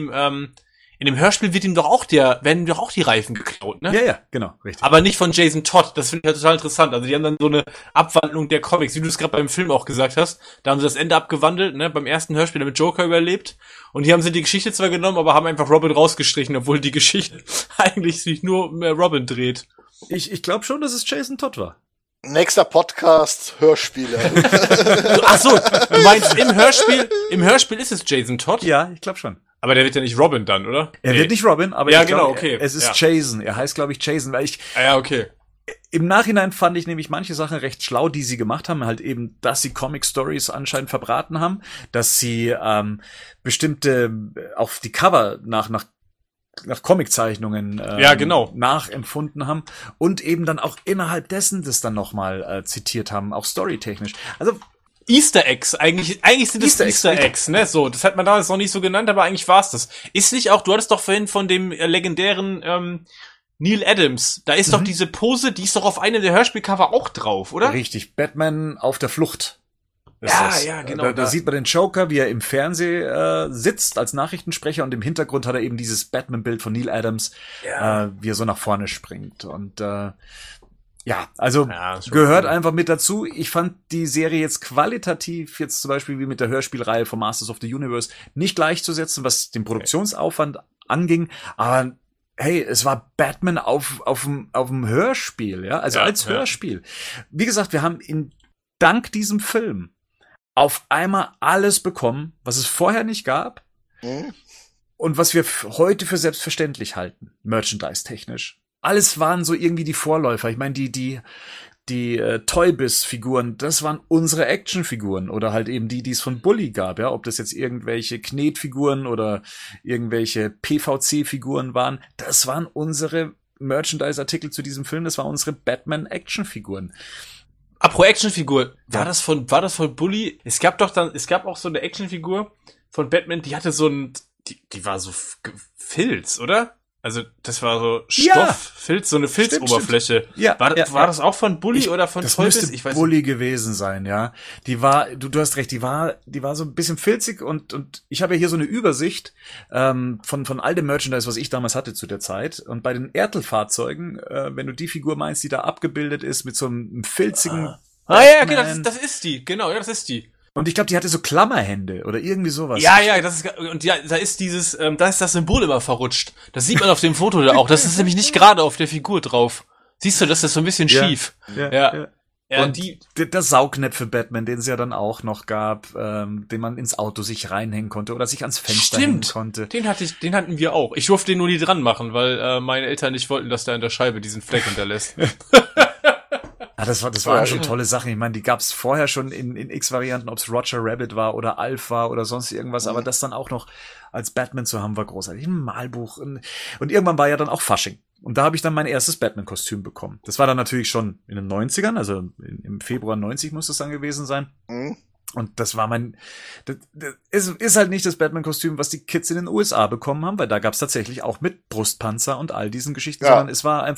dem Hörspiel werden ihm doch auch die Reifen geklaut, ne? Ja, genau, richtig. Aber nicht von Jason Todd. Das finde ich halt total interessant. Also die haben dann so eine Abwandlung der Comics, wie du es gerade beim Film auch gesagt hast. Da haben sie das Ende abgewandelt, ne? Beim ersten Hörspiel, damit Joker überlebt. Und hier haben sie die Geschichte zwar genommen, aber haben einfach Robin rausgestrichen, obwohl die Geschichte eigentlich sich nur um Robin dreht. Ich glaube schon, dass es Jason Todd war. Nächster Podcast, Hörspiele. Ach so, du meinst im Hörspiel ist es Jason Todd? Ja, ich glaube schon. Aber der wird ja nicht Robin dann, oder? Er wird nicht Robin, aber Ja, ich glaub, genau, okay. es ist Ja. Jason. Er heißt, glaube ich, Jason, weil Ja, okay. im Nachhinein fand ich nämlich manche Sachen recht schlau, die sie gemacht haben. Halt eben, dass sie Comic-Stories anscheinend verbraten haben, dass sie bestimmte, auf die Cover nach Comiczeichnungen Ja, genau. nachempfunden haben und eben dann auch innerhalb dessen das dann nochmal zitiert haben, auch storytechnisch. Also Easter Eggs, eigentlich sind das Easter Eggs, ne? So, das hat man damals noch nicht so genannt, aber eigentlich war's das. Ist nicht auch, du hattest doch vorhin von dem legendären Neil Adams, da ist doch diese Pose, die ist doch auf einem der Hörspielcover auch drauf, oder? richtig, Batman auf der Flucht. ist Ja, das. ja, genau. Da sieht man den Joker, wie er im Fernsehen sitzt als Nachrichtensprecher und im Hintergrund hat er eben dieses Batman-Bild von Neil Adams, wie er so nach vorne springt. Und ja, also gehört einfach mit dazu. Ich fand die Serie jetzt qualitativ, jetzt zum Beispiel wie mit der Hörspielreihe von Masters of the Universe, nicht gleichzusetzen, was den Produktionsaufwand anging. Aber hey, es war Batman auf dem Hörspiel, ja, also als Hörspiel. Wie gesagt, wir haben dank diesem Film auf einmal alles bekommen, was es vorher nicht gab und was wir heute für selbstverständlich halten, merchandise-technisch. Alles waren so irgendwie die Vorläufer. Ich meine, die Toy Biz-Figuren, das waren unsere Actionfiguren oder halt eben die es von Bully gab, ja, ob das jetzt irgendwelche Knetfiguren oder irgendwelche PVC-Figuren waren, das waren unsere Merchandise-Artikel zu diesem Film, das waren unsere Batman-Actionfiguren. Apropos Actionfigur, war das von Bully? Es gab auch so eine Actionfigur von Batman, die hatte die war so Filz, oder? Also, das war so Stoff, Filz, so eine Filzoberfläche. Stimmt. Ja, war das auch von Bully oder von das Teufels? müsste Ich weiß Bully gewesen sein, ja. Die war, du hast recht, die war so ein bisschen filzig und ich habe ja hier so eine Übersicht von all dem Merchandise, was ich damals hatte zu der Zeit. Und bei den Ertel-Fahrzeugen, wenn du die Figur meinst, die da abgebildet ist mit so einem filzigen ja, okay, das ist die. Genau, ja, das ist die. Und ich glaube, die hatte so Klammerhände oder irgendwie sowas. Ja, da ist da ist das Symbol immer verrutscht. Das sieht man auf dem Foto da auch. Das ist nämlich nicht gerade auf der Figur drauf. Siehst du, das ist so ein bisschen schief. Ja. Ja, und der Saugnäpfe-Batman, den es ja dann auch noch gab, den man ins Auto sich reinhängen konnte oder sich ans Fenster hängen konnte. Den hatten wir auch. Ich durfte den nur nie dran machen, weil meine Eltern nicht wollten, dass der in der Scheibe diesen Fleck hinterlässt. Ja, das waren schon tolle Sachen. Ich meine, die gab's vorher schon in X-Varianten, ob's Roger Rabbit war oder Alf war oder sonst irgendwas, aber das dann auch noch als Batman zu haben, war großartig. Ein Malbuch. Und irgendwann war ja dann auch Fasching. Und da habe ich dann mein erstes Batman-Kostüm bekommen. Das war dann natürlich schon in den 90ern, also im Februar 90 muss es dann gewesen sein. Mhm. Und das war das ist halt nicht das Batman-Kostüm, was die Kids in den USA bekommen haben, weil da gab's tatsächlich auch mit Brustpanzer und all diesen Geschichten, sondern es war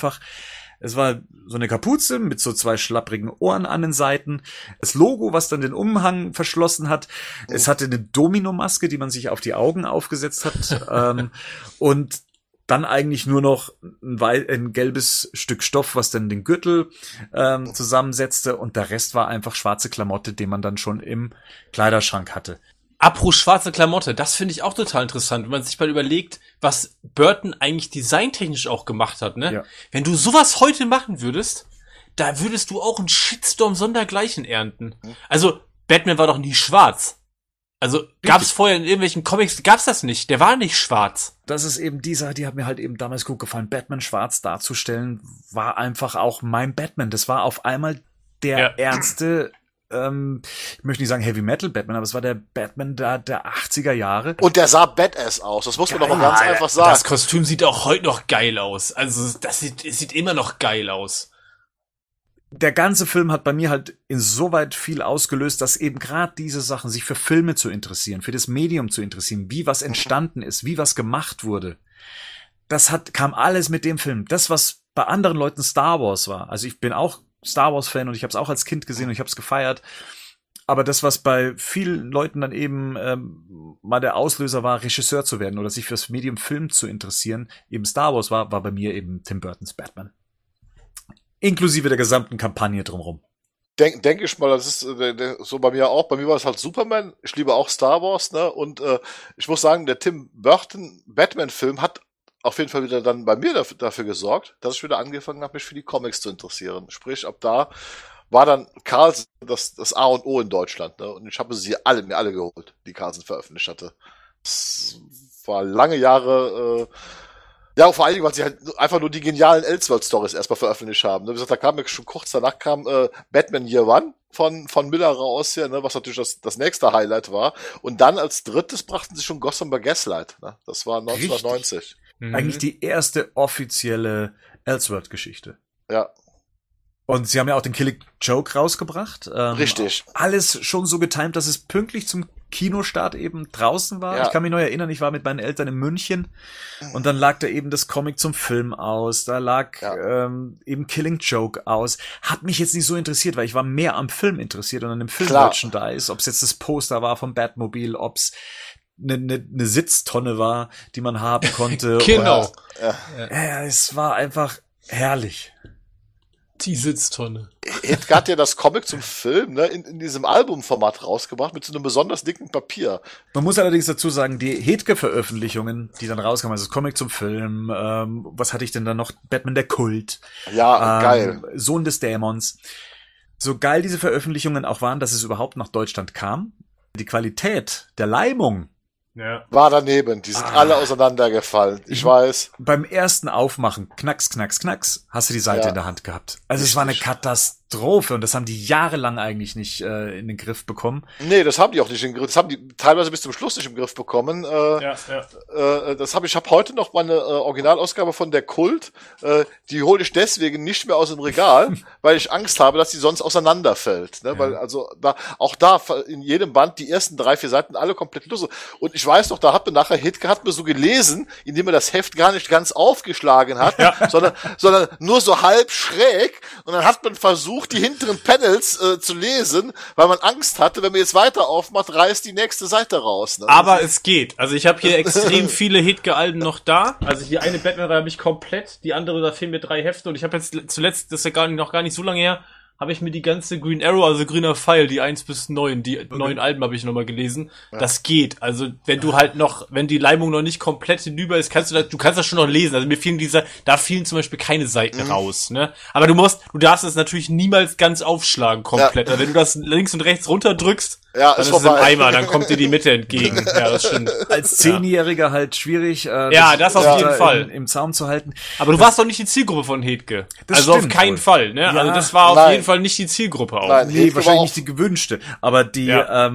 so eine Kapuze mit so 2 schlapprigen Ohren an den Seiten. Das Logo, was dann den Umhang verschlossen hat. Es hatte eine Domino-Maske, die man sich auf die Augen aufgesetzt hat. Und dann eigentlich nur noch ein gelbes Stück Stoff, was dann den Gürtel zusammensetzte. Und der Rest war einfach schwarze Klamotte, den man dann schon im Kleiderschrank hatte. Apropos schwarze Klamotte, das finde ich auch total interessant, wenn man sich mal überlegt, was Burton eigentlich designtechnisch auch gemacht hat, ne? Ja. Wenn du sowas heute machen würdest, da würdest du auch einen Shitstorm sondergleichen ernten. Also, Batman war doch nie schwarz. Also, gab's vorher in irgendwelchen Comics, gab's das nicht, der war nicht schwarz. Das ist eben die hat mir halt eben damals gut gefallen. Batman schwarz darzustellen, war einfach auch mein Batman. Das war auf einmal der ernste, ich möchte nicht sagen Heavy Metal Batman, aber es war der Batman der 80er Jahre. Und der sah badass aus, das muss man doch mal ganz einfach sagen. Das Kostüm sieht auch heute noch geil aus. Also, es sieht immer noch geil aus. Der ganze Film hat bei mir halt insoweit viel ausgelöst, dass eben gerade diese Sachen, sich für Filme zu interessieren, für das Medium zu interessieren, wie was entstanden ist, wie was gemacht wurde. Kam alles mit dem Film. Das, was bei anderen Leuten Star Wars war. Also ich bin auch Star Wars Fan und ich habe es auch als Kind gesehen und ich habe es gefeiert. Aber das, was bei vielen Leuten dann eben mal der Auslöser war, Regisseur zu werden oder sich fürs Medium Film zu interessieren, eben Star Wars war bei mir eben Tim Burtons Batman. Inklusive der gesamten Kampagne drumherum. Denke ich mal, das ist so bei mir auch. Bei mir war es halt Superman. Ich liebe auch Star Wars, ne? Und ich muss sagen, der Tim Burton Batman-Film hat auf jeden Fall wieder dann bei mir dafür gesorgt, dass ich wieder angefangen habe, mich für die Comics zu interessieren. Sprich, ab da war dann Carlsen das A und O in Deutschland, ne? Und ich habe mir alle geholt, die Carlsen veröffentlicht hatte. Das war lange Jahre, ja, vor allen Dingen, weil sie halt einfach nur die genialen Elseworld-Stories erstmal veröffentlicht haben. Wie gesagt, da kam schon kurz danach Batman Year One von Miller raus hier, ne, was natürlich das nächste Highlight war. Und dann als drittes brachten sie schon Gotham by Gaslight. Ne? Das war 1990. Richtig. Eigentlich die erste offizielle Elseworld-Geschichte. Ja. Und sie haben ja auch den Killing Joke rausgebracht. Richtig. Alles schon so getimt, dass es pünktlich zum Kinostart eben draußen war. Ja. Ich kann mich noch erinnern, ich war mit meinen Eltern in München und dann lag da eben das Comic zum Film aus. Da lag eben Killing Joke aus. Hat mich jetzt nicht so interessiert, weil ich war mehr am Film interessiert und an dem Film-Merchandise. Ob es jetzt das Poster war vom Batmobil, ob es eine Sitztonne war, die man haben konnte. Genau. Ja, es war einfach herrlich. Die Sitztonne. Hitke hat ja das Comic zum Film, ne, in diesem Albumformat rausgebracht, mit so einem besonders dicken Papier. Man muss allerdings dazu sagen, die Hitke-Veröffentlichungen, die dann rauskamen, also das Comic zum Film, was hatte ich denn da noch? Batman der Kult. Ja, geil. Sohn des Dämons. So geil diese Veröffentlichungen auch waren, dass es überhaupt nach Deutschland kam. Die Qualität der Leimung war daneben. Die sind alle auseinandergefallen. Ich weiß. Beim ersten Aufmachen, knacks, knacks, knacks, hast du die Seite in der Hand gehabt. Also es war eine Katastrophe und das haben die jahrelang eigentlich nicht in den Griff bekommen. Nee, das haben die auch nicht in den Griff. Das haben die teilweise bis zum Schluss nicht im Griff bekommen. Ich habe heute noch meine Originalausgabe von der Kult. Die hole ich deswegen nicht mehr aus dem Regal, weil ich Angst habe, dass die sonst auseinanderfällt. Ne? Ja. Weil also da in jedem Band die ersten 3-4 Seiten alle komplett los. Und ich weiß noch, Hitke hat mir so gelesen, indem er das Heft gar nicht ganz aufgeschlagen hat, sondern nur so halb schräg. Und dann hat man versucht, die hinteren Panels zu lesen, weil man Angst hatte, wenn man jetzt weiter aufmacht, reißt die nächste Seite raus. Ne? Aber es geht. Also ich habe hier extrem viele Hitke-Alben noch da. Also die eine Batman-Reihe habe ich komplett, die andere, da fehlen mir 3 Hefte. Und ich habe jetzt zuletzt, das ist ja noch gar nicht so lange her, habe ich mir die ganze Green Arrow, also Grüner Pfeil, die 1 bis 9, die 9 Alben habe ich nochmal gelesen. Ja. Das geht. Also wenn du halt noch, wenn die Leimung noch nicht komplett hinüber ist, kannst du kannst das schon noch lesen. Also mir fielen da fielen zum Beispiel keine Seiten raus, ne? Aber du darfst es natürlich niemals ganz aufschlagen komplett. Also wenn du das links und rechts runterdrückst, dann ist es im Eimer, dann kommt dir die Mitte entgegen. Ja, das stimmt. Als 10-Jähriger halt schwierig, das auf jeden Fall im Zaum zu halten. Aber du warst doch nicht die Zielgruppe von Hedke. Das also stimmt auf keinen wohl. Fall, ne? Ja, also das war auf jeden Fall nicht die Zielgruppe auch. Nein, Nee, wahrscheinlich nicht die gewünschte. Aber die,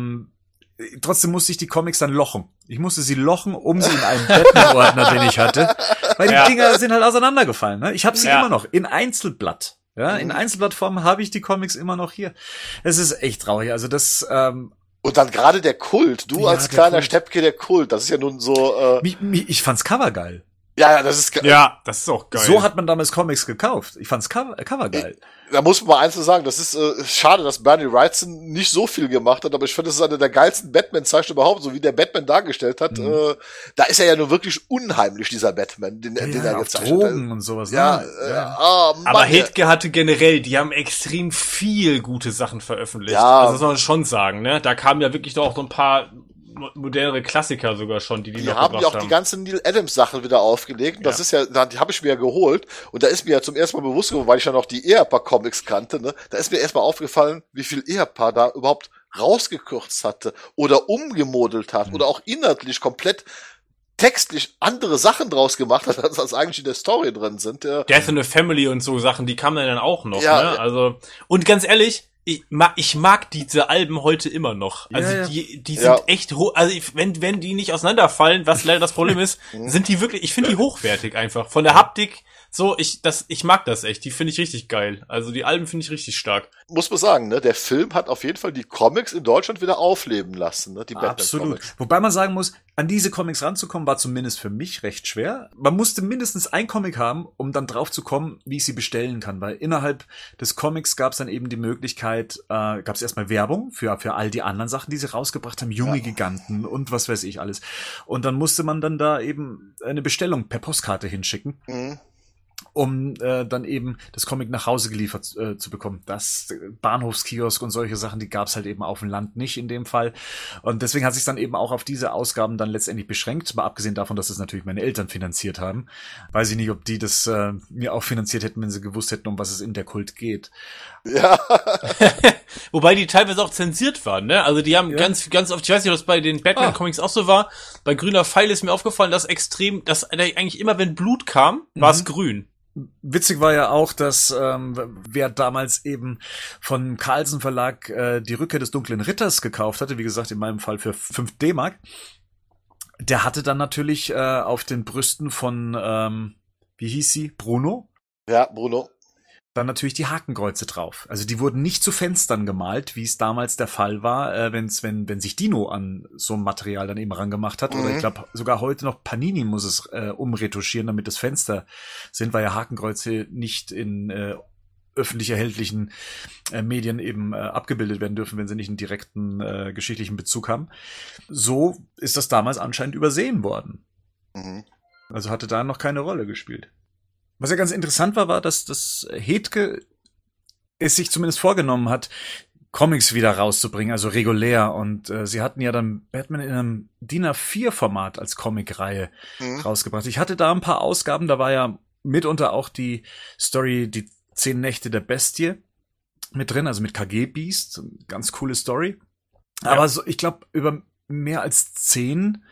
trotzdem musste ich die Comics dann lochen. Ich musste sie lochen, um sie in einen Batman-Ordner, den ich hatte. Weil die Dinger sind halt auseinandergefallen, ne? Ich habe sie immer noch in Einzelblatt. Ja, in Einzelblattform habe ich die Comics immer noch hier. Es ist echt traurig. Also das, und dann gerade der Kult. Du als kleiner Kult. Steppke, der Kult. Das ist ja nun so, ich fand's Cover geil. Ja, das ist geil. Ja, das ist auch geil. So hat man damals Comics gekauft. Ich fand's Cover geil. Da muss man mal eins sagen, das ist schade, dass Bernie Wrightson nicht so viel gemacht hat, aber ich finde, das ist eine der geilsten Batman-Zeichnungen überhaupt, so wie der Batman dargestellt hat. Da ist er ja nur wirklich unheimlich, dieser Batman, den er gezeichnet hat. Drogen und sowas. Ja, ne? Aber Hedke hatte generell, die haben extrem viel gute Sachen veröffentlicht. Ja. Also das soll man schon sagen, ne? Da kamen ja wirklich doch auch so ein paar modernere Klassiker sogar schon, die noch haben ja auch haben. die ganzen Neil Adams Sachen wieder aufgelegt. Und das ist ja, die habe ich mir ja geholt. Und da ist mir ja zum ersten Mal bewusst geworden, weil ich ja noch die Ehepaar-Comics kannte, ne? Da ist mir erstmal aufgefallen, wie viel Ehepaar da überhaupt rausgekürzt hatte oder umgemodelt hat oder auch inhaltlich komplett textlich andere Sachen draus gemacht hat, als eigentlich in der Story drin sind. Death in a Family und so Sachen, die kamen dann auch noch, Ja, ne? Also, und ganz ehrlich, ich mag diese Alben heute immer noch. Also die sind echt also wenn die nicht auseinanderfallen, was leider das Problem ist, sind die wirklich, ich finde die hochwertig einfach. Von der Haptik, so, ich mag das echt, die finde ich richtig geil. Also die Alben finde ich richtig stark. Muss man sagen, ne, der Film hat auf jeden Fall die Comics in Deutschland wieder aufleben lassen, ne, die Absolut. Batman-Comics. Wobei man sagen muss, an diese Comics ranzukommen, war zumindest für mich recht schwer. Man musste mindestens ein Comic haben, um dann drauf zu kommen, wie ich sie bestellen kann, weil innerhalb des Comics gab es dann eben die Möglichkeit, gab es erstmal Werbung für all die anderen Sachen, die sie rausgebracht haben, junge Giganten und was weiß ich alles. Und dann musste man dann da eben eine Bestellung per Postkarte hinschicken. Um dann eben das Comic nach Hause geliefert zu bekommen. Das Bahnhofskiosk und solche Sachen, die gab's halt eben auf dem Land nicht in dem Fall. Und deswegen hat sich dann eben auch auf diese Ausgaben dann letztendlich beschränkt, mal abgesehen davon, dass es natürlich meine Eltern finanziert haben. Weiß ich nicht, ob die das mir auch finanziert hätten, wenn sie gewusst hätten, um was es in der Kult geht. Ja. Wobei die teilweise auch zensiert waren, ne? Also die haben ganz oft, ich weiß nicht, ob das bei den Batman-Comics auch so war, bei Grüner Pfeil ist mir aufgefallen, dass eigentlich immer, wenn Blut kam, war es grün. Witzig war ja auch, dass wer damals eben von Carlsen Verlag die Rückkehr des Dunklen Ritters gekauft hatte, wie gesagt, in meinem Fall für 5 D-Mark, der hatte dann natürlich auf den Brüsten von, wie hieß sie? Bruno? Ja, Bruno. Dann natürlich die Hakenkreuze drauf. Also die wurden nicht zu Fenstern gemalt, wie es damals der Fall war, wenn sich Dino an so ein Material dann eben rangemacht hat. Oder ich glaube, sogar heute noch Panini muss es umretuschieren, damit das Fenster sind, weil ja Hakenkreuze nicht in öffentlich erhältlichen Medien eben abgebildet werden dürfen, wenn sie nicht einen direkten geschichtlichen Bezug haben. So ist das damals anscheinend übersehen worden. Also hatte da noch keine Rolle gespielt. Was ja ganz interessant war, dass Hedke es sich zumindest vorgenommen hat, Comics wieder rauszubringen, also regulär. Und sie hatten ja dann Batman in einem DIN A4-Format als Comicreihe rausgebracht. Ich hatte da ein paar Ausgaben, da war ja mitunter auch die Story, die 10 Nächte der Bestie mit drin, also mit KG Beast. Ganz coole Story. Ja. Aber so, ich glaube, über mehr als 10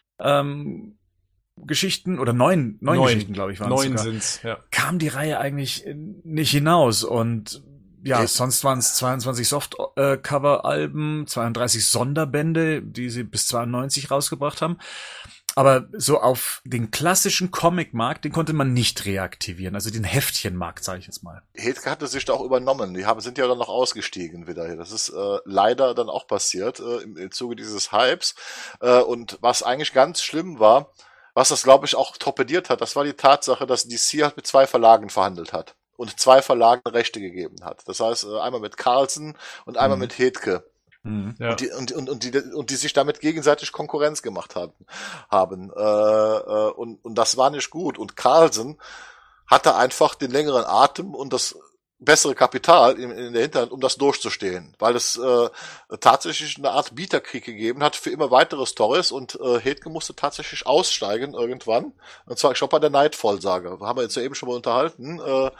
Geschichten oder 9 Geschichten, glaube ich, waren es 9 sind's, ja. Kam die Reihe eigentlich nicht hinaus und ja, sonst waren es 22 Soft-Cover-Alben, 32 Sonderbände, die sie bis 92 rausgebracht haben. Aber so auf den klassischen Comic-Markt, den konnte man nicht reaktivieren. Also den Heftchenmarkt, sage ich jetzt mal. Hedke hatte sich da auch übernommen. Die sind ja dann noch ausgestiegen wieder hier. Das ist leider dann auch passiert im Zuge dieses Hypes. Und was eigentlich ganz schlimm war, was das, glaube ich, auch torpediert hat, das war die Tatsache, dass DC halt mit 2 Verlagen verhandelt hat und 2 Verlagen Rechte gegeben hat. Das heißt, einmal mit Carlsen und einmal mit Hedke. Ja. Und die sich damit gegenseitig Konkurrenz gemacht haben. Und das war nicht gut. Und Carlsen hatte einfach den längeren Atem und das bessere Kapital in der Hinterhand, um das durchzustehen, weil es tatsächlich eine Art Bieterkrieg gegeben hat für immer weitere Stories und Hedke musste tatsächlich aussteigen irgendwann, und zwar, ich glaube, bei der Nightfall-Saga, haben wir jetzt ja eben schon mal unterhalten,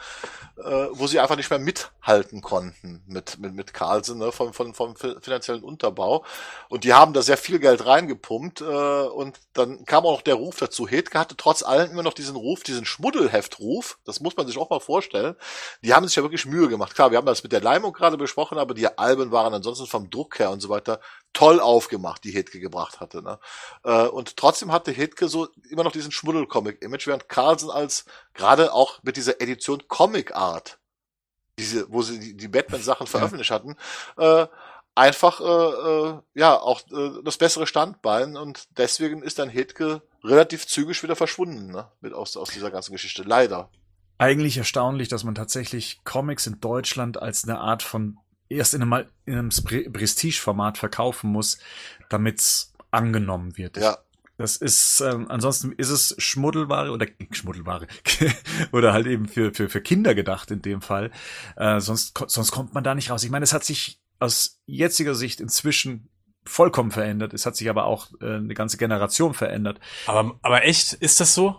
wo sie einfach nicht mehr mithalten konnten mit Carlsen, ne, vom finanziellen Unterbau, und die haben da sehr viel Geld reingepumpt, und dann kam auch noch der Ruf dazu. Hedke hatte trotz allem immer noch diesen Ruf, diesen Schmuddelheftruf, das muss man sich auch mal vorstellen. Die haben sich ja wirklich Mühe gemacht. Klar, wir haben das mit der Leimung gerade besprochen, aber die Alben waren ansonsten vom Druck her und so weiter toll aufgemacht, die Hedke gebracht hatte. Ne? Und trotzdem hatte Hedke so immer noch diesen Schmuddel-Comic-Image, während Carlsen als gerade auch mit dieser Edition Comic Art, wo sie die Batman-Sachen veröffentlicht hatten, einfach auch das bessere Standbein, und deswegen ist dann Hedke relativ zügig wieder verschwunden, ne? Aus dieser ganzen Geschichte, leider. Eigentlich erstaunlich, dass man tatsächlich Comics in Deutschland als eine Art von erst in einem Prestige-Format verkaufen muss, damit's angenommen wird. Ja. Das ist, ansonsten ist es Schmuddelware oder halt eben für Kinder gedacht in dem Fall. Sonst kommt man da nicht raus. Ich meine, es hat sich aus jetziger Sicht inzwischen vollkommen verändert. Es hat sich aber auch eine ganze Generation verändert. Aber echt, ist das so?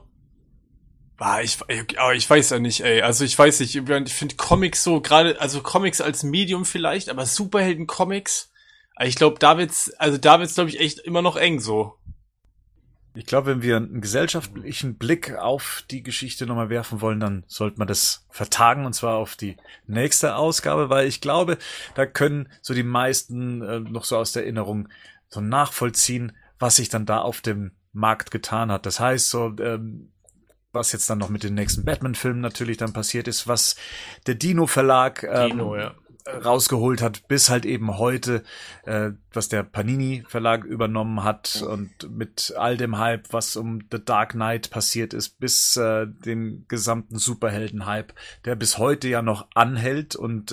Ich weiß ja nicht, ey. Also ich weiß nicht, ich finde Comics so, gerade, also Comics als Medium vielleicht, aber Superhelden-Comics, ich glaube, da wird's, glaube ich, echt immer noch eng so. Ich glaube, wenn wir einen gesellschaftlichen Blick auf die Geschichte nochmal werfen wollen, dann sollte man das vertagen, und zwar auf die nächste Ausgabe, weil ich glaube, da können so die meisten noch so aus der Erinnerung so nachvollziehen, was sich dann da auf dem Markt getan hat. Das heißt so, was jetzt dann noch mit den nächsten Batman-Filmen natürlich dann passiert ist, was der Dino-Verlag rausgeholt hat, bis halt eben heute, was der Panini-Verlag übernommen hat, und mit all dem Hype, was um The Dark Knight passiert ist, bis dem gesamten Superhelden-Hype, der bis heute ja noch anhält und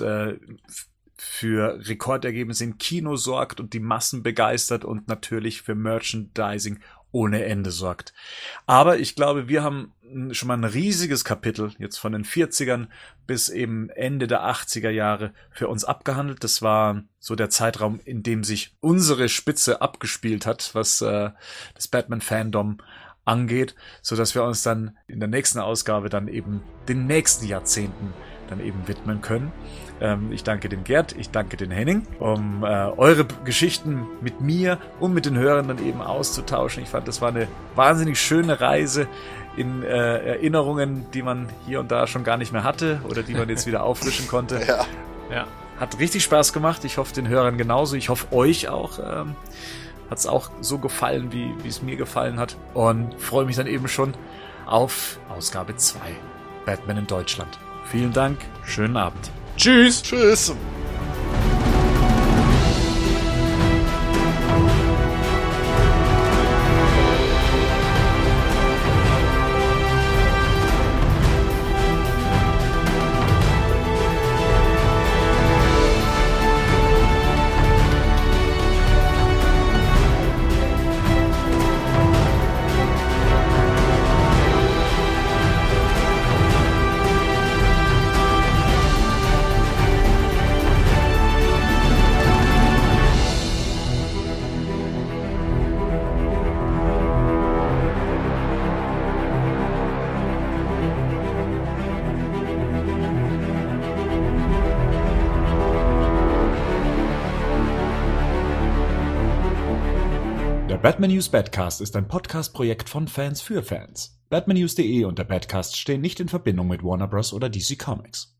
für Rekordergebnisse im Kino sorgt und die Massen begeistert und natürlich für Merchandising ohne Ende sorgt. Aber ich glaube, wir haben schon mal ein riesiges Kapitel jetzt von den 40ern bis eben Ende der 80er Jahre für uns abgehandelt. Das war so der Zeitraum, in dem sich unsere Spitze abgespielt hat, was das Batman-Fandom angeht, so dass wir uns dann in der nächsten Ausgabe dann eben den nächsten Jahrzehnten dann eben widmen können. Ich danke dem Gerd, ich danke den Henning, um eure Geschichten mit mir und mit den Hörern dann eben auszutauschen. Ich fand, das war eine wahnsinnig schöne Reise in Erinnerungen, die man hier und da schon gar nicht mehr hatte oder die man jetzt wieder auffrischen konnte. Ja. Hat richtig Spaß gemacht. Ich hoffe, den Hörern genauso. Ich hoffe, euch auch. Hat es auch so gefallen, wie es mir gefallen hat. Und freue mich dann eben schon auf Ausgabe 2. Batman in Deutschland. Vielen Dank. Schönen Abend. Tschüss. Tschüss. Batman News Badcast ist ein Podcast-Projekt von Fans für Fans. Batmannews.de und der Badcast stehen nicht in Verbindung mit Warner Bros. Oder DC Comics.